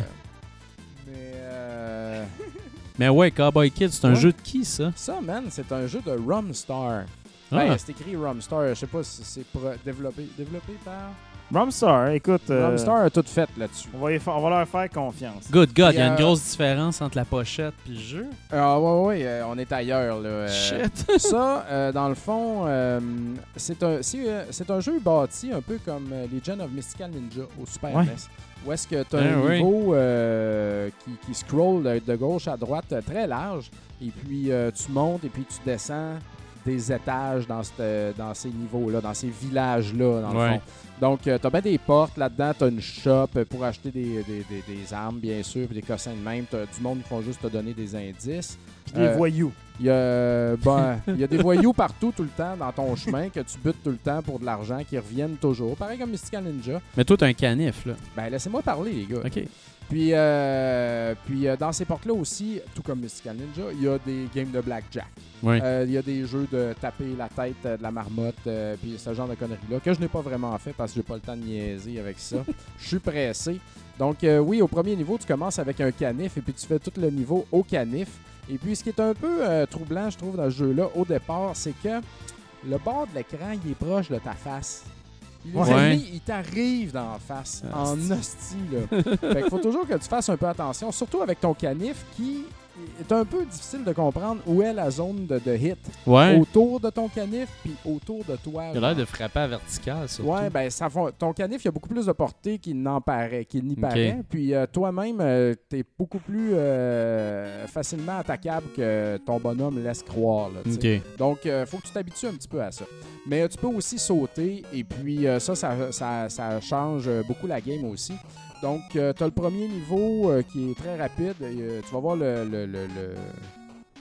Mais Mais ouais, Cowboy Kid, c'est un Ouais. jeu de qui, ça? ça, man, c'est un jeu de Rumstar. Ah. Ben, c'est écrit Rumstar. Je sais pas si c'est développé par... Rumstar, écoute, Rumstar a tout fait là-dessus. on va leur faire confiance. Good God, il y a une Puis, grosse différence entre la pochette et le jeu. Ah ouais, on est ailleurs, là. Shit. Ça, dans le fond, c'est un jeu bâti un peu comme Legend of Mystical Ninja au Super Ouais. NES. Où est-ce que tu as un oui. niveau qui scroll de gauche à droite très large, et puis tu montes et puis tu descends des étages dans ces niveaux-là, dans ces villages-là, dans le Ouais. fond. Donc, tu as bien des portes là-dedans, tu as une shop pour acheter des armes, bien sûr, puis des cossins de même. Tu as du monde qui font juste te donner des indices. Puis des voyous. Il y a des voyous partout, tout le temps, dans ton chemin, que tu butes tout le temps pour de l'argent, qui reviennent toujours. Pareil comme Mystical Ninja. Mais toi, t'as un canif, là. Ben, laissez-moi parler, les gars. OK. Puis dans ces portes-là aussi, tout comme Mystical Ninja, il y a des games de blackjack. Ouais. Il y a des jeux de taper la tête de la marmotte, puis ce genre de conneries-là, que je n'ai pas vraiment fait parce que j'ai pas le temps de niaiser avec ça. Je suis pressé. Donc oui, au premier niveau, tu commences avec un canif et puis tu fais tout le niveau au canif. Et puis ce qui est un peu troublant, je trouve, dans ce jeu-là, au départ, c'est que le bord de l'écran, il est proche de ta face. Puis les Ouais. ennemis, ils t'arrivent dans la face, en hostie, là. Fait qu'il faut toujours que tu fasses un peu attention, surtout avec ton canif qui est un peu difficile de comprendre où est la zone de hit. Ouais. Autour de ton canif, puis autour de toi. Il a l'air de frapper à vertical, surtout. Ouais, ben ton canif, il y a beaucoup plus de portée qu'il n'y paraît. Puis toi-même, t'es beaucoup plus facilement attaquable que ton bonhomme laisse croire. Là, tu sais. OK. Donc, faut que tu t'habitues un petit peu à ça. Mais tu peux aussi sauter, et puis ça change beaucoup la game aussi. Donc, tu as le premier niveau qui est très rapide. Tu vas voir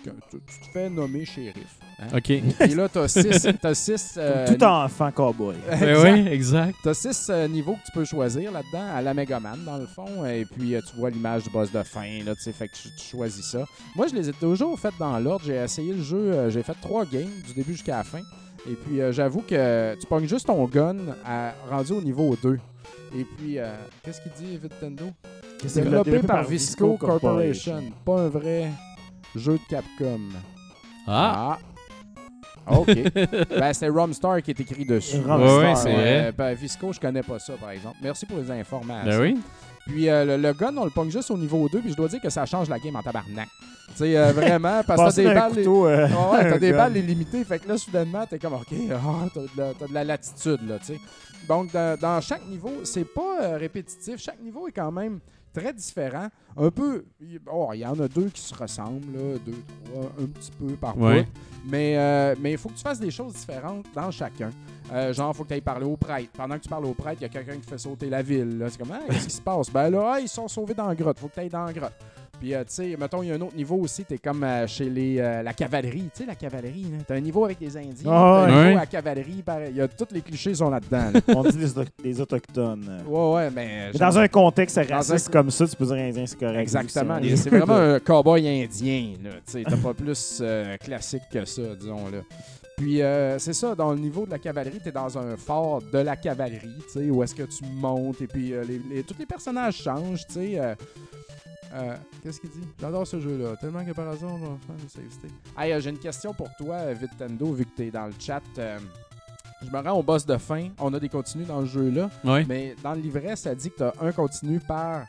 tu te fais nommer shérif. Hein? OK. Et là, t'as 6 Tout enfant cowboy. Ben oui, exact. T'as 6 niveaux que tu peux choisir là-dedans, à la Megaman, dans le fond. Et puis, tu vois l'image du boss de fin, là, tu sais, fait que tu choisis ça. Moi, je les ai toujours faites dans l'ordre. J'ai essayé le jeu, j'ai fait 3 games, du début jusqu'à la fin. Et puis, j'avoue que tu pognes juste ton gun rendu au niveau 2. Et puis, qu'est-ce qu'il dit, Nintendo? C'est développé par Visco Corporation. Pas un vrai jeu de Capcom. Ah! OK. Ben, c'est Romstar qui est écrit dessus. Ouais, c'est vrai. Ben, Visco, je connais pas ça, par exemple. Merci pour les informations. Ben oui. Puis le gun, on le pogne juste au niveau 2, puis je dois dire que ça change la game en tabarnak. Tu sais, vraiment, parce que t'as des balles... t'as des balles illimitées, fait que là, soudainement, t'es comme, OK, t'as de la latitude, là, tu sais. Donc, dans chaque niveau, c'est pas répétitif. Chaque niveau est quand même très différent. Un peu... il y en a 2 qui se ressemblent, là, 2, 3, un petit peu par bout. Mais il faut que tu fasses des choses différentes dans chacun. Genre, il faut que tu ailles parler au prêtre. Pendant que tu parles au prêtre, il y a quelqu'un qui fait sauter la ville. Là. C'est comme, qu'est-ce qui se passe? Ben là, ils sont sauvés dans la grotte. Faut que tu ailles dans la grotte. Puis, tu sais, mettons, il y a un autre niveau aussi. Tu es comme chez la cavalerie. Tu sais, la cavalerie. Tu as un niveau avec des Indiens. T'as un niveau à la cavalerie. Il y a tous les clichés sont là-dedans. Là. On dit les Autochtones. Ouais, mais dans un contexte raciste comme ça, tu peux dire Indien, c'est correct. Exactement. C'est vraiment un cowboy indien. Tu sais, t'as pas plus classique que ça, disons-le. Puis, c'est ça, dans le niveau de la cavalerie, tu es dans un fort de la cavalerie, tu sais, où est-ce que tu montes, et puis tous les personnages changent, tu sais. Qu'est-ce qu'il dit? J'adore ce jeu-là. Tellement que par hasard, on va faire le save state. Hey, j'ai une question pour toi, Vitendo, vu que tu es dans le chat. Je me rends au boss de fin. On a des continues dans le jeu-là. Oui. Mais dans le livret, ça dit que tu as un continu par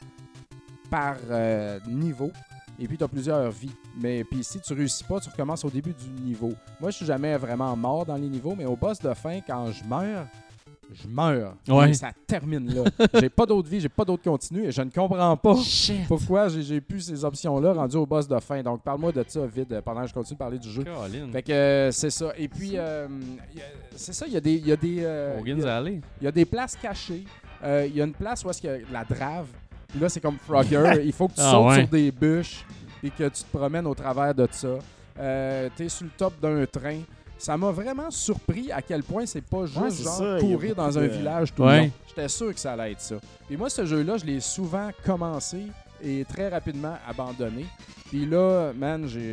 niveau. Et puis, tu as plusieurs vies. Mais puis si tu réussis pas, tu recommences au début du niveau. Moi, je suis jamais vraiment mort dans les niveaux, mais au boss de fin, quand je meurs. Ouais. Et ça termine là. J'ai pas d'autres vies, j'ai pas d'autres continues et je ne comprends pas pourquoi j'ai plus ces options-là rendues au boss de fin. Donc, parle-moi de ça vite pendant que je continue de parler du jeu. Caroline. Fait que c'est ça. Et puis, c'est ça, il y a des places cachées. Il y a une place où est-ce qu'il y a de la drave. Puis là, c'est comme Frogger. Il faut que tu sautes sur des bûches et que tu te promènes au travers de ça. T'es sur le top d'un train. Ça m'a vraiment surpris à quel point c'est pas juste courir dans un village tout le long. J'étais sûr que ça allait être ça. Puis moi, ce jeu-là, je l'ai souvent commencé et très rapidement abandonné. Puis là, man, je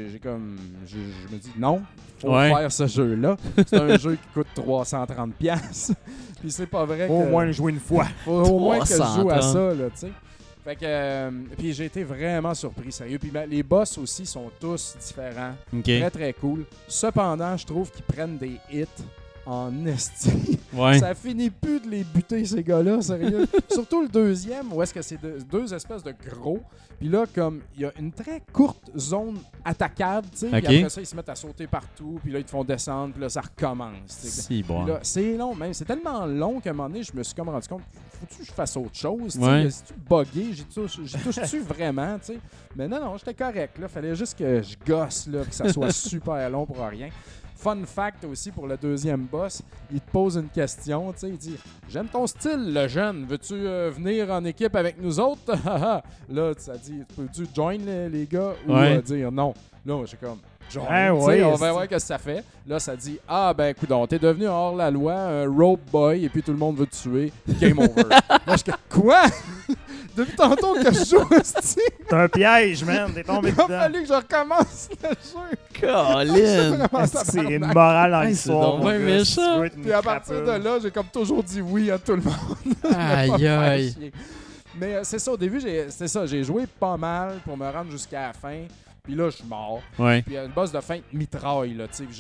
me dis non, faut faire ce jeu-là. C'est un jeu qui coûte 330$. Puis c'est pas vrai que... Au moins le jouer une fois. Faut au moins que je joue à ça, là, tu sais. Fait que, puis j'ai été vraiment surpris, sérieux. Puis les boss aussi sont tous différents. Okay. Très, très cool. Cependant, je trouve qu'ils prennent des hits en esti. Ouais. Ça finit plus de les buter, ces gars-là, sérieux. Surtout le deuxième, où est-ce que c'est deux espèces de gros. Puis là, comme, il y a une très courte zone attaquable, tu sais. Puis après ça, ils se mettent à sauter partout. Puis là, ils te font descendre. Puis là, ça recommence. Si, bon. Là, c'est long, même. C'est tellement long qu'à un moment donné, je me suis comme rendu compte, faut-tu que je fasse autre chose? Ouais. Si tu buggé, j'y touche-tu vraiment, tu sais? Mais non, j'étais correct, là. Fallait juste que je gosse, là, que ça soit super long pour rien. Fun fact aussi pour le deuxième boss, il te pose une question, tu sais, il dit « J'aime ton style, le jeune, veux-tu venir en équipe avec nous autres? » Là, ça dit « Peux-tu join les gars? » Ou dire « Non. » Là, j'ai comme « Join. On va voir ce que ça fait. Là, ça dit « Ah, ben, coudonc, t'es devenu hors-la-loi, un rope boy, et puis tout le monde veut te tuer. Game over. » Là, je suis comme « Quoi? » Depuis tantôt que je joue, c'est un piège, man. T'es tombé dedans. Il a fallu que je recommence le jeu. Caroline! C'est une morale dans l'histoire. C'est méchant. Puis à partir de là, j'ai comme toujours dit oui à tout le monde. Aïe, aïe. Mais c'est ça, au début, j'ai joué pas mal pour me rendre jusqu'à la fin. Puis là, je suis mort. Ouais. Puis une boss de fin mitraille, là, tu sais.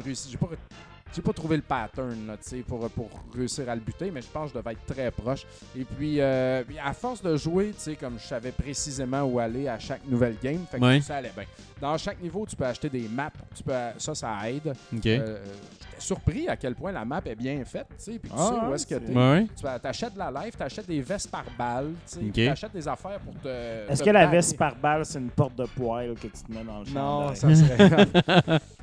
J'ai pas trouvé le pattern là, pour réussir à le buter, mais je pense que je devais être très proche. Et puis, à force de jouer, comme je savais précisément où aller à chaque nouvelle game, fait que ça allait bien. Dans chaque niveau, tu peux acheter des maps. Ça aide. Okay. J'étais surpris à quel point la map est bien faite. Puis tu sais où est-ce que t'es. Tu achètes de la life, tu achètes des vestes par balle. Tu achètes des affaires pour te... Est-ce que la veste par balle, c'est une porte de poêle que tu te mets dans le champ? Non, ça serait...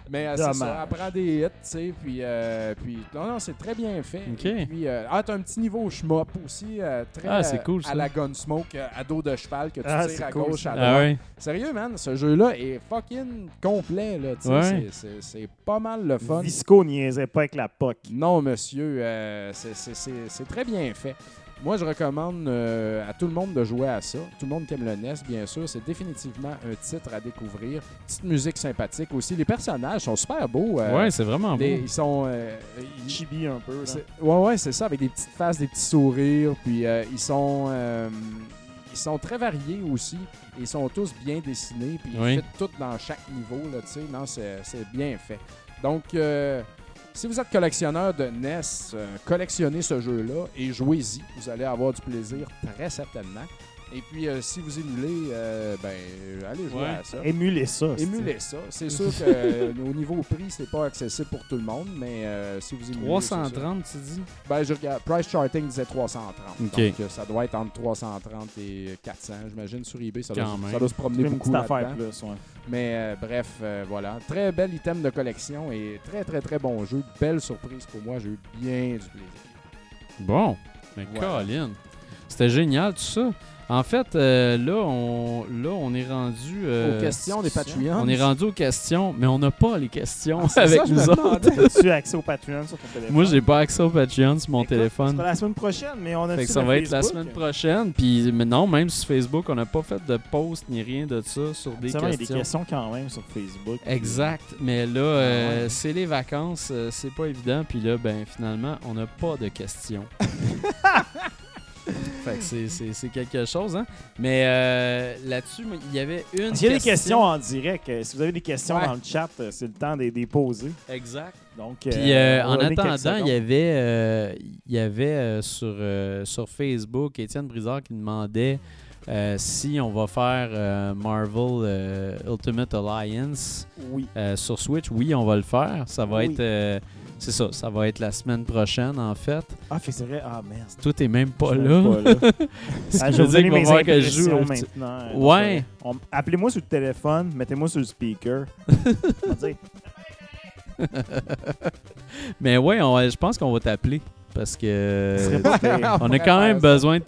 Mais c'est Dommage. ça, elle prend des hits, tu sais, puis non, c'est très bien fait. Ok. Et puis, t'as un petit niveau shmup aussi, très Ah, c'est cool, à ça. la Gunsmoke, à dos de cheval, que tu Ah, tires c'est à cool, gauche, ça. à droite. Ah ouais. Sérieux, man, ce jeu-là est fucking complet, là, tu sais, Ouais. c'est pas mal le fun. Visco niaisait pas avec la POC. Non, monsieur, c'est très bien fait. Moi, je recommande à tout le monde de jouer à ça. Tout le monde qui aime le NES, bien sûr. C'est définitivement un titre à découvrir. Petite musique sympathique aussi. Les personnages sont super beaux. Ouais, c'est vraiment beau. Ils sont... Chibi un peu. Là. Ouais, c'est ça, avec des petites faces, des petits sourires. Puis ils sont très variés aussi. Ils sont tous bien dessinés. Puis Oui. ils fit tout dans chaque niveau. Là, tu sais. Non, c'est bien fait. Donc... si vous êtes collectionneur de NES, collectionnez ce jeu-là et jouez-y. Vous allez avoir du plaisir très certainement. Et puis, si vous émulez, allez jouer Ouais. à ça. Émuler ça. Émulez ça. C'est sûr qu'au niveau prix, c'est pas accessible pour tout le monde, mais si vous émulez... 330, tu dis? Je regarde. Price Charting disait 330. Ok. Donc, ça doit être entre 330 et 400. J'imagine sur eBay, ça doit se promener Une beaucoup petite affaire là-dedans. plus, ouais. Mais bref, voilà. Très bel item de collection et très, très, très bon jeu. Belle surprise pour moi. J'ai eu bien du plaisir. Bon. Mais Voilà. Colin. C'était génial, tout ça. En fait, là, on est rendu... Aux questions des Patreons. On est rendu aux questions, mais on n'a pas les questions C'est avec ça, je nous me autres. demandais. As-tu accès au Patreon sur ton téléphone? Moi, j'ai pas accès au Patreon sur mon Écoute, téléphone. C'est pas la semaine prochaine, mais on a Fait que dessus ça le va être la Facebook. semaine prochaine. Puis mais non, même sur Facebook, on n'a pas fait de post ni rien de ça sur des Seulement, il y a des questions. questions quand même sur Facebook. Exact. Mais là, ouais. c'est les vacances, c'est pas évident. Puis là, ben finalement, on n'a pas de questions. Fait que c'est quelque chose, hein. Mais là-dessus, moi, il y avait une S'il y a des questions en direct, si vous avez des questions Ouais. dans le chat, c'est le temps de les poser. Exact. Donc, Puis on en va donner quelques attendant, il secondes. y avait sur Facebook Étienne Brizard qui demandait si on va faire Marvel Ultimate Alliance Oui. sur Switch. Oui, on va le faire. Ça va Oui. être... c'est ça, ça va être la semaine prochaine, en fait. Ah, c'est vrai. Ah, merde. Toi, t'es même pas Je suis là. même pas là. Ce Ah, qui je veut vais dire vous donner qu'il va mes falloir que je joue. impressions maintenant. Ouais. Appelez-moi sur le téléphone, mettez-moi sur le speaker. Je vais dire, Mais ouais, je pense qu'on va t'appeler. Parce que ce serait pas pire. on a quand même besoin de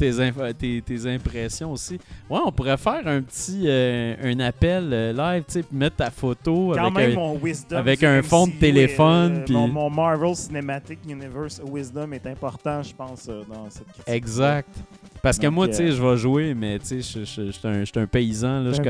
tes impressions aussi. Ouais, on pourrait faire un petit un appel live, tu sais, puis mettre ta photo Quand avec même, un... mon Wisdom avec du un fond de MCU téléphone, et, puis- mon Marvel Cinematic Universe Wisdom est important, je pense, dans cette critique. Exact. Parce que Donc, moi, tu sais, je vais jouer, mais tu sais, je suis un paysan. Là,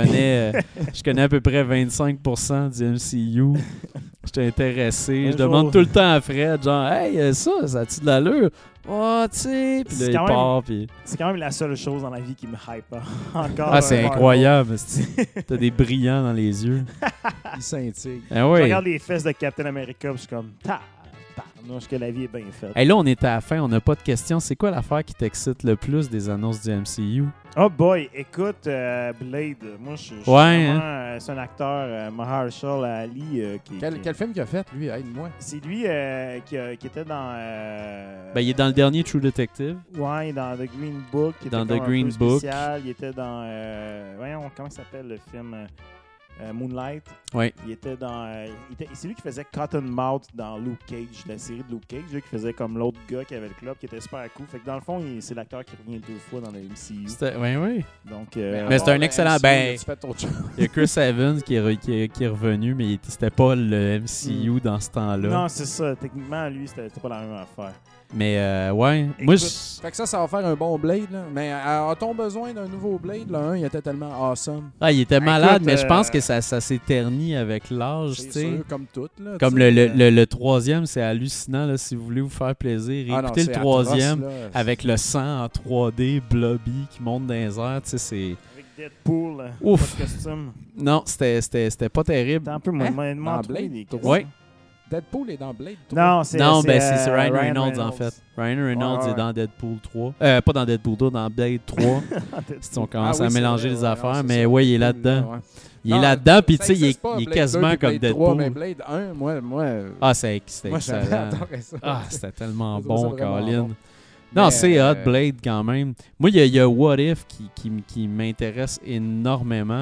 je connais à peu près 25% du MCU. Je suis intéressé. Un Je demande jour. tout le temps à Fred, genre, hey, ça a-tu de l'allure? Oh, tu sais. Puis là, C'est il quand même- part. Puis... C'est quand même la seule chose dans la vie qui me hype encore. Ah, c'est Marvel. incroyable. T'as des brillants dans les yeux. Il scintille. Ah Je ouais. regarde les fesses de Captain America, puis je suis comme, tabarnouche que la vie est bien faite. Hey, là, on est à la fin, on n'a pas de questions. C'est quoi l'affaire qui t'excite le plus des annonces du MCU? Oh boy, écoute, Blade, moi je suis Ouais, vraiment, c'est un acteur, Mahershala Ali, Quel film qu'il a fait, lui? Aide-moi. c'est lui qui était dans... Ben, il est dans le dernier True Detective. Ouais, il est dans The Green Book. Qui Dans était The comme Green un peu Book. spécial. Il était dans... voyons, comment ça s'appelle le film Moonlight. Ouais. Il était dans... c'est lui qui faisait Cottonmouth dans Luke Cage, la série de Luke Cage. Lui qui faisait comme l'autre gars qui avait le club, qui était super cool. Fait que dans le fond, c'est l'acteur qui revient 2 fois dans le MCU. Oui. Donc, Mais c'est un excellent- ben- Tu fais ton job. Il y a Chris Evans qui est revenu, mais c'était pas le MCU dans ce temps-là. non, c'est ça. Techniquement, lui, c'était pas la même affaire. Mais ouais, moi, Écoute, Fait que ça va faire un bon Blade, là. Mais a-t-on besoin d'un nouveau Blade? Le 1, il était tellement awesome. il était malade, Écoute, mais je pense que ça s'est terni avec l'âge, tu C'est sais. sûr, comme tout, là. Comme tu sais. le troisième, c'est hallucinant, là, si vous voulez vous faire plaisir. Ah non, Écoutez c'est le troisième atroce, là. avec le sang en 3D, blobby, qui monte dans les airs, tu sais, c'est... avec Deadpool, Ouf. pas de costume. Non, c'était pas terrible. T'as un peu Hein? moins Dans trouvé Blade, des toi? questions. Ouais. Deadpool est dans Blade 3. Non, c'est Non, ben c'est, c'est Ryan Ryan Reynolds, en fait. Ryan Reynolds Ouais. est dans Deadpool 3. Pas dans Deadpool 2, dans Blade 3. Si on commence Ah oui, à c'est mélanger vrai, les ouais, affaires, c'est mais ça. ouais, il est là-dedans. Ouais. Il est Non, là-dedans, puis tu ça sais, il existe est, pas, il est Blade quasiment 2 puis comme Blade 3, Deadpool. mais Blade 1, moi Ah, c'était moi, j'avais excellent. adoré ça. Ah, c'était tellement Je trouve ça bon, vraiment Colin. bon. Non, Mais, c'est hot, Blade, quand même. Moi, il y a What If qui m'intéresse énormément.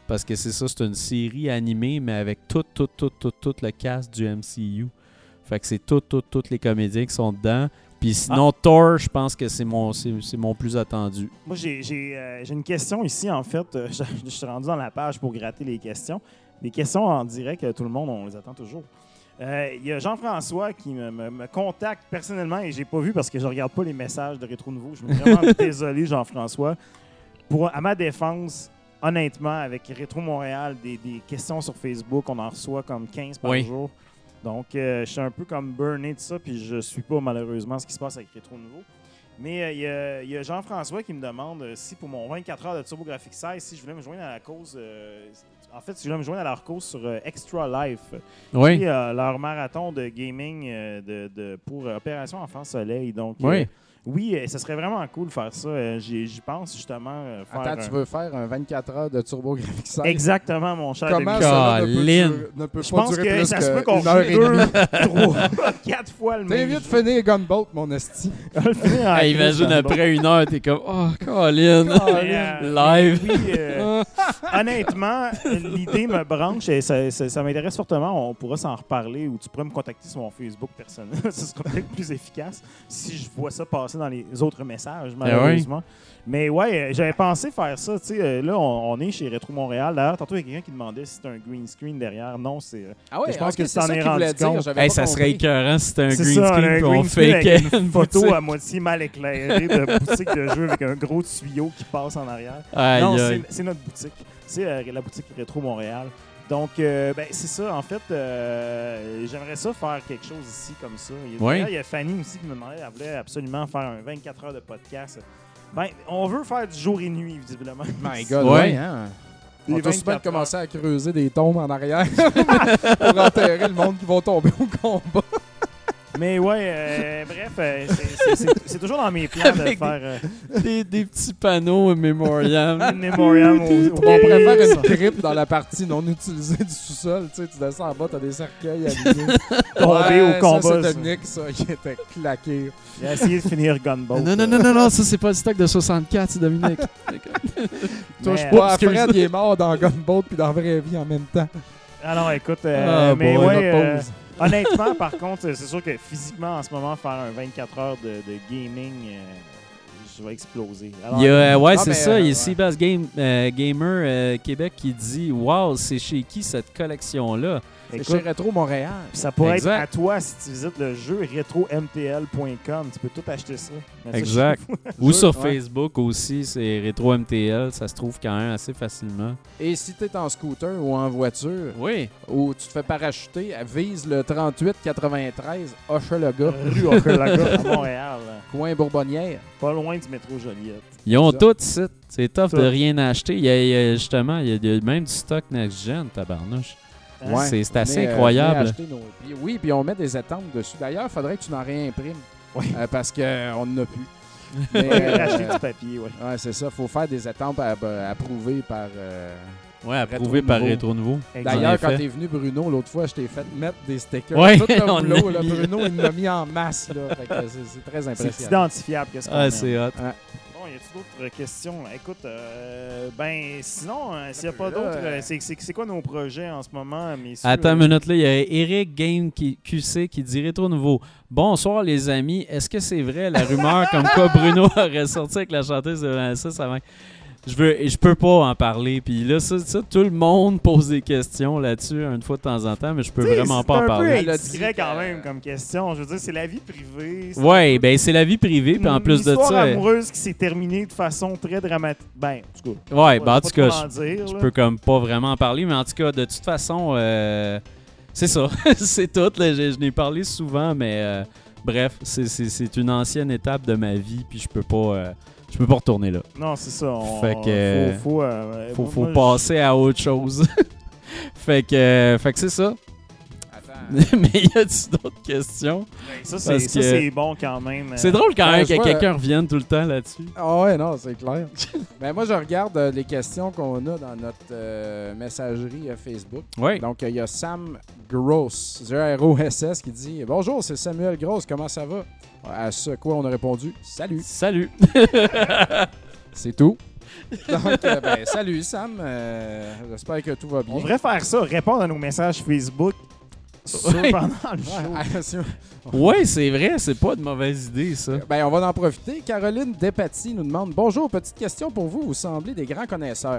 parce que c'est ça, c'est une série animée, mais avec tout le cast du MCU. Fait que c'est tous les comédiens qui sont dedans. Puis sinon, Thor, je pense que c'est mon plus attendu. Moi, j'ai une question ici, en fait. Je suis rendu dans la page pour gratter les questions. Les questions en direct, tout le monde, on les attend toujours. Il y a Jean-François qui me contacte personnellement et j'ai pas vu parce que je regarde pas les messages de Rétro Nouveau. Je suis vraiment désolé, Jean-François. À ma défense, honnêtement, avec Rétro Montréal, des questions sur Facebook, on en reçoit comme 15 par jour. Donc, je suis un peu comme burné de ça, puis je suis pas malheureusement ce qui se passe avec Rétro Nouveau. Mais il y a Jean-François qui me demande si pour mon 24 heures de TurboGrafx 16, si je voulais me joindre à la cause... en fait, si je voulais me joindre à leur cause sur Extra Life, qui est leur marathon de gaming pour Opération Enfant Soleil. Donc, oui, ça serait vraiment cool de faire ça. J'y pense justement. Tu veux faire un 24 heures de TurboGrafx 16? Exactement, mon cher. Comment ça ne peut pas durer plus ça se peut qu'une heure et demie? 3, 4 fois le même. T'es mieux de finir Gunboat, mon esti. Imagine après 1 heure, t'es comme « Oh, Colin! Live! » Honnêtement, l'idée me branche et ça m'intéresse fortement. On pourra s'en reparler ou tu pourrais me contacter sur mon Facebook personnel. Ce sera peut-être plus efficace si je vois ça passer dans les autres messages, malheureusement. Mais ouais, j'avais pensé faire ça. Là, on est chez Rétro Montréal. D'ailleurs, tantôt, il y a quelqu'un qui demandait si c'était un green screen derrière. Non, c'est... je pense que tu t'en es rendu compte. Ça serait écœurant si c'était un green screen et on fake une photo à moitié mal éclairée de boutique de jeu avec un gros tuyau qui passe en arrière. Non, c'est notre boutique. C'est la boutique Rétro Montréal. Donc, c'est ça. En fait, j'aimerais ça faire quelque chose ici comme ça. Il y a Fanny aussi qui me demandait, elle voulait absolument faire un 24 heures de podcast. On veut faire du jour et nuit, visiblement. My God, hein? On a tous commencer à creuser des tombes en arrière pour enterrer le monde qui va tomber au combat. Mais bref, c'est toujours dans mes plans de faire... Des petits panneaux mémoriam. On pourrait faire une crypte dans la partie non utilisée du sous-sol. Tu descends en bas, t'as des cercueils alignés. Tombé au combat. Ça, c'est Dominique, qui était claqué. Il a essayé de finir Gunboat. Non, ça, c'est pas le stock de 64, c'est Dominique. Touche pas, Fred, il est mort dans Gunboat puis dans la vraie vie en même temps. Ah non, écoute, honnêtement, par contre, c'est sûr que physiquement, en ce moment, faire un 24 heures de gaming, je vais exploser. Alors, c'est ça. Il y a Seabass Gamer Québec qui dit « Wow, c'est chez qui cette collection-là? » C'est chez Rétro Montréal. Ça pourrait être à toi si tu visites le jeu retromtl.com. Tu peux tout acheter ça. Exact. Ou sur Facebook aussi, c'est RetroMTL. Ça se trouve quand même assez facilement. Et si tu es en scooter ou en voiture, ou tu te fais parachuter, vise le 3893 Hochelaga. Rue Hochelaga à Montréal. Coin Bourbonnière. Pas loin du métro Joliette. Ils ont tout site. C'est tough de rien acheter. Il y a justement, il y a même du stock next-gen, tabarnouche. C'est assez incroyable. Puis on met des estampes dessus. D'ailleurs, il faudrait que tu n'en réimprimes. Parce qu'on n'en a plus. Mais acheter du papier, c'est ça. Il faut faire des estampes approuvées par... approuvé par Rétro Nouveau. D'ailleurs, quand t'es venu, Bruno, l'autre fois, je t'ai fait mettre des stickers. Tout le boulot, Bruno, il m'a mis en masse. Là. Fait que c'est très impressionnant. C'est identifiable. Qu'est-ce qu'on c'est hot. Y a-t-il d'autres questions? Écoute, sinon, s'il n'y a pas d'autres, c'est quoi nos projets en ce moment, messieurs? Attends une minute, là, il y a Eric Game QC qui dit Rétro Nouveau. Bonsoir les amis, est-ce que c'est vrai la rumeur comme quoi Bruno aurait sorti avec la chanteuse de Vanessa? Je peux pas en parler. Puis là, ça, tout le monde pose des questions là-dessus une fois de temps en temps, mais je peux vraiment pas en parler. C'est un peu discret quand même comme question. Je veux dire, c'est la vie privée. C'est la vie privée. Puis en plus de ça... Une histoire amoureuse qui s'est terminée de façon très dramatique. En tout cas. En tout cas, je peux comme pas vraiment en parler. Mais en tout cas, de toute façon, c'est ça. C'est tout. Là, je n'ai parlé souvent, mais bref, c'est une ancienne étape de ma vie. Puis je peux pas retourner là. Non, c'est ça. Faut passer à autre chose. fait que c'est ça. Mais y a-t-il d'autres questions? Ça, c'est bon quand même. C'est drôle quand même que quelqu'un revienne tout le temps là-dessus. Ah ouais, non, c'est clair. Moi, je regarde les questions qu'on a dans notre messagerie Facebook. Oui. Donc, il y a Sam Gross, G-R-O-S-S, qui dit « Bonjour, c'est Samuel Gross, comment ça va? » À ce quoi on a répondu « Salut. » Salut. C'est tout. Donc, salut Sam. J'espère que tout va bien. On devrait faire ça, répondre à nos messages Facebook Ouais. pendant le show. Ouais, c'est vrai, c'est pas de mauvaise idée, ça. On va en profiter. Caroline Despatie nous demande: Bonjour, petite question pour vous. Vous semblez des grands connaisseurs.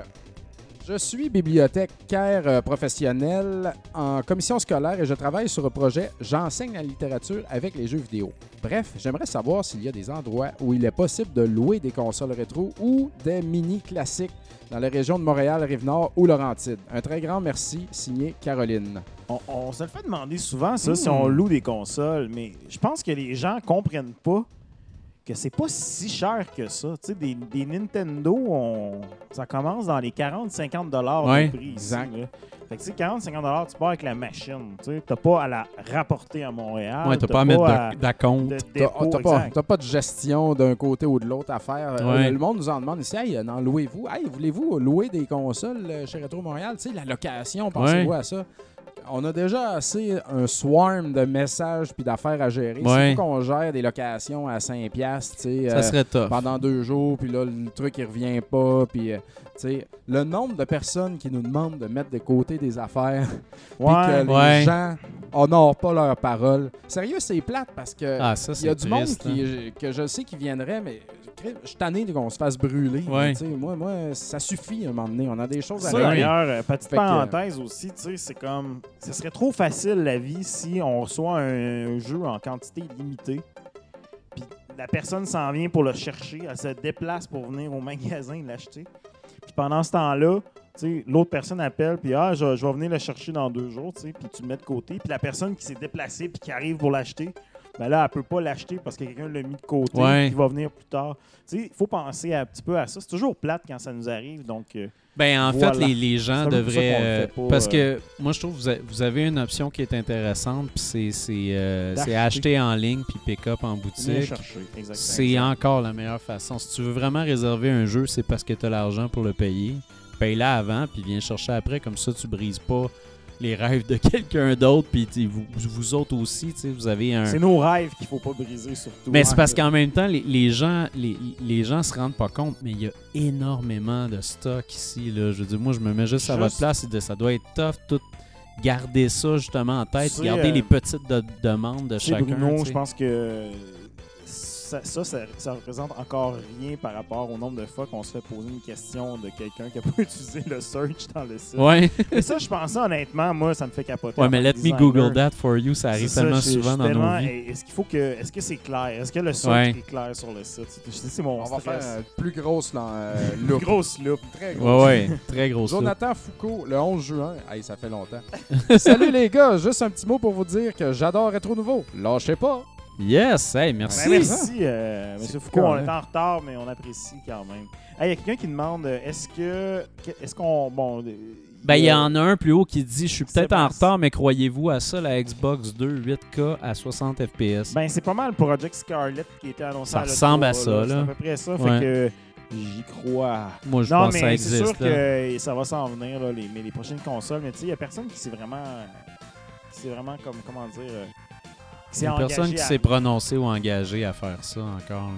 Je suis bibliothécaire professionnel en commission scolaire et je travaille sur un projet J'enseigne la littérature avec les jeux vidéo. Bref, j'aimerais savoir s'il y a des endroits où il est possible de louer des consoles rétro ou des mini classiques dans les régions de Montréal, Rive-Nord ou Laurentides. Un très grand merci, signé Caroline. On se le fait demander souvent, ça, si on loue des consoles, mais je pense que les gens comprennent pas que c'est pas si cher que ça. Tu sais, des Nintendo, ça commence dans les 40-50 $ Ouais, de prix. exact. Ici, là. Fait que, tu sais, 40-50 $, tu pars avec la machine. Tu sais, t'as pas à la rapporter à Montréal. Ouais, t'as pas à mettre d'acompte. de T'as dépôt, t'as pas de gestion d'un côté ou de l'autre à faire. Ouais. Le monde nous en demande ici: hey, en louez-vous? Hey, voulez-vous louer des consoles chez Rétro Montréal? Tu sais, la location, pensez-vous à ça? On a déjà assez un swarm de messages puis d'affaires à gérer. Ouais. S'il faut qu'on gère des locations à 5$, tu sais, Ça serait tough. pendant 2 jours, puis là, le truc, il revient pas, puis, tu sais, le nombre de personnes qui nous demandent de mettre de côté des affaires, puis que les Ouais. gens honorent pas leurs paroles. Sérieux, c'est plate parce que Ah, ça, il y a c'est du monde triste, hein. que je sais qui viendrait, mais je suis tanné qu'on se fasse brûler. Ouais. Tu sais, moi, ça suffit à un moment donné. On a des choses à Ça, régler. d'ailleurs, petite Fait que- parenthèse aussi, tu sais, c'est comme... Ce serait trop facile, la vie, si on reçoit un jeu en quantité limitée, puis la personne s'en vient pour le chercher, elle se déplace pour venir au magasin l'acheter. Puis pendant ce temps-là, tu sais, l'autre personne appelle, puis je vais venir le chercher dans 2 jours, tu sais, puis tu le mets de côté. Puis la personne qui s'est déplacée puis qui arrive pour l'acheter, ben là, elle peut pas l'acheter parce que quelqu'un l'a mis de côté, Ouais. qui va venir plus tard. Tu sais, il faut penser un petit peu à ça. C'est toujours plate quand ça nous arrive, donc... Ben, en Voilà. fait, les gens C'est un peu pour ça qu'on le devraient... fait pas, parce que moi, je trouve que vous avez une option qui est intéressante, puis c'est D'acheter. acheter en ligne puis pick-up en venir boutique. chercher, exactement. C'est encore la meilleure façon. Si tu veux vraiment réserver un jeu, c'est parce que tu as l'argent pour le payer. Paye-la avant, puis viens chercher après. Comme ça, tu brises pas les rêves de quelqu'un d'autre. Puis vous autres aussi, vous avez un... C'est nos rêves qu'il faut pas briser, surtout. Mais c'est parce qu'en même temps, les gens se rendent pas compte, mais il y a énormément de stock ici. Là. Je veux dire, moi, je me mets juste à votre place. Ça doit être tough, tout garder ça justement en tête, Tu sais, garder les petites demandes de Tu sais, chacun. Bruno, tu sais. je pense que ça représente encore rien par rapport au nombre de fois qu'on se fait poser une question de quelqu'un qui a pas utilisé le search dans le site. Ouais, Et ça, je pense ça, honnêtement, moi, ça me fait capoter. ouais en mais tant let que me designer. Google that for you. Ça C'est arrive ça, tellement je suis souvent dans nos tellement- vies. Est-ce que c'est clair? Est-ce que le search Ouais. est clair sur le site? C'est mon On va faire stress. une plus grosse Une loupe. grosse loupe. Très grosse. Ouais, très gros soupe. Jonathan Foucault, le 11 juin. Hey, ça fait longtemps. Salut les gars, juste un petit mot pour vous dire que j'adore Rétro Nouveau. Lâchez pas. Yes, hey, Ben, merci. merci, M. Foucault. On correct. est en retard, mais on apprécie quand même. Il y a quelqu'un qui demande est-ce qu'on. Bon, Ben, il y en a un plus haut qui dit: je suis peut-être en Sébastien. retard, mais croyez-vous à ça, la Xbox 2 8K à 60 FPS? Ben, c'est pas mal Project Scarlet qui était annoncé Ça à l'E3, ressemble à ça, C'est là. à peu près ça. Ouais. Fait que j'y crois. Moi, je Non, pense que ça mais c'est sûr existe. là. que ça va s'en venir, là, les prochaines consoles. Mais tu sais, il y a personne qui s'est vraiment. Comme, comment dire. Qui Il y a s'est personne engagé qui à- s'est prononcé ou engagé à faire ça encore.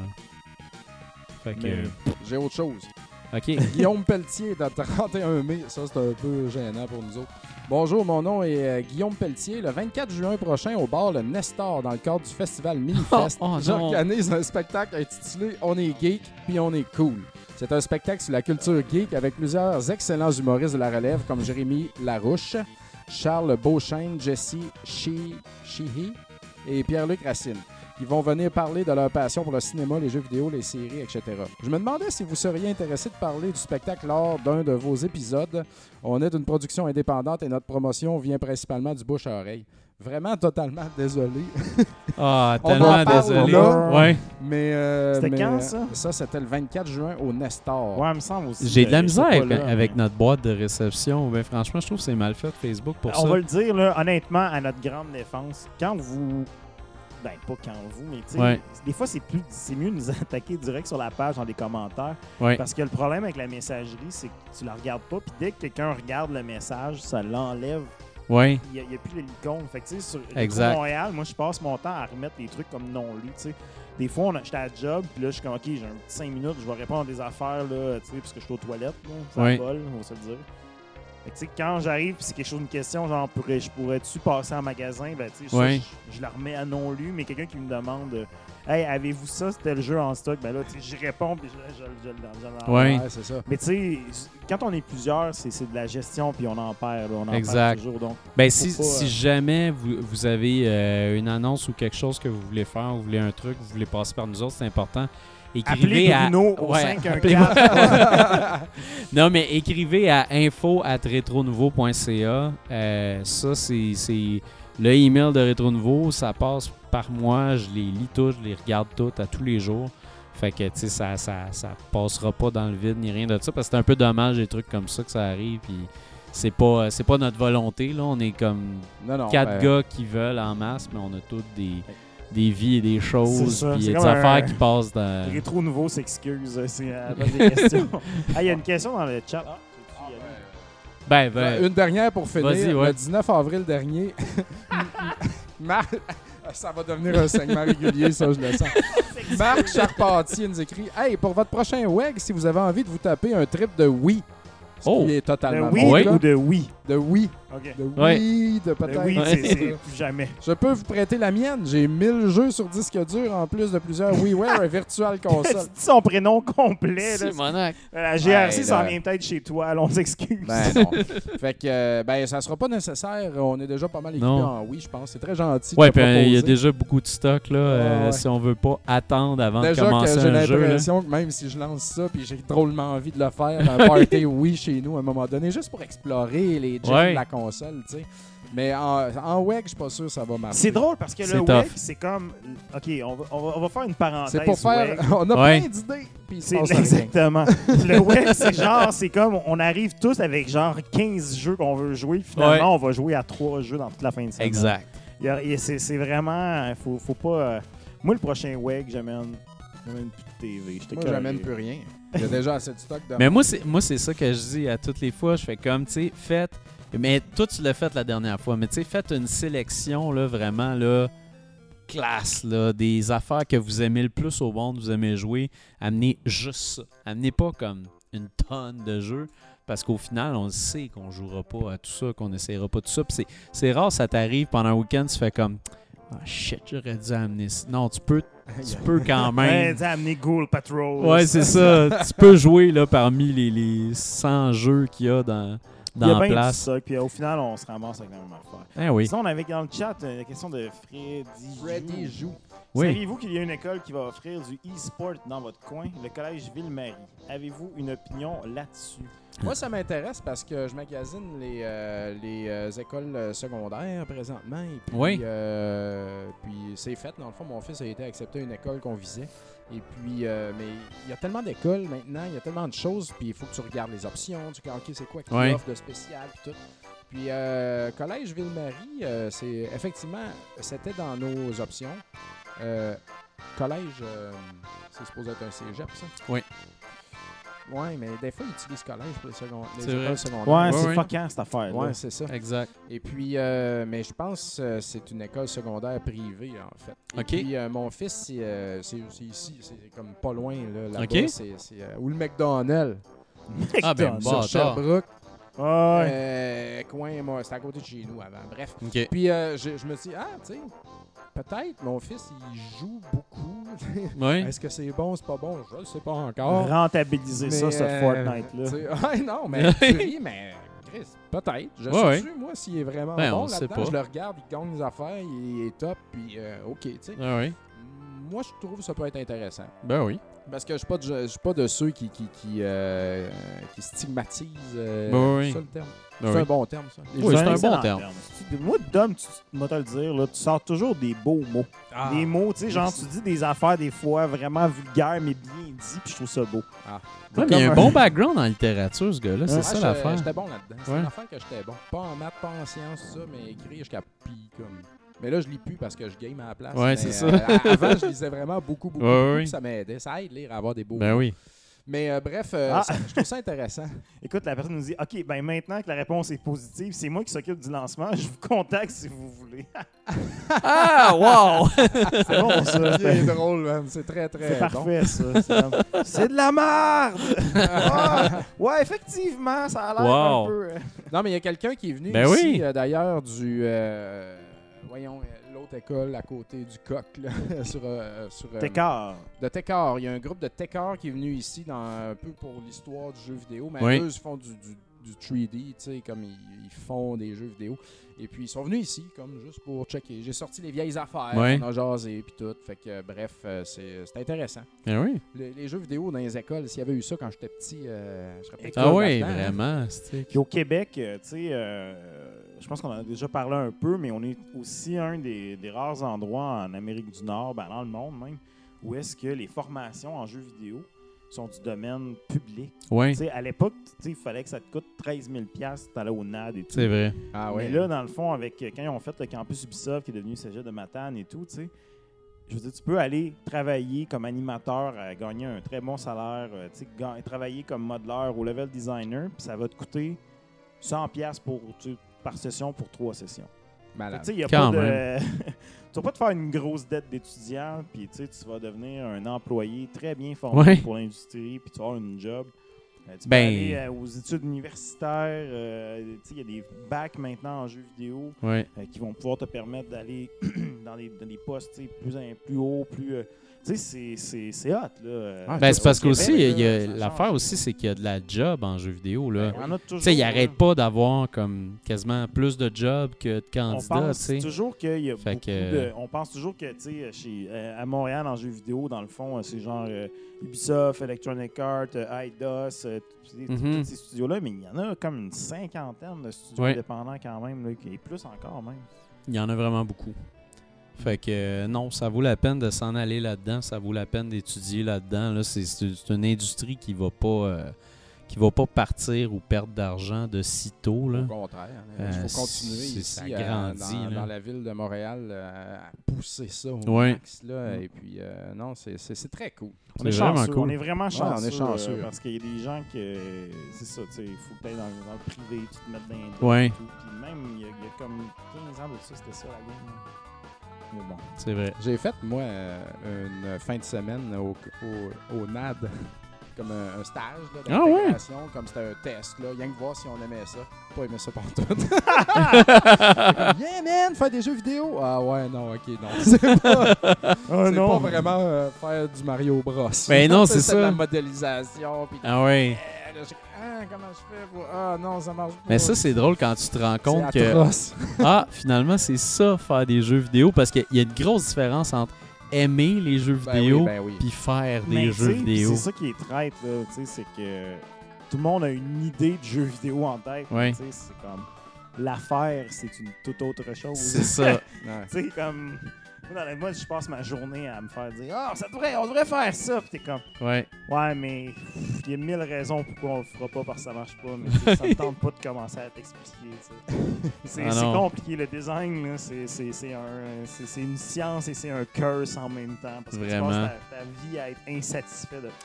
Là. Fait que. Mais- J'ai autre chose. Ok. Guillaume Pelletier, le 31 mai. Ça, c'est un peu gênant pour nous autres. Bonjour, mon nom est Guillaume Pelletier. Le 24 juin prochain, au bar Le Nestor, dans le cadre du festival Minifest, Oh, non. j'organise un spectacle intitulé On est geek puis on est cool. C'est un spectacle sur la culture geek avec plusieurs excellents humoristes de la relève comme Jérémy Larouche, Charles Beauchesne, Jesse Sheehy et Pierre-Luc Racine, qui vont venir parler de leur passion pour le cinéma, les jeux vidéo, les séries, etc. Je me demandais si vous seriez intéressé de parler du spectacle lors d'un de vos épisodes. On est une production indépendante et notre promotion vient principalement du bouche à oreille. Vraiment totalement désolé. Ah, On tellement en parle, désolé. là. Ouais. Mais quand, ça? Ça, c'était le 24 juin au Nestor. Ouais, il me semble aussi. J'ai de la misère c'est avec, pas là, avec mais- notre boîte de réception. Ben, franchement, je trouve que c'est mal fait Facebook pour On ça. va le dire, là, honnêtement, à notre grande défense, quand vous. Ben, pas quand vous, mais tu sais, Ouais. des fois, c'est mieux de nous attaquer direct sur la page dans les commentaires. Ouais. Parce que le problème avec la messagerie, c'est que tu la regardes pas, puis dès que quelqu'un regarde le message, ça l'enlève Oui. il n'y a plus l'icône. Fait que, tu sais, sur Exact. Rétro Montréal, moi, je passe mon temps à remettre des trucs comme non-lus, tu sais. Des fois, j'étais à la job, puis là, je suis comme, OK, j'ai un petit 5 minutes, je vais répondre à des affaires, là, tu sais, parce que je suis aux toilettes, là, ça Oui. vole, on va se le dire. Fait que, tu sais, quand j'arrive, puis c'est quelque chose, une question, genre, je pourrais-tu passer en magasin, ben, tu sais, ça, Oui. je la remets à non-lu, mais quelqu'un qui me demande, hey, avez-vous ça, c'était le jeu en stock, ben là, tu sais, j'y réponds, puis je Oui. Ouais, c'est ça. Mais tu sais, quand on est plusieurs, c'est de la gestion, puis on en perd, là, on en Exact. perd toujours, donc. Ben, Faut si, pas, si jamais vous avez une annonce ou quelque chose que vous voulez faire, vous voulez un truc, vous voulez passer par nous autres, c'est important. Appelez Bruno au Ouais, 514. Non, mais écrivez à info@retronouveau.ca. Ça, c'est le email de Rétro Nouveau. Ça passe par moi. Je les lis tous, je les regarde toutes à tous les jours. Fait que, tu sais, ça passera pas dans le vide ni rien de ça. Parce que c'est un peu dommage des trucs comme ça que ça arrive. Puis c'est pas notre volonté, là. On est comme Non, 4 gars qui veulent en masse, mais on a tous des vies et des C'est choses. ça, Puis c'est des comme affaires qui passent dans. Rétro Nouveau s'excuse, c'est à la base des questions. Ah, il y a une question dans le chat. Ah, tu veux-tu y aller? Ben, Une dernière pour finir. Vas-y, ouais. Le 19 avril dernier, ça va devenir un segment régulier, ça, je le sens. Marc Charpentier nous écrit « Hey, pour votre prochain WEG, si vous avez envie de vous taper un trip de Wii. » Ce Oh. qui est De totalement oui bon, Oui. là. ou de oui? De Wii. OK. De Ouais. Wii, de De peut-être... oui, c'est plus jamais. Je peux vous prêter la mienne. J'ai 1000 jeux sur disque dur en plus de plusieurs WiiWare et Virtual Tu Console. dis son prénom complet. Là. Simonac. La GRC Ben, s'en là. vient peut-être chez toi, là, on s'excuse. Ben non. Fait que, ben, ça sera pas nécessaire. On est déjà pas mal équipés Non. en Wii, je pense. C'est très gentil. Ouais, de puis te il y a proposer. déjà beaucoup de stock, là. Ouais. Si on veut pas attendre avant Déjà de commencer que j'ai un jeu. Là. l'impression que même si je lance ça, puis j'ai drôlement envie de le faire, un party Wii chez nous à un moment donné, juste pour explorer les gens Ouais. de la console, tu sais. Mais en WEG, je suis pas sûr que ça va marcher. C'est drôle parce que C'est le tough. WEG, c'est comme. OK, on va faire une parenthèse. C'est pour faire. WEG. On a Ouais. plein d'idées, puis il se C'est passe rien. exactement. Le WEG, c'est comme on arrive tous avec genre 15 jeux qu'on veut jouer. Finalement, Ouais. on va jouer à 3 jeux dans toute la fin de semaine. Exact. C'est vraiment. Faut pas. Moi, le prochain WEG, j'amène plus de TV. J'étais Moi, carré. j'amène plus rien. Il y a déjà assez de stock de. Mais moi, c'est ça que je dis à toutes les fois. Je fais comme, tu sais, faites. Mais toi, tu l'as fait la dernière fois. Mais tu sais, faites une sélection, là, vraiment, là, classe, là, des affaires que vous aimez le plus au monde, vous aimez jouer. Amenez juste ça. Amenez pas comme une tonne de jeux. Parce qu'au final, on sait qu'on jouera pas à tout ça, qu'on essaiera pas tout ça. Puis c'est rare, ça t'arrive pendant un week-end, tu fais comme, ah shit, j'aurais dû amener ça. Non, tu peux quand Ouais, même. t'as amené Ghoul Patrol. Ouais, c'est ça. Tu peux jouer là, parmi les 100 jeux qu'il y a dans Il y a la bien place. ça. Puis au final, on se ramasse avec la même affaire. Ah oui. Sinon, on avait dans le chat la question de Freddy joue. Oui. Saviez-vous qu'il y a une école qui va offrir du e-sport dans votre coin, le collège Ville-Marie? Avez-vous une opinion là-dessus? Moi, ça m'intéresse parce que je magasine les écoles secondaires présentement. Et puis, Oui. Puis c'est fait. Dans le fond, mon fils a été accepté à une école qu'on visait. Et puis, mais il y a tellement d'écoles maintenant, il y a tellement de choses. Puis il faut que tu regardes les options. Tu dis, OK, c'est quoi qui Oui. offre de spécial puis tout. Puis collège Ville-Marie, c'est effectivement, c'était dans nos options. Collège, c'est supposé être un cégep, ça? Oui. Ouais, mais des fois, ils utilisent collège pour les C'est écoles vrai. secondaires. Ouais, Ouais, c'est ouais. fuckant cette affaire. Ouais, c'est ça. Exact. Et puis, mais je pense que c'est une école secondaire privée, en fait. Et OK. puis, mon fils, c'est ici, c'est comme pas loin, là-bas. OK. C'est où le McDonald's, Ah ben, sur bâtard. Sherbrooke. Ouais. Coin, moi, c'était à côté de chez nous avant. Bref. OK. Puis, je me dis, tu sais, peut-être mon fils, il joue beaucoup. Oui. Est-ce que c'est bon, c'est pas bon? Je le sais pas encore. Rentabiliser ça, Mais, ce Fortnite-là. tu sais, ouais, non, mais tu ris, mais Chris, peut-être. Je Ouais, sais-tu, moi, s'il est vraiment Ben, on bon sait là-dedans. pas. Je le regarde, il gagne les affaires, il est top, puis OK, tu sais. Ah oui. Moi, je trouve que ça peut être intéressant. Ben oui. Parce que je suis pas de ceux qui stigmatisent. Ben oui. C'est ça le terme. Ben C'est oui. un bon terme, ça. Les Oui, gens- c'est un excellent bon terme. Moi, Dom, tu vas te le dire, là, tu sors toujours des beaux mots. Ah. Des mots, tu sais, genre, tu dis des affaires des fois vraiment vulgaires, mais bien dit, puis je trouve ça beau. Ouais, mais il y a un bon background en littérature, ce gars-là. C'est Ouais, ça l'affaire. J'étais bon là-dedans. C'est Ouais. une affaire que j'étais bon. Pas en maths, pas en sciences, ça, mais écrire, je capille comme. Mais là, je lis plus parce que je game à la place. Ouais, Mais, c'est ça. Avant, je lisais vraiment beaucoup, Ouais, ouais. puis ça m'aidait. Ça aide lire à avoir des beaux Ben mots. oui. Mais bref, je trouve ça intéressant. Écoute, la personne nous dit OK, ben maintenant que la réponse est positive, c'est moi qui s'occupe du lancement. Je vous contacte si vous voulez. Ah, wow! C'est bon, ça. C'est drôle, man. C'est très, très C'est bon. parfait, ça. C'est de la merde! Ouais, effectivement, ça a l'air Wow. un peu... Non, mais il y a quelqu'un qui est venu Ben ici, oui. D'ailleurs, du... voyons, l'autre école à côté du Coq, là, sur Técart. de Técart. Il y a un groupe de Técart qui est venu ici un peu pour l'histoire du jeu vidéo. Mais Oui. eux, ils font du 3D, tu sais, comme ils font des jeux vidéo. Et puis, ils sont venus ici, comme juste pour checker. J'ai sorti les vieilles affaires, Oui. on a jasé, puis tout. Fait que, bref, c'est intéressant. Ben oui. Les jeux vidéo dans les écoles, s'il y avait eu ça quand j'étais petit, je serais peut-être Ah là oui, là-dedans, hein. vraiment. c'est- Puis au Québec, tu sais, je pense qu'on en a déjà parlé un peu, mais on est aussi un des rares endroits en Amérique du Nord, ben dans le monde même, où est-ce que les formations en jeux vidéo sont du domaine public. Oui, Tu sais, à l'époque, tu sais, il fallait que ça te coûte 13 000 $, t'allais au NAD et tout. c'est vrai. Ah ouais. Mais là, dans le fond, avec quand ils ont fait le campus Ubisoft, qui est devenu Cégep de Matane et tout, tu sais, je veux dire, tu peux aller travailler comme animateur, gagner un très bon salaire, tu sais, travailler comme modeleur ou level designer, puis ça va te coûter 100 $ par session pour 3 sessions. Malade. Tu sais, il y a Quand pas de... tu vas pas te faire une grosse dette d'étudiant, puis tu sais, tu vas devenir un employé très bien formé Ouais. pour l'industrie, puis tu vas avoir une job. Tu peux Ben- aller aux études universitaires. Tu sais, il y a des bacs maintenant en jeux vidéo Oui. qui vont pouvoir te permettre d'aller dans des postes tu sais, plus hauts, plus... tu sais, c'est hot, là. Ah, Ben, c'est parce Au Québec, qu'aussi, il y a- là, ça l'affaire change. aussi, c'est qu'il y a de la job en jeu vidéo. Là. Il y en a toujours. Tu sais, ils là. n'arrêtent pas d'avoir comme quasiment plus de jobs que de On candidats. tu pense sais. toujours qu'il y a Fait beaucoup que- de... On pense toujours que, tu sais, à Montréal, en jeux vidéo, dans le fond, c'est genre Ubisoft, Electronic Arts, Eidos, Mhm. tous ces studios-là, mais il y en a comme une 50aine de studios Ouais. indépendants quand même, là, et plus encore même. Il y en a vraiment beaucoup. Fait que non, ça vaut la peine de s'en aller là-dedans, ça vaut la peine d'étudier là-dedans. Là, c'est une industrie qui va pas partir ou perdre d'argent de sitôt. Là. Au contraire. Il faut continuer c'est- ici ça grandit, là. dans la ville de Montréal à pousser ça au Ouais. max. Là, et puis, non, c'est très cool. On est C'est vraiment chanceux, cool. on est vraiment chanceux. on est chanceux. Parce qu'il y a des gens que... C'est ça, tu sais, il faut que tu ailles dans le privé, tu te mettes dans les Ouais. et tout. Puis même, il y a comme 15 ans de ça, c'était ça la game. là. Mais bon. C'est vrai. J'ai fait, moi, une fin de semaine au NAD, comme un stage là, Ah ouais? d'intégration, comme c'était un test, là, rien que voir si on aimait ça. Pas aimé ça partout. Yeah, man, faire des jeux vidéo. Ah ouais, non, ok, non. C'est pas, c'est pas vraiment faire du Mario Bros. Ben non, c'est de la ça. modélisation. Puis Ah ouais. comment je fais pour... Ah non, ça marche pas. Mais ça, c'est drôle quand tu te rends compte c'est que atroce. ah, finalement, c'est ça, faire des jeux vidéo, parce qu'il y a une grosse différence entre aimer les jeux vidéo Ben oui. puis faire Mais des tu jeux sais, vidéo. c'est ça qui est traite, là, tu sais, c'est que tout le monde a une idée de jeu vidéo en tête. Ouais. Tu sais, c'est comme l'affaire, c'est une toute autre chose. C'est ça. Ouais. Tu sais, comme moi, je passe ma journée à me faire dire on devrait faire ça. Puis t'es comme Ouais. ouais, mais il y a 1000 raisons pourquoi on le fera pas parce que ça marche pas. Mais tu sais, ça me tente pas de commencer à t'expliquer. Tu sais. Ah C'est non. compliqué le design, là. C'est une science et c'est un curse en même temps parce que Vraiment. tu passes ta vie à être insatisfait de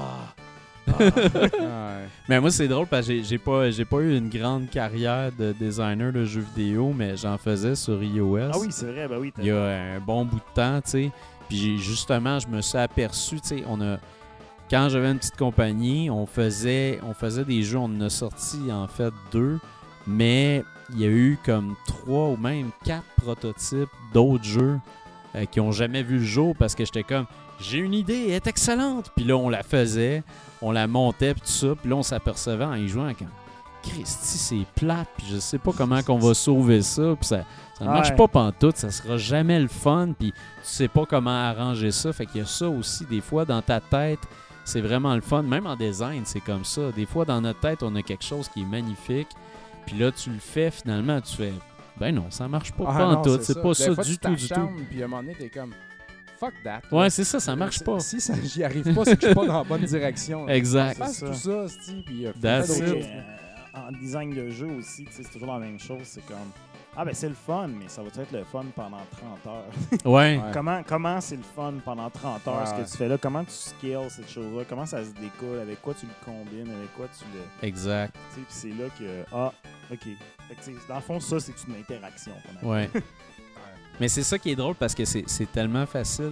Ouais. Mais moi, c'est drôle parce que j'ai pas eu une grande carrière de designer de jeux vidéo, mais j'en faisais sur iOS. ah oui, c'est vrai, ben oui. Il y a un bon bout de temps, tu sais. Puis justement, je me suis aperçu, tu sais, quand j'avais une petite compagnie, on faisait des jeux, on en a sorti en fait 2, mais il y a eu comme 3 ou même 4 prototypes d'autres jeux qui ont jamais vu le jour parce que j'étais comme, j'ai une idée, elle est excellente. Puis là, on la faisait, on la montait, puis tout ça, puis là, on s'apercevait en y jouant comme, Christy, c'est plate, puis je sais pas comment qu'on va sauver ça, puis ça marche Ouais. pas pantoute, ça sera jamais le fun, puis tu sais pas comment arranger ça. Fait qu'il y a ça aussi, des fois, dans ta tête, c'est vraiment le fun. Même en design, c'est comme ça. Des fois, dans notre tête, on a quelque chose qui est magnifique, puis là, tu le fais, finalement, tu fais, ben non, ça marche pas Ah non, pantoute, c'est pas Des ça fois, du tu tout, du tout. t'acharnes, Puis à un moment donné, t'es comme, fuck that. Ouais, c'est ça, ça marche pas. Si j'y arrive pas, c'est que je suis pas dans la bonne direction. Exact. Passe C'est tout ça, c'ti, puis That's fais d'autres it. choses. En design de jeu aussi, tu sais, c'est toujours la même chose. C'est comme Ah, ben c'est le fun, mais ça va être le fun pendant 30 heures. Ouais. Comment c'est le fun pendant 30 heures, ce Ouais. que tu fais là? Comment tu scales cette chose-là? Comment ça se découle? Avec quoi tu le combines? Avec quoi tu le... Exact. Tu sais, puis c'est là que... Ah, OK. Fait que, tu sais, dans le fond, ça, c'est une interaction. qu'on a. Ouais. Mais c'est ça qui est drôle parce que c'est tellement facile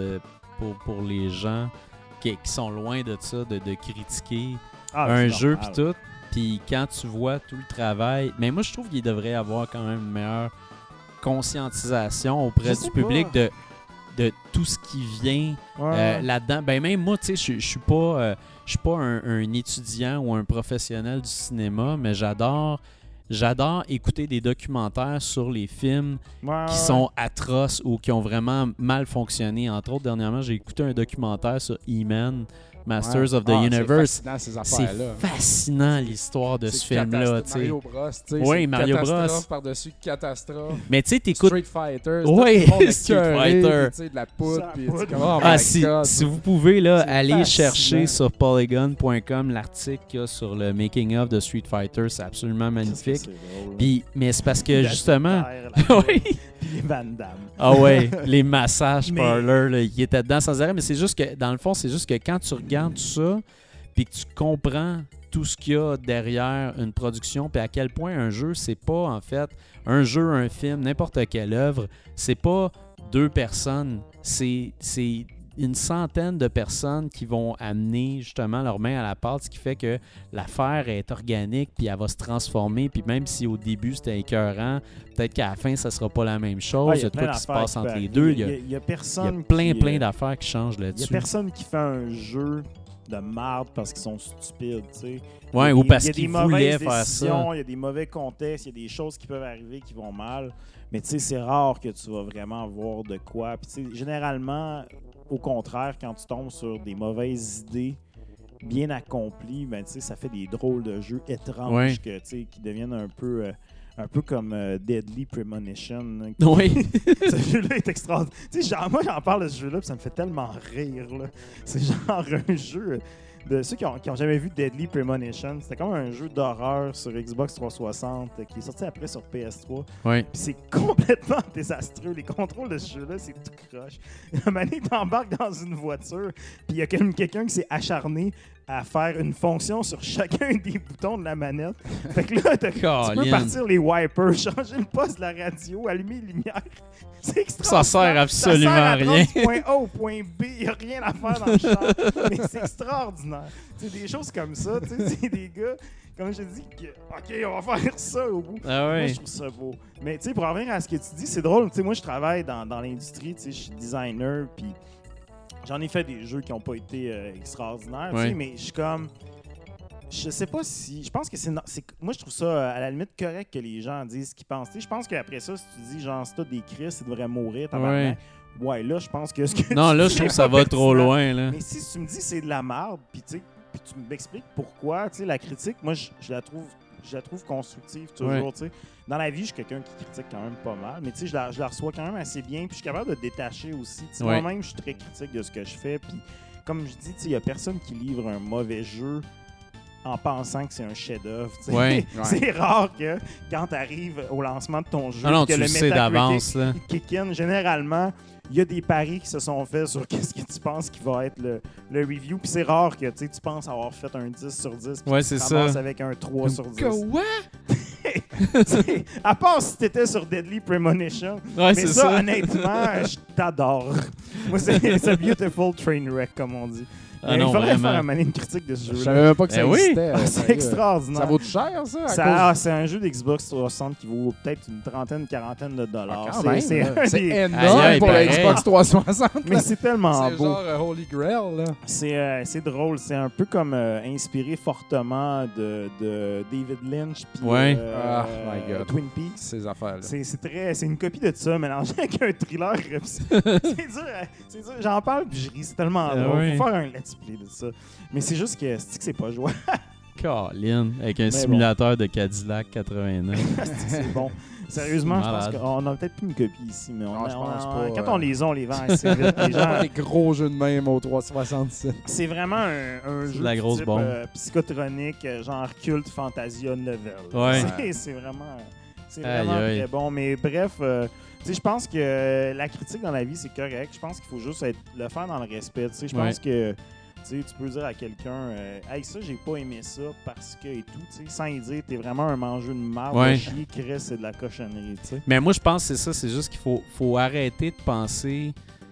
pour les gens qui sont loin de ça, de critiquer Ah, un c'est jeu normal. puis tout. Puis quand tu vois tout le travail, mais moi je trouve qu'il devrait y avoir quand même une meilleure conscientisation auprès Je du sais public pas. de tout ce qui vient Ouais. là-dedans. Ben même moi, tu sais, je suis pas un étudiant ou un professionnel du cinéma, mais j'adore écouter des documentaires sur les films Ouais, qui ouais. sont atroces ou qui ont vraiment mal fonctionné. Entre autres, dernièrement, j'ai écouté un documentaire sur He-Man, Masters of the Universe. C'est fascinant, ces C'est affaires-là. fascinant l'histoire de C'est ce film-là. tu sais. Mario Bros, tu sais. Oui, c'est Mario Bros. catastrophe par-dessus catastrophe. Mais tu sais, t'écoutes. Street Fighter. Ouais, tout le monde est Street écœuré, Fighter. puis, tu sais, de la poudre. Ça, Puis, poudre. tu sais, oh Ah, my si God. vous pouvez là, C'est aller fascinant. chercher sur polygon.com l'article qu'il y a sur le making-of de Street Fighter, c'est absolument magnifique. C'est drôle. Puis, mais c'est parce que La justement. terre, la Oui. Puis les Van Damme. Ah ouais, les massages Mais- parlor là, qui étaient dedans sans arrêt. Mais c'est juste que, dans le fond, c'est juste que quand tu regardes tout ça, puis que tu comprends tout ce qu'il y a derrière une production, puis à quel point un jeu, c'est pas en fait un jeu, un film, n'importe quelle œuvre, c'est pas 2 personnes, c'est une centaine de personnes qui vont amener justement leurs mains à la pâte, ce qui fait que l'affaire est organique, puis elle va se transformer, puis même si au début c'était écœurant, peut-être qu'à la fin ça sera pas la même chose, Ah, il y a de plein quoi qui se d'affaires passe qui entre peuvent les arriver. deux, Il y a il y a personne plein qui, d'affaires qui changent Il y a là-dessus. personne qui fait un jeu de marde parce qu'ils sont stupides, tu sais. Ouais, Il y a ou des- parce il y a qu'ils des mauvaises voulaient faire ça. décisions, il y a des mauvais contextes, il y a des choses qui peuvent arriver qui vont mal. Mais tu sais, c'est rare que tu vas vraiment voir de quoi. Puis tu sais, généralement, au contraire, quand tu tombes sur des mauvaises idées bien accomplies, ben tu sais, ça fait des drôles de jeux étranges Ouais. que, tu sais, qui deviennent un peu comme Deadly Premonition. Là, Oui. ce jeu-là est extraordinaire. Tu sais, moi, j'en parle de ce jeu-là, puis ça me fait tellement rire. Là. C'est genre un jeu de ceux qui ont jamais vu Deadly Premonition. C'était comme un jeu d'horreur sur Xbox 360 qui est sorti après sur PS3. Ouais. Puis c'est complètement désastreux. Les contrôles de ce jeu-là, c'est tout croche. Un moment donné, t'embarques dans une voiture, puis il y a quelqu'un qui s'est acharné à faire une fonction sur chacun des boutons de la manette. Fait que là, tu peux Colin. partir les wipers, changer le poste de la radio, allumer les lumières. C'est Ça extraordinaire. sert absolument Ça sert à à rien. rendre du point A au point B. Il n'y a rien à faire dans le champ. Mais c'est extraordinaire. C'est des choses comme ça. Tu sais, c'est des gars, comme je te dis, que, OK, on va faire ça au bout. Ah Moi, ouais. je trouve ça beau. Mais tu sais, pour en revenir à ce que tu dis, c'est drôle. Tu sais, moi, je travaille dans l'industrie. Tu sais, je suis designer. Puis j'en ai fait des jeux qui n'ont pas été extraordinaires. Tu sais, Ouais. mais je suis comme... Je sais pas si... Je pense que moi, je trouve ça, à la limite, correct que les gens disent ce qu'ils pensent. Tu sais, je pense qu'après ça, si tu dis, genre, si t'as des crises, tu devrais mourir. tabarnak. Ouais, là, je pense que ce que Non, tu là, dis je trouve est que ça pas va trop pertinent. loin, là. Mais si tu me dis c'est de la merde, puis tu m'expliques pourquoi, tu sais, la critique, moi, je la trouve constructive toujours, Ouais. tu sais. Dans la vie, je suis quelqu'un qui critique quand même pas mal, mais tu sais, je la reçois quand même assez bien, puis je suis capable de détacher aussi. Tu sais, Ouais. moi-même, je suis très critique de ce que je fais, puis comme je dis, tu sais, il y a personne qui livre un mauvais jeu en pensant que c'est un chef-d'œuvre. tu sais. Ouais. C'est rare que quand tu arrives au lancement de ton jeu, Ah non, que tu le sais Metacritic d'avance, là. kick in, généralement, il y a des paris qui se sont faits sur qu'est-ce que tu penses qui va être le review. Puis c'est rare que tu penses avoir fait un 10 sur 10. puis Ouais, tu c'est te ramasses ça. avec un 3 sur 10. Quoi? T'sais, à part si t'étais sur Deadly Premonition. Ouais, Mais c'est ça, ça. honnêtement, je t'adore. Moi, c'est un beautiful train wreck, comme on dit. Ah Mais non, il faudrait vraiment. faire un moment une critique de ce Je jeu-là. savais même pas que ça Eh oui. existait. Ah, c'est sérieux. extraordinaire. Ça vaut cher, ça? à cause- C'est un jeu d'Xbox 360 qui vaut peut-être une trentaine, quarantaine de dollars. Ah, quand même, c'est là. un C'est des- énorme Aïe, aïe, pour la pareil. Xbox 360. Mais là. c'est tellement C'est beau. genre Holy Grail, là. C'est drôle. C'est un peu comme inspiré fortement de David Lynch puis Ouais. Ah, my God. Twin Peaks. Ces affaires-là. C'est une copie de ça mélangée avec un thriller. c'est dur. J'en parle puis je ris. C'est tellement drôle. ouais. Faut faire un let's play de ça. Mais c'est juste que c'est pas jouable. Colin, avec un Mais simulateur de Cadillac 89. C'est bon. Sérieusement, je pense Malade. qu'on a peut-être plus une copie ici, mais Non, je pense pas, quand on les a, on les vend assez vite. Les gens, Pas des gros jeux de même au 360. c'est vraiment un jeu de la du grosse type, bombe. psychotronique, genre culte fantasia novel. Ouais. C'est vraiment... C'est Aïe, vraiment aïe. très bon. Mais bref, tu sais, je pense que la critique dans la vie, c'est correct. Je pense qu'il faut juste le faire dans le respect. Tu sais, je pense que tu sais, tu peux dire à quelqu'un hey, ça, j'ai pas aimé ça parce que et tout, tu sais, sans y dire, t'es vraiment un mangeux de marde, Ouais. de chier, qui reste, c'est de la cochonnerie, tu sais. Mais moi, je pense que c'est ça. C'est juste qu'il faut arrêter de penser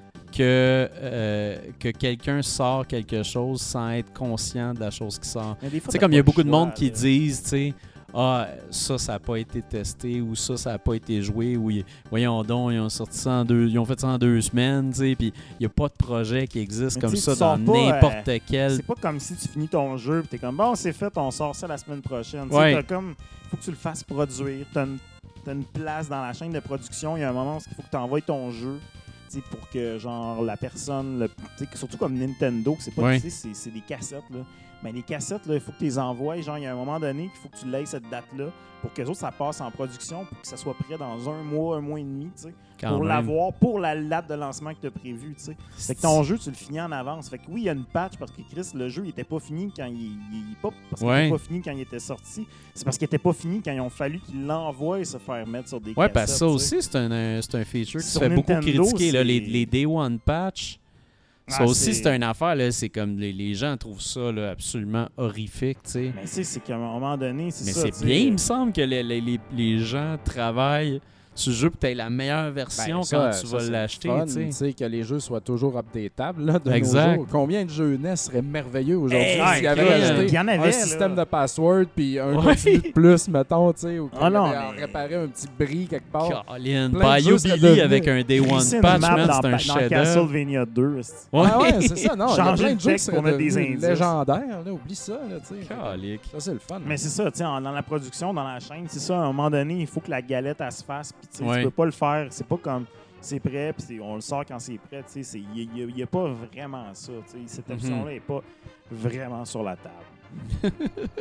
que quelqu'un sort quelque chose sans être conscient de la chose qui sort. Mais des fois, Tu sais, t'as comme il y a pas le beaucoup de monde choix, qui là. disent, tu sais, ah, ça n'a pas été testé, ou ça n'a pas été joué, ou voyons donc, ils ont sorti ça ils ont fait ça en 2 semaines, tu sais, puis il n'y a pas de projet qui existe Mais comme tu sais, ça tu dans sors pas, n'importe quel. C'est pas comme si tu finis ton jeu et t'es comme bon, c'est fait, on sort ça la semaine prochaine. Tu sais, Ouais. t'as comme, faut que tu le fasses produire. T'as une place dans la chaîne de production. Il y a un moment où il faut que tu envoies ton jeu. Tu sais, pour que genre la personne, tu sais, surtout comme Nintendo, que c'est pas Ouais. tu sais, c'est des cassettes là. Mais les cassettes là, il faut que tu les envoies. Genre il y a un moment donné qu'il faut que tu laisses cette date là pour que les autres ça passe en production pour que ça soit prêt dans un mois et demi, tu sais. Quand Pour même. l'avoir, pour la date de lancement que tu as prévue, tu sais. Fait que ton jeu, tu le finis en avance. Fait que oui, il y a une patch parce que Chris, le jeu, il était pas fini quand pas parce qu'il Ouais. était pas fini quand il était sorti. C'est parce qu'il était pas fini quand ils ont fallu qu'ils l'envoient et se faire mettre sur des Ouais, cassettes. parce que ça tu sais. aussi, c'est un feature qui se Sur fait beaucoup Nintendo, critiquer, là, c'est- les Day One patch. Ça Ah, aussi, c'est une affaire, là, c'est comme les gens trouvent ça là, absolument horrifique, tu sais. Mais tu sais, c'est qu'à un moment donné, c'est Mais ça. c'est tu sais. bien, il me semble que les gens travaillent sur le jeu pour que tu aies la meilleure version Ben, ça, quand tu ça, vas c'est l'acheter, fun, tu sais. tu sais, que les jeux soient toujours updatables là, de Exact. nos jours. Combien de jeux NES seraient merveilleux aujourd'hui Hey, s'il y avait Chris, rajouté il y en avait, un là. système de password puis un Ouais. continu de plus, mettons, tu sais, ou Ah non, qu'on mais- réparait un petit bris quelque part. Colin, Plein de Bayou jeux seraient Billy devenus- avec un Day One Crisser une patch, map man, dans, c'est un dans chef-d'œuvre. Castlevania 2. c'est- Ah ouais, c'est ça, non. Il y a Changer plein le de jeux qui texte pour seraient mettre des devenus indices. légendaires, là, oublie ça, là, tu sais. Calique. Ça, c'est le fun. Mais c'est ça, tu sais, dans la production, dans la chaîne, c'est ça, à un moment donné, il faut que la galette, elle se fasse, puis tu sais, Ouais. tu peux pas le faire, c'est pas comme c'est prêt, puis on le sort quand c'est prêt, tu sais, il y a pas vraiment ça, tu sais, cette option-là est pas vraiment sur la table.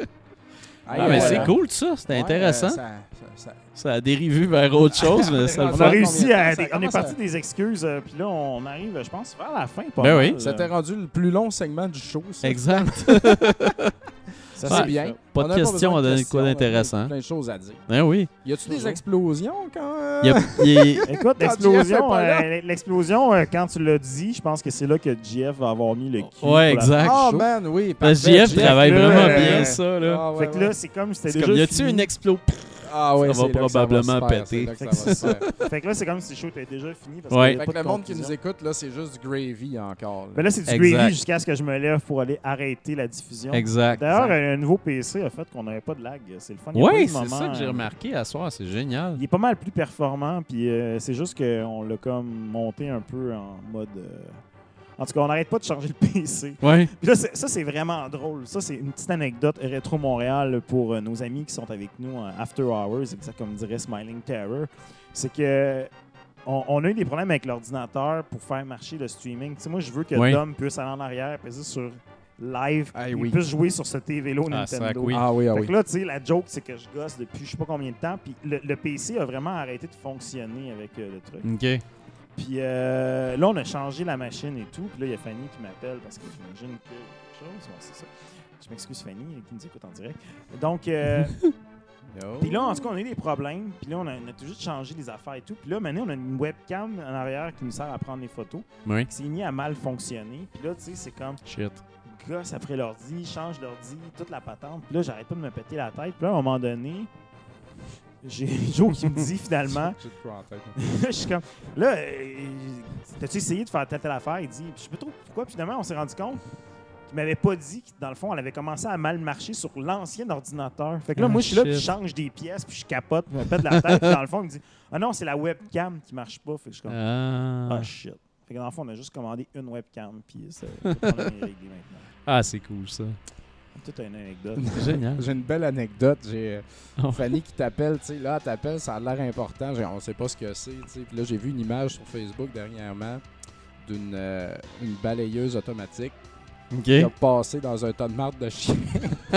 Ah, mais c'est cool, ça, c'était intéressant. Ça- Ça a dérivé vers autre chose, mais ça le On fait. a réussi combien de à... temps? Ça on est commence parti à- des excuses, puis là, on arrive, je pense, vers la fin, pas Ben mal, oui. là. C'était rendu le plus long segment du show, ça. Exact. Ça, Ouais. c'est bien. Pas On de a questions, besoin on a donné de questions, quoi on a d'intéressant. Plein de choses à dire. Ben oui. Y a-tu des Toujours. explosions quand... Écoute, Quand JF est pas là. l'explosion, quand tu l'as dit, je pense que c'est là que JF va avoir mis le cul. pour Ouais, la exact. Ah, show. man, oui. Parce que parfait. JF travaille là, vraiment euh, bien, ça, là. Ah, ouais, Fait que ouais. là, c'est comme si c'était C'est déjà comme, y a-tu fini. une explo... Ah ouais, Ça va c'est là que probablement se faire, péter. c'est là que Fait ça que va se faire. Fait que là, c'est comme si le show était déjà fini. Parce Ouais. qu'il y Fait avait que pas le de monde qui conclusion. nous écoute, là, c'est juste du gravy encore. là. Mais là, c'est du Exact. gravy jusqu'à ce que je me lève pour aller arrêter la diffusion. Exact. D'ailleurs, un nouveau PC a fait qu'on n'avait pas de lag. C'est le fun. Il y a pas eu Oui, de c'est moment, ça que j'ai remarqué à soir, c'est génial. Il est pas mal plus performant, puis c'est juste qu'on l'a comme monté un peu en mode... En tout cas, on n'arrête pas de changer le PC. Ouais. Puis là, ça, c'est vraiment drôle. Ça, c'est une petite anecdote Rétro Montréal pour nos amis qui sont avec nous en After Hours, exact comme dirait Smiling Terror. C'est que on a eu des problèmes avec l'ordinateur pour faire marcher le streaming. Tu sais, moi, je veux que Oui. Dom puisse aller en arrière, peser sur live, Ah, il oui. puisse jouer sur ce TV-là Ah, sac, Nintendo. oui. Ah oui, ah Fait oui. que là, tu sais, la joke, c'est que je gosse depuis je sais pas combien de temps, puis le PC a vraiment arrêté de fonctionner avec le truc. OK. Puis là, on a changé la machine et tout. Puis là, il y a Fanny qui m'appelle parce que j'imagine que quelque chose. Ouais, c'est ça. Je m'excuse, Fanny, qui nous écoute en direct. Donc, puis là, en tout cas, on a eu des problèmes. Puis là, on a tout juste changé les affaires et tout. Puis là, maintenant, on a une webcam en arrière qui nous sert à prendre les photos. Oui. Qui s'est mis à mal fonctionner. Puis là, tu sais, c'est comme Shit. gosse après l'ordi, change l'ordi, toute la patente. Puis là, j'arrête pas de me péter la tête. Puis là, à un moment donné, j'ai Joe qui me dit finalement. J'ai de quoi en tête. Je suis comme, là, t'as-tu essayé de faire telle affaire? Il dit, je sais pas trop pourquoi. Puis finalement, on s'est rendu compte qu'il m'avait pas dit que, dans le fond, elle avait commencé à mal marcher sur l'ancien ordinateur. Fait que là, Ah, moi, je suis là, puis je shit. change des pièces, puis je capote, puis je me pète la tête. Puis dans le fond, il me dit, ah non, c'est la webcam qui marche pas. Fait que je suis comme, Ah, ah shit. Fait que dans le fond, on a juste commandé une webcam, puis c'est le problème est réglé maintenant. ah c'est cool, ça. Toute une anecdote. Génial. J'ai une belle anecdote. J'ai Oh. Fanny qui t'appelle. Tu sais, là, elle t'appelle, ça a l'air important. On sait pas ce que c'est. Tu sais. Puis là, j'ai vu une image sur Facebook dernièrement d'une une balayeuse automatique OK. qui a passé dans un tas de marde de chien. qui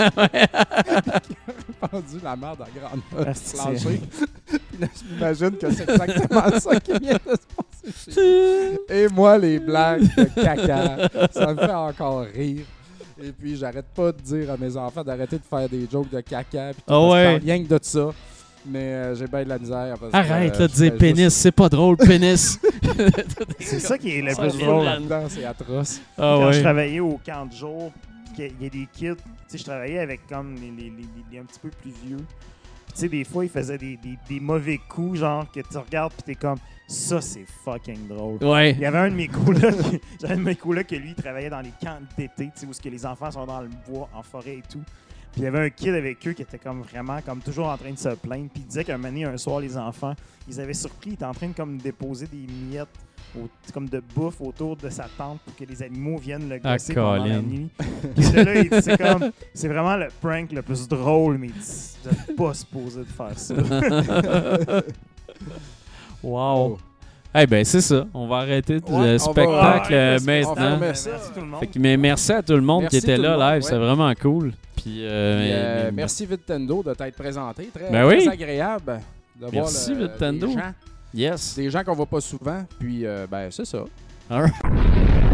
a répandu la marde à grande Ah, masse c'est- plancher. Puis là, je m'imagine que c'est exactement ça qui vient de se passer chez nous. Et moi, les blagues de caca, ça me fait encore rire. Et puis, j'arrête pas de dire à mes enfants d'arrêter de faire des jokes de caca. Puis tout, Ah parce que je ouais. parle rien que de ça. Mais j'ai bien de la misère. Parce Arrête que, là, de je dire fais pénis, juste- c'est pas drôle, pénis. C'est ça qui est le Ça plus vient drôle. Là-dedans, c'est atroce. Ah Quand je ouais. travaillais au camp de jour, il y a des kids, tu sais, je travaillais avec comme les un petit peu plus vieux. Puis tu sais, des fois, ils faisaient des mauvais coups, genre, que tu regardes puis t'es comme, ça, c'est fucking drôle. Ouais. Il y avait un de mes colocs, j'avais un de mes colocs que lui, il travaillait dans les camps d'été, tu sais, où ce que les enfants sont dans le bois, en forêt et tout. Puis il y avait un kid avec eux qui était comme vraiment, comme toujours en train de se plaindre. Puis il disait qu'un moment donné, un soir, les enfants, ils avaient surpris, ils étaient en train de comme déposer des miettes comme de bouffe autour de sa tente pour que les animaux viennent le gosser pendant la Colin. nuit. Puis là, il dit, c'est vraiment le prank le plus drôle, mais il dit, vous n'êtes pas supposé de faire ça. Wow. Eh ben c'est ça. On va arrêter Ouais, on le va- spectacle Ouais, on maintenant. ferme Merci ça. tout le monde. Fait que, mais merci à tout le monde Merci qui était tout le là monde, live. ouais. C'est vraiment cool. Puis, Puis, mais- merci Nintendo de t'être présenté. Très, Ben oui. très agréable de Merci, voir Nintendo. des gens, Yes. des gens qu'on voit pas souvent. Puis, ben, c'est ça. All right.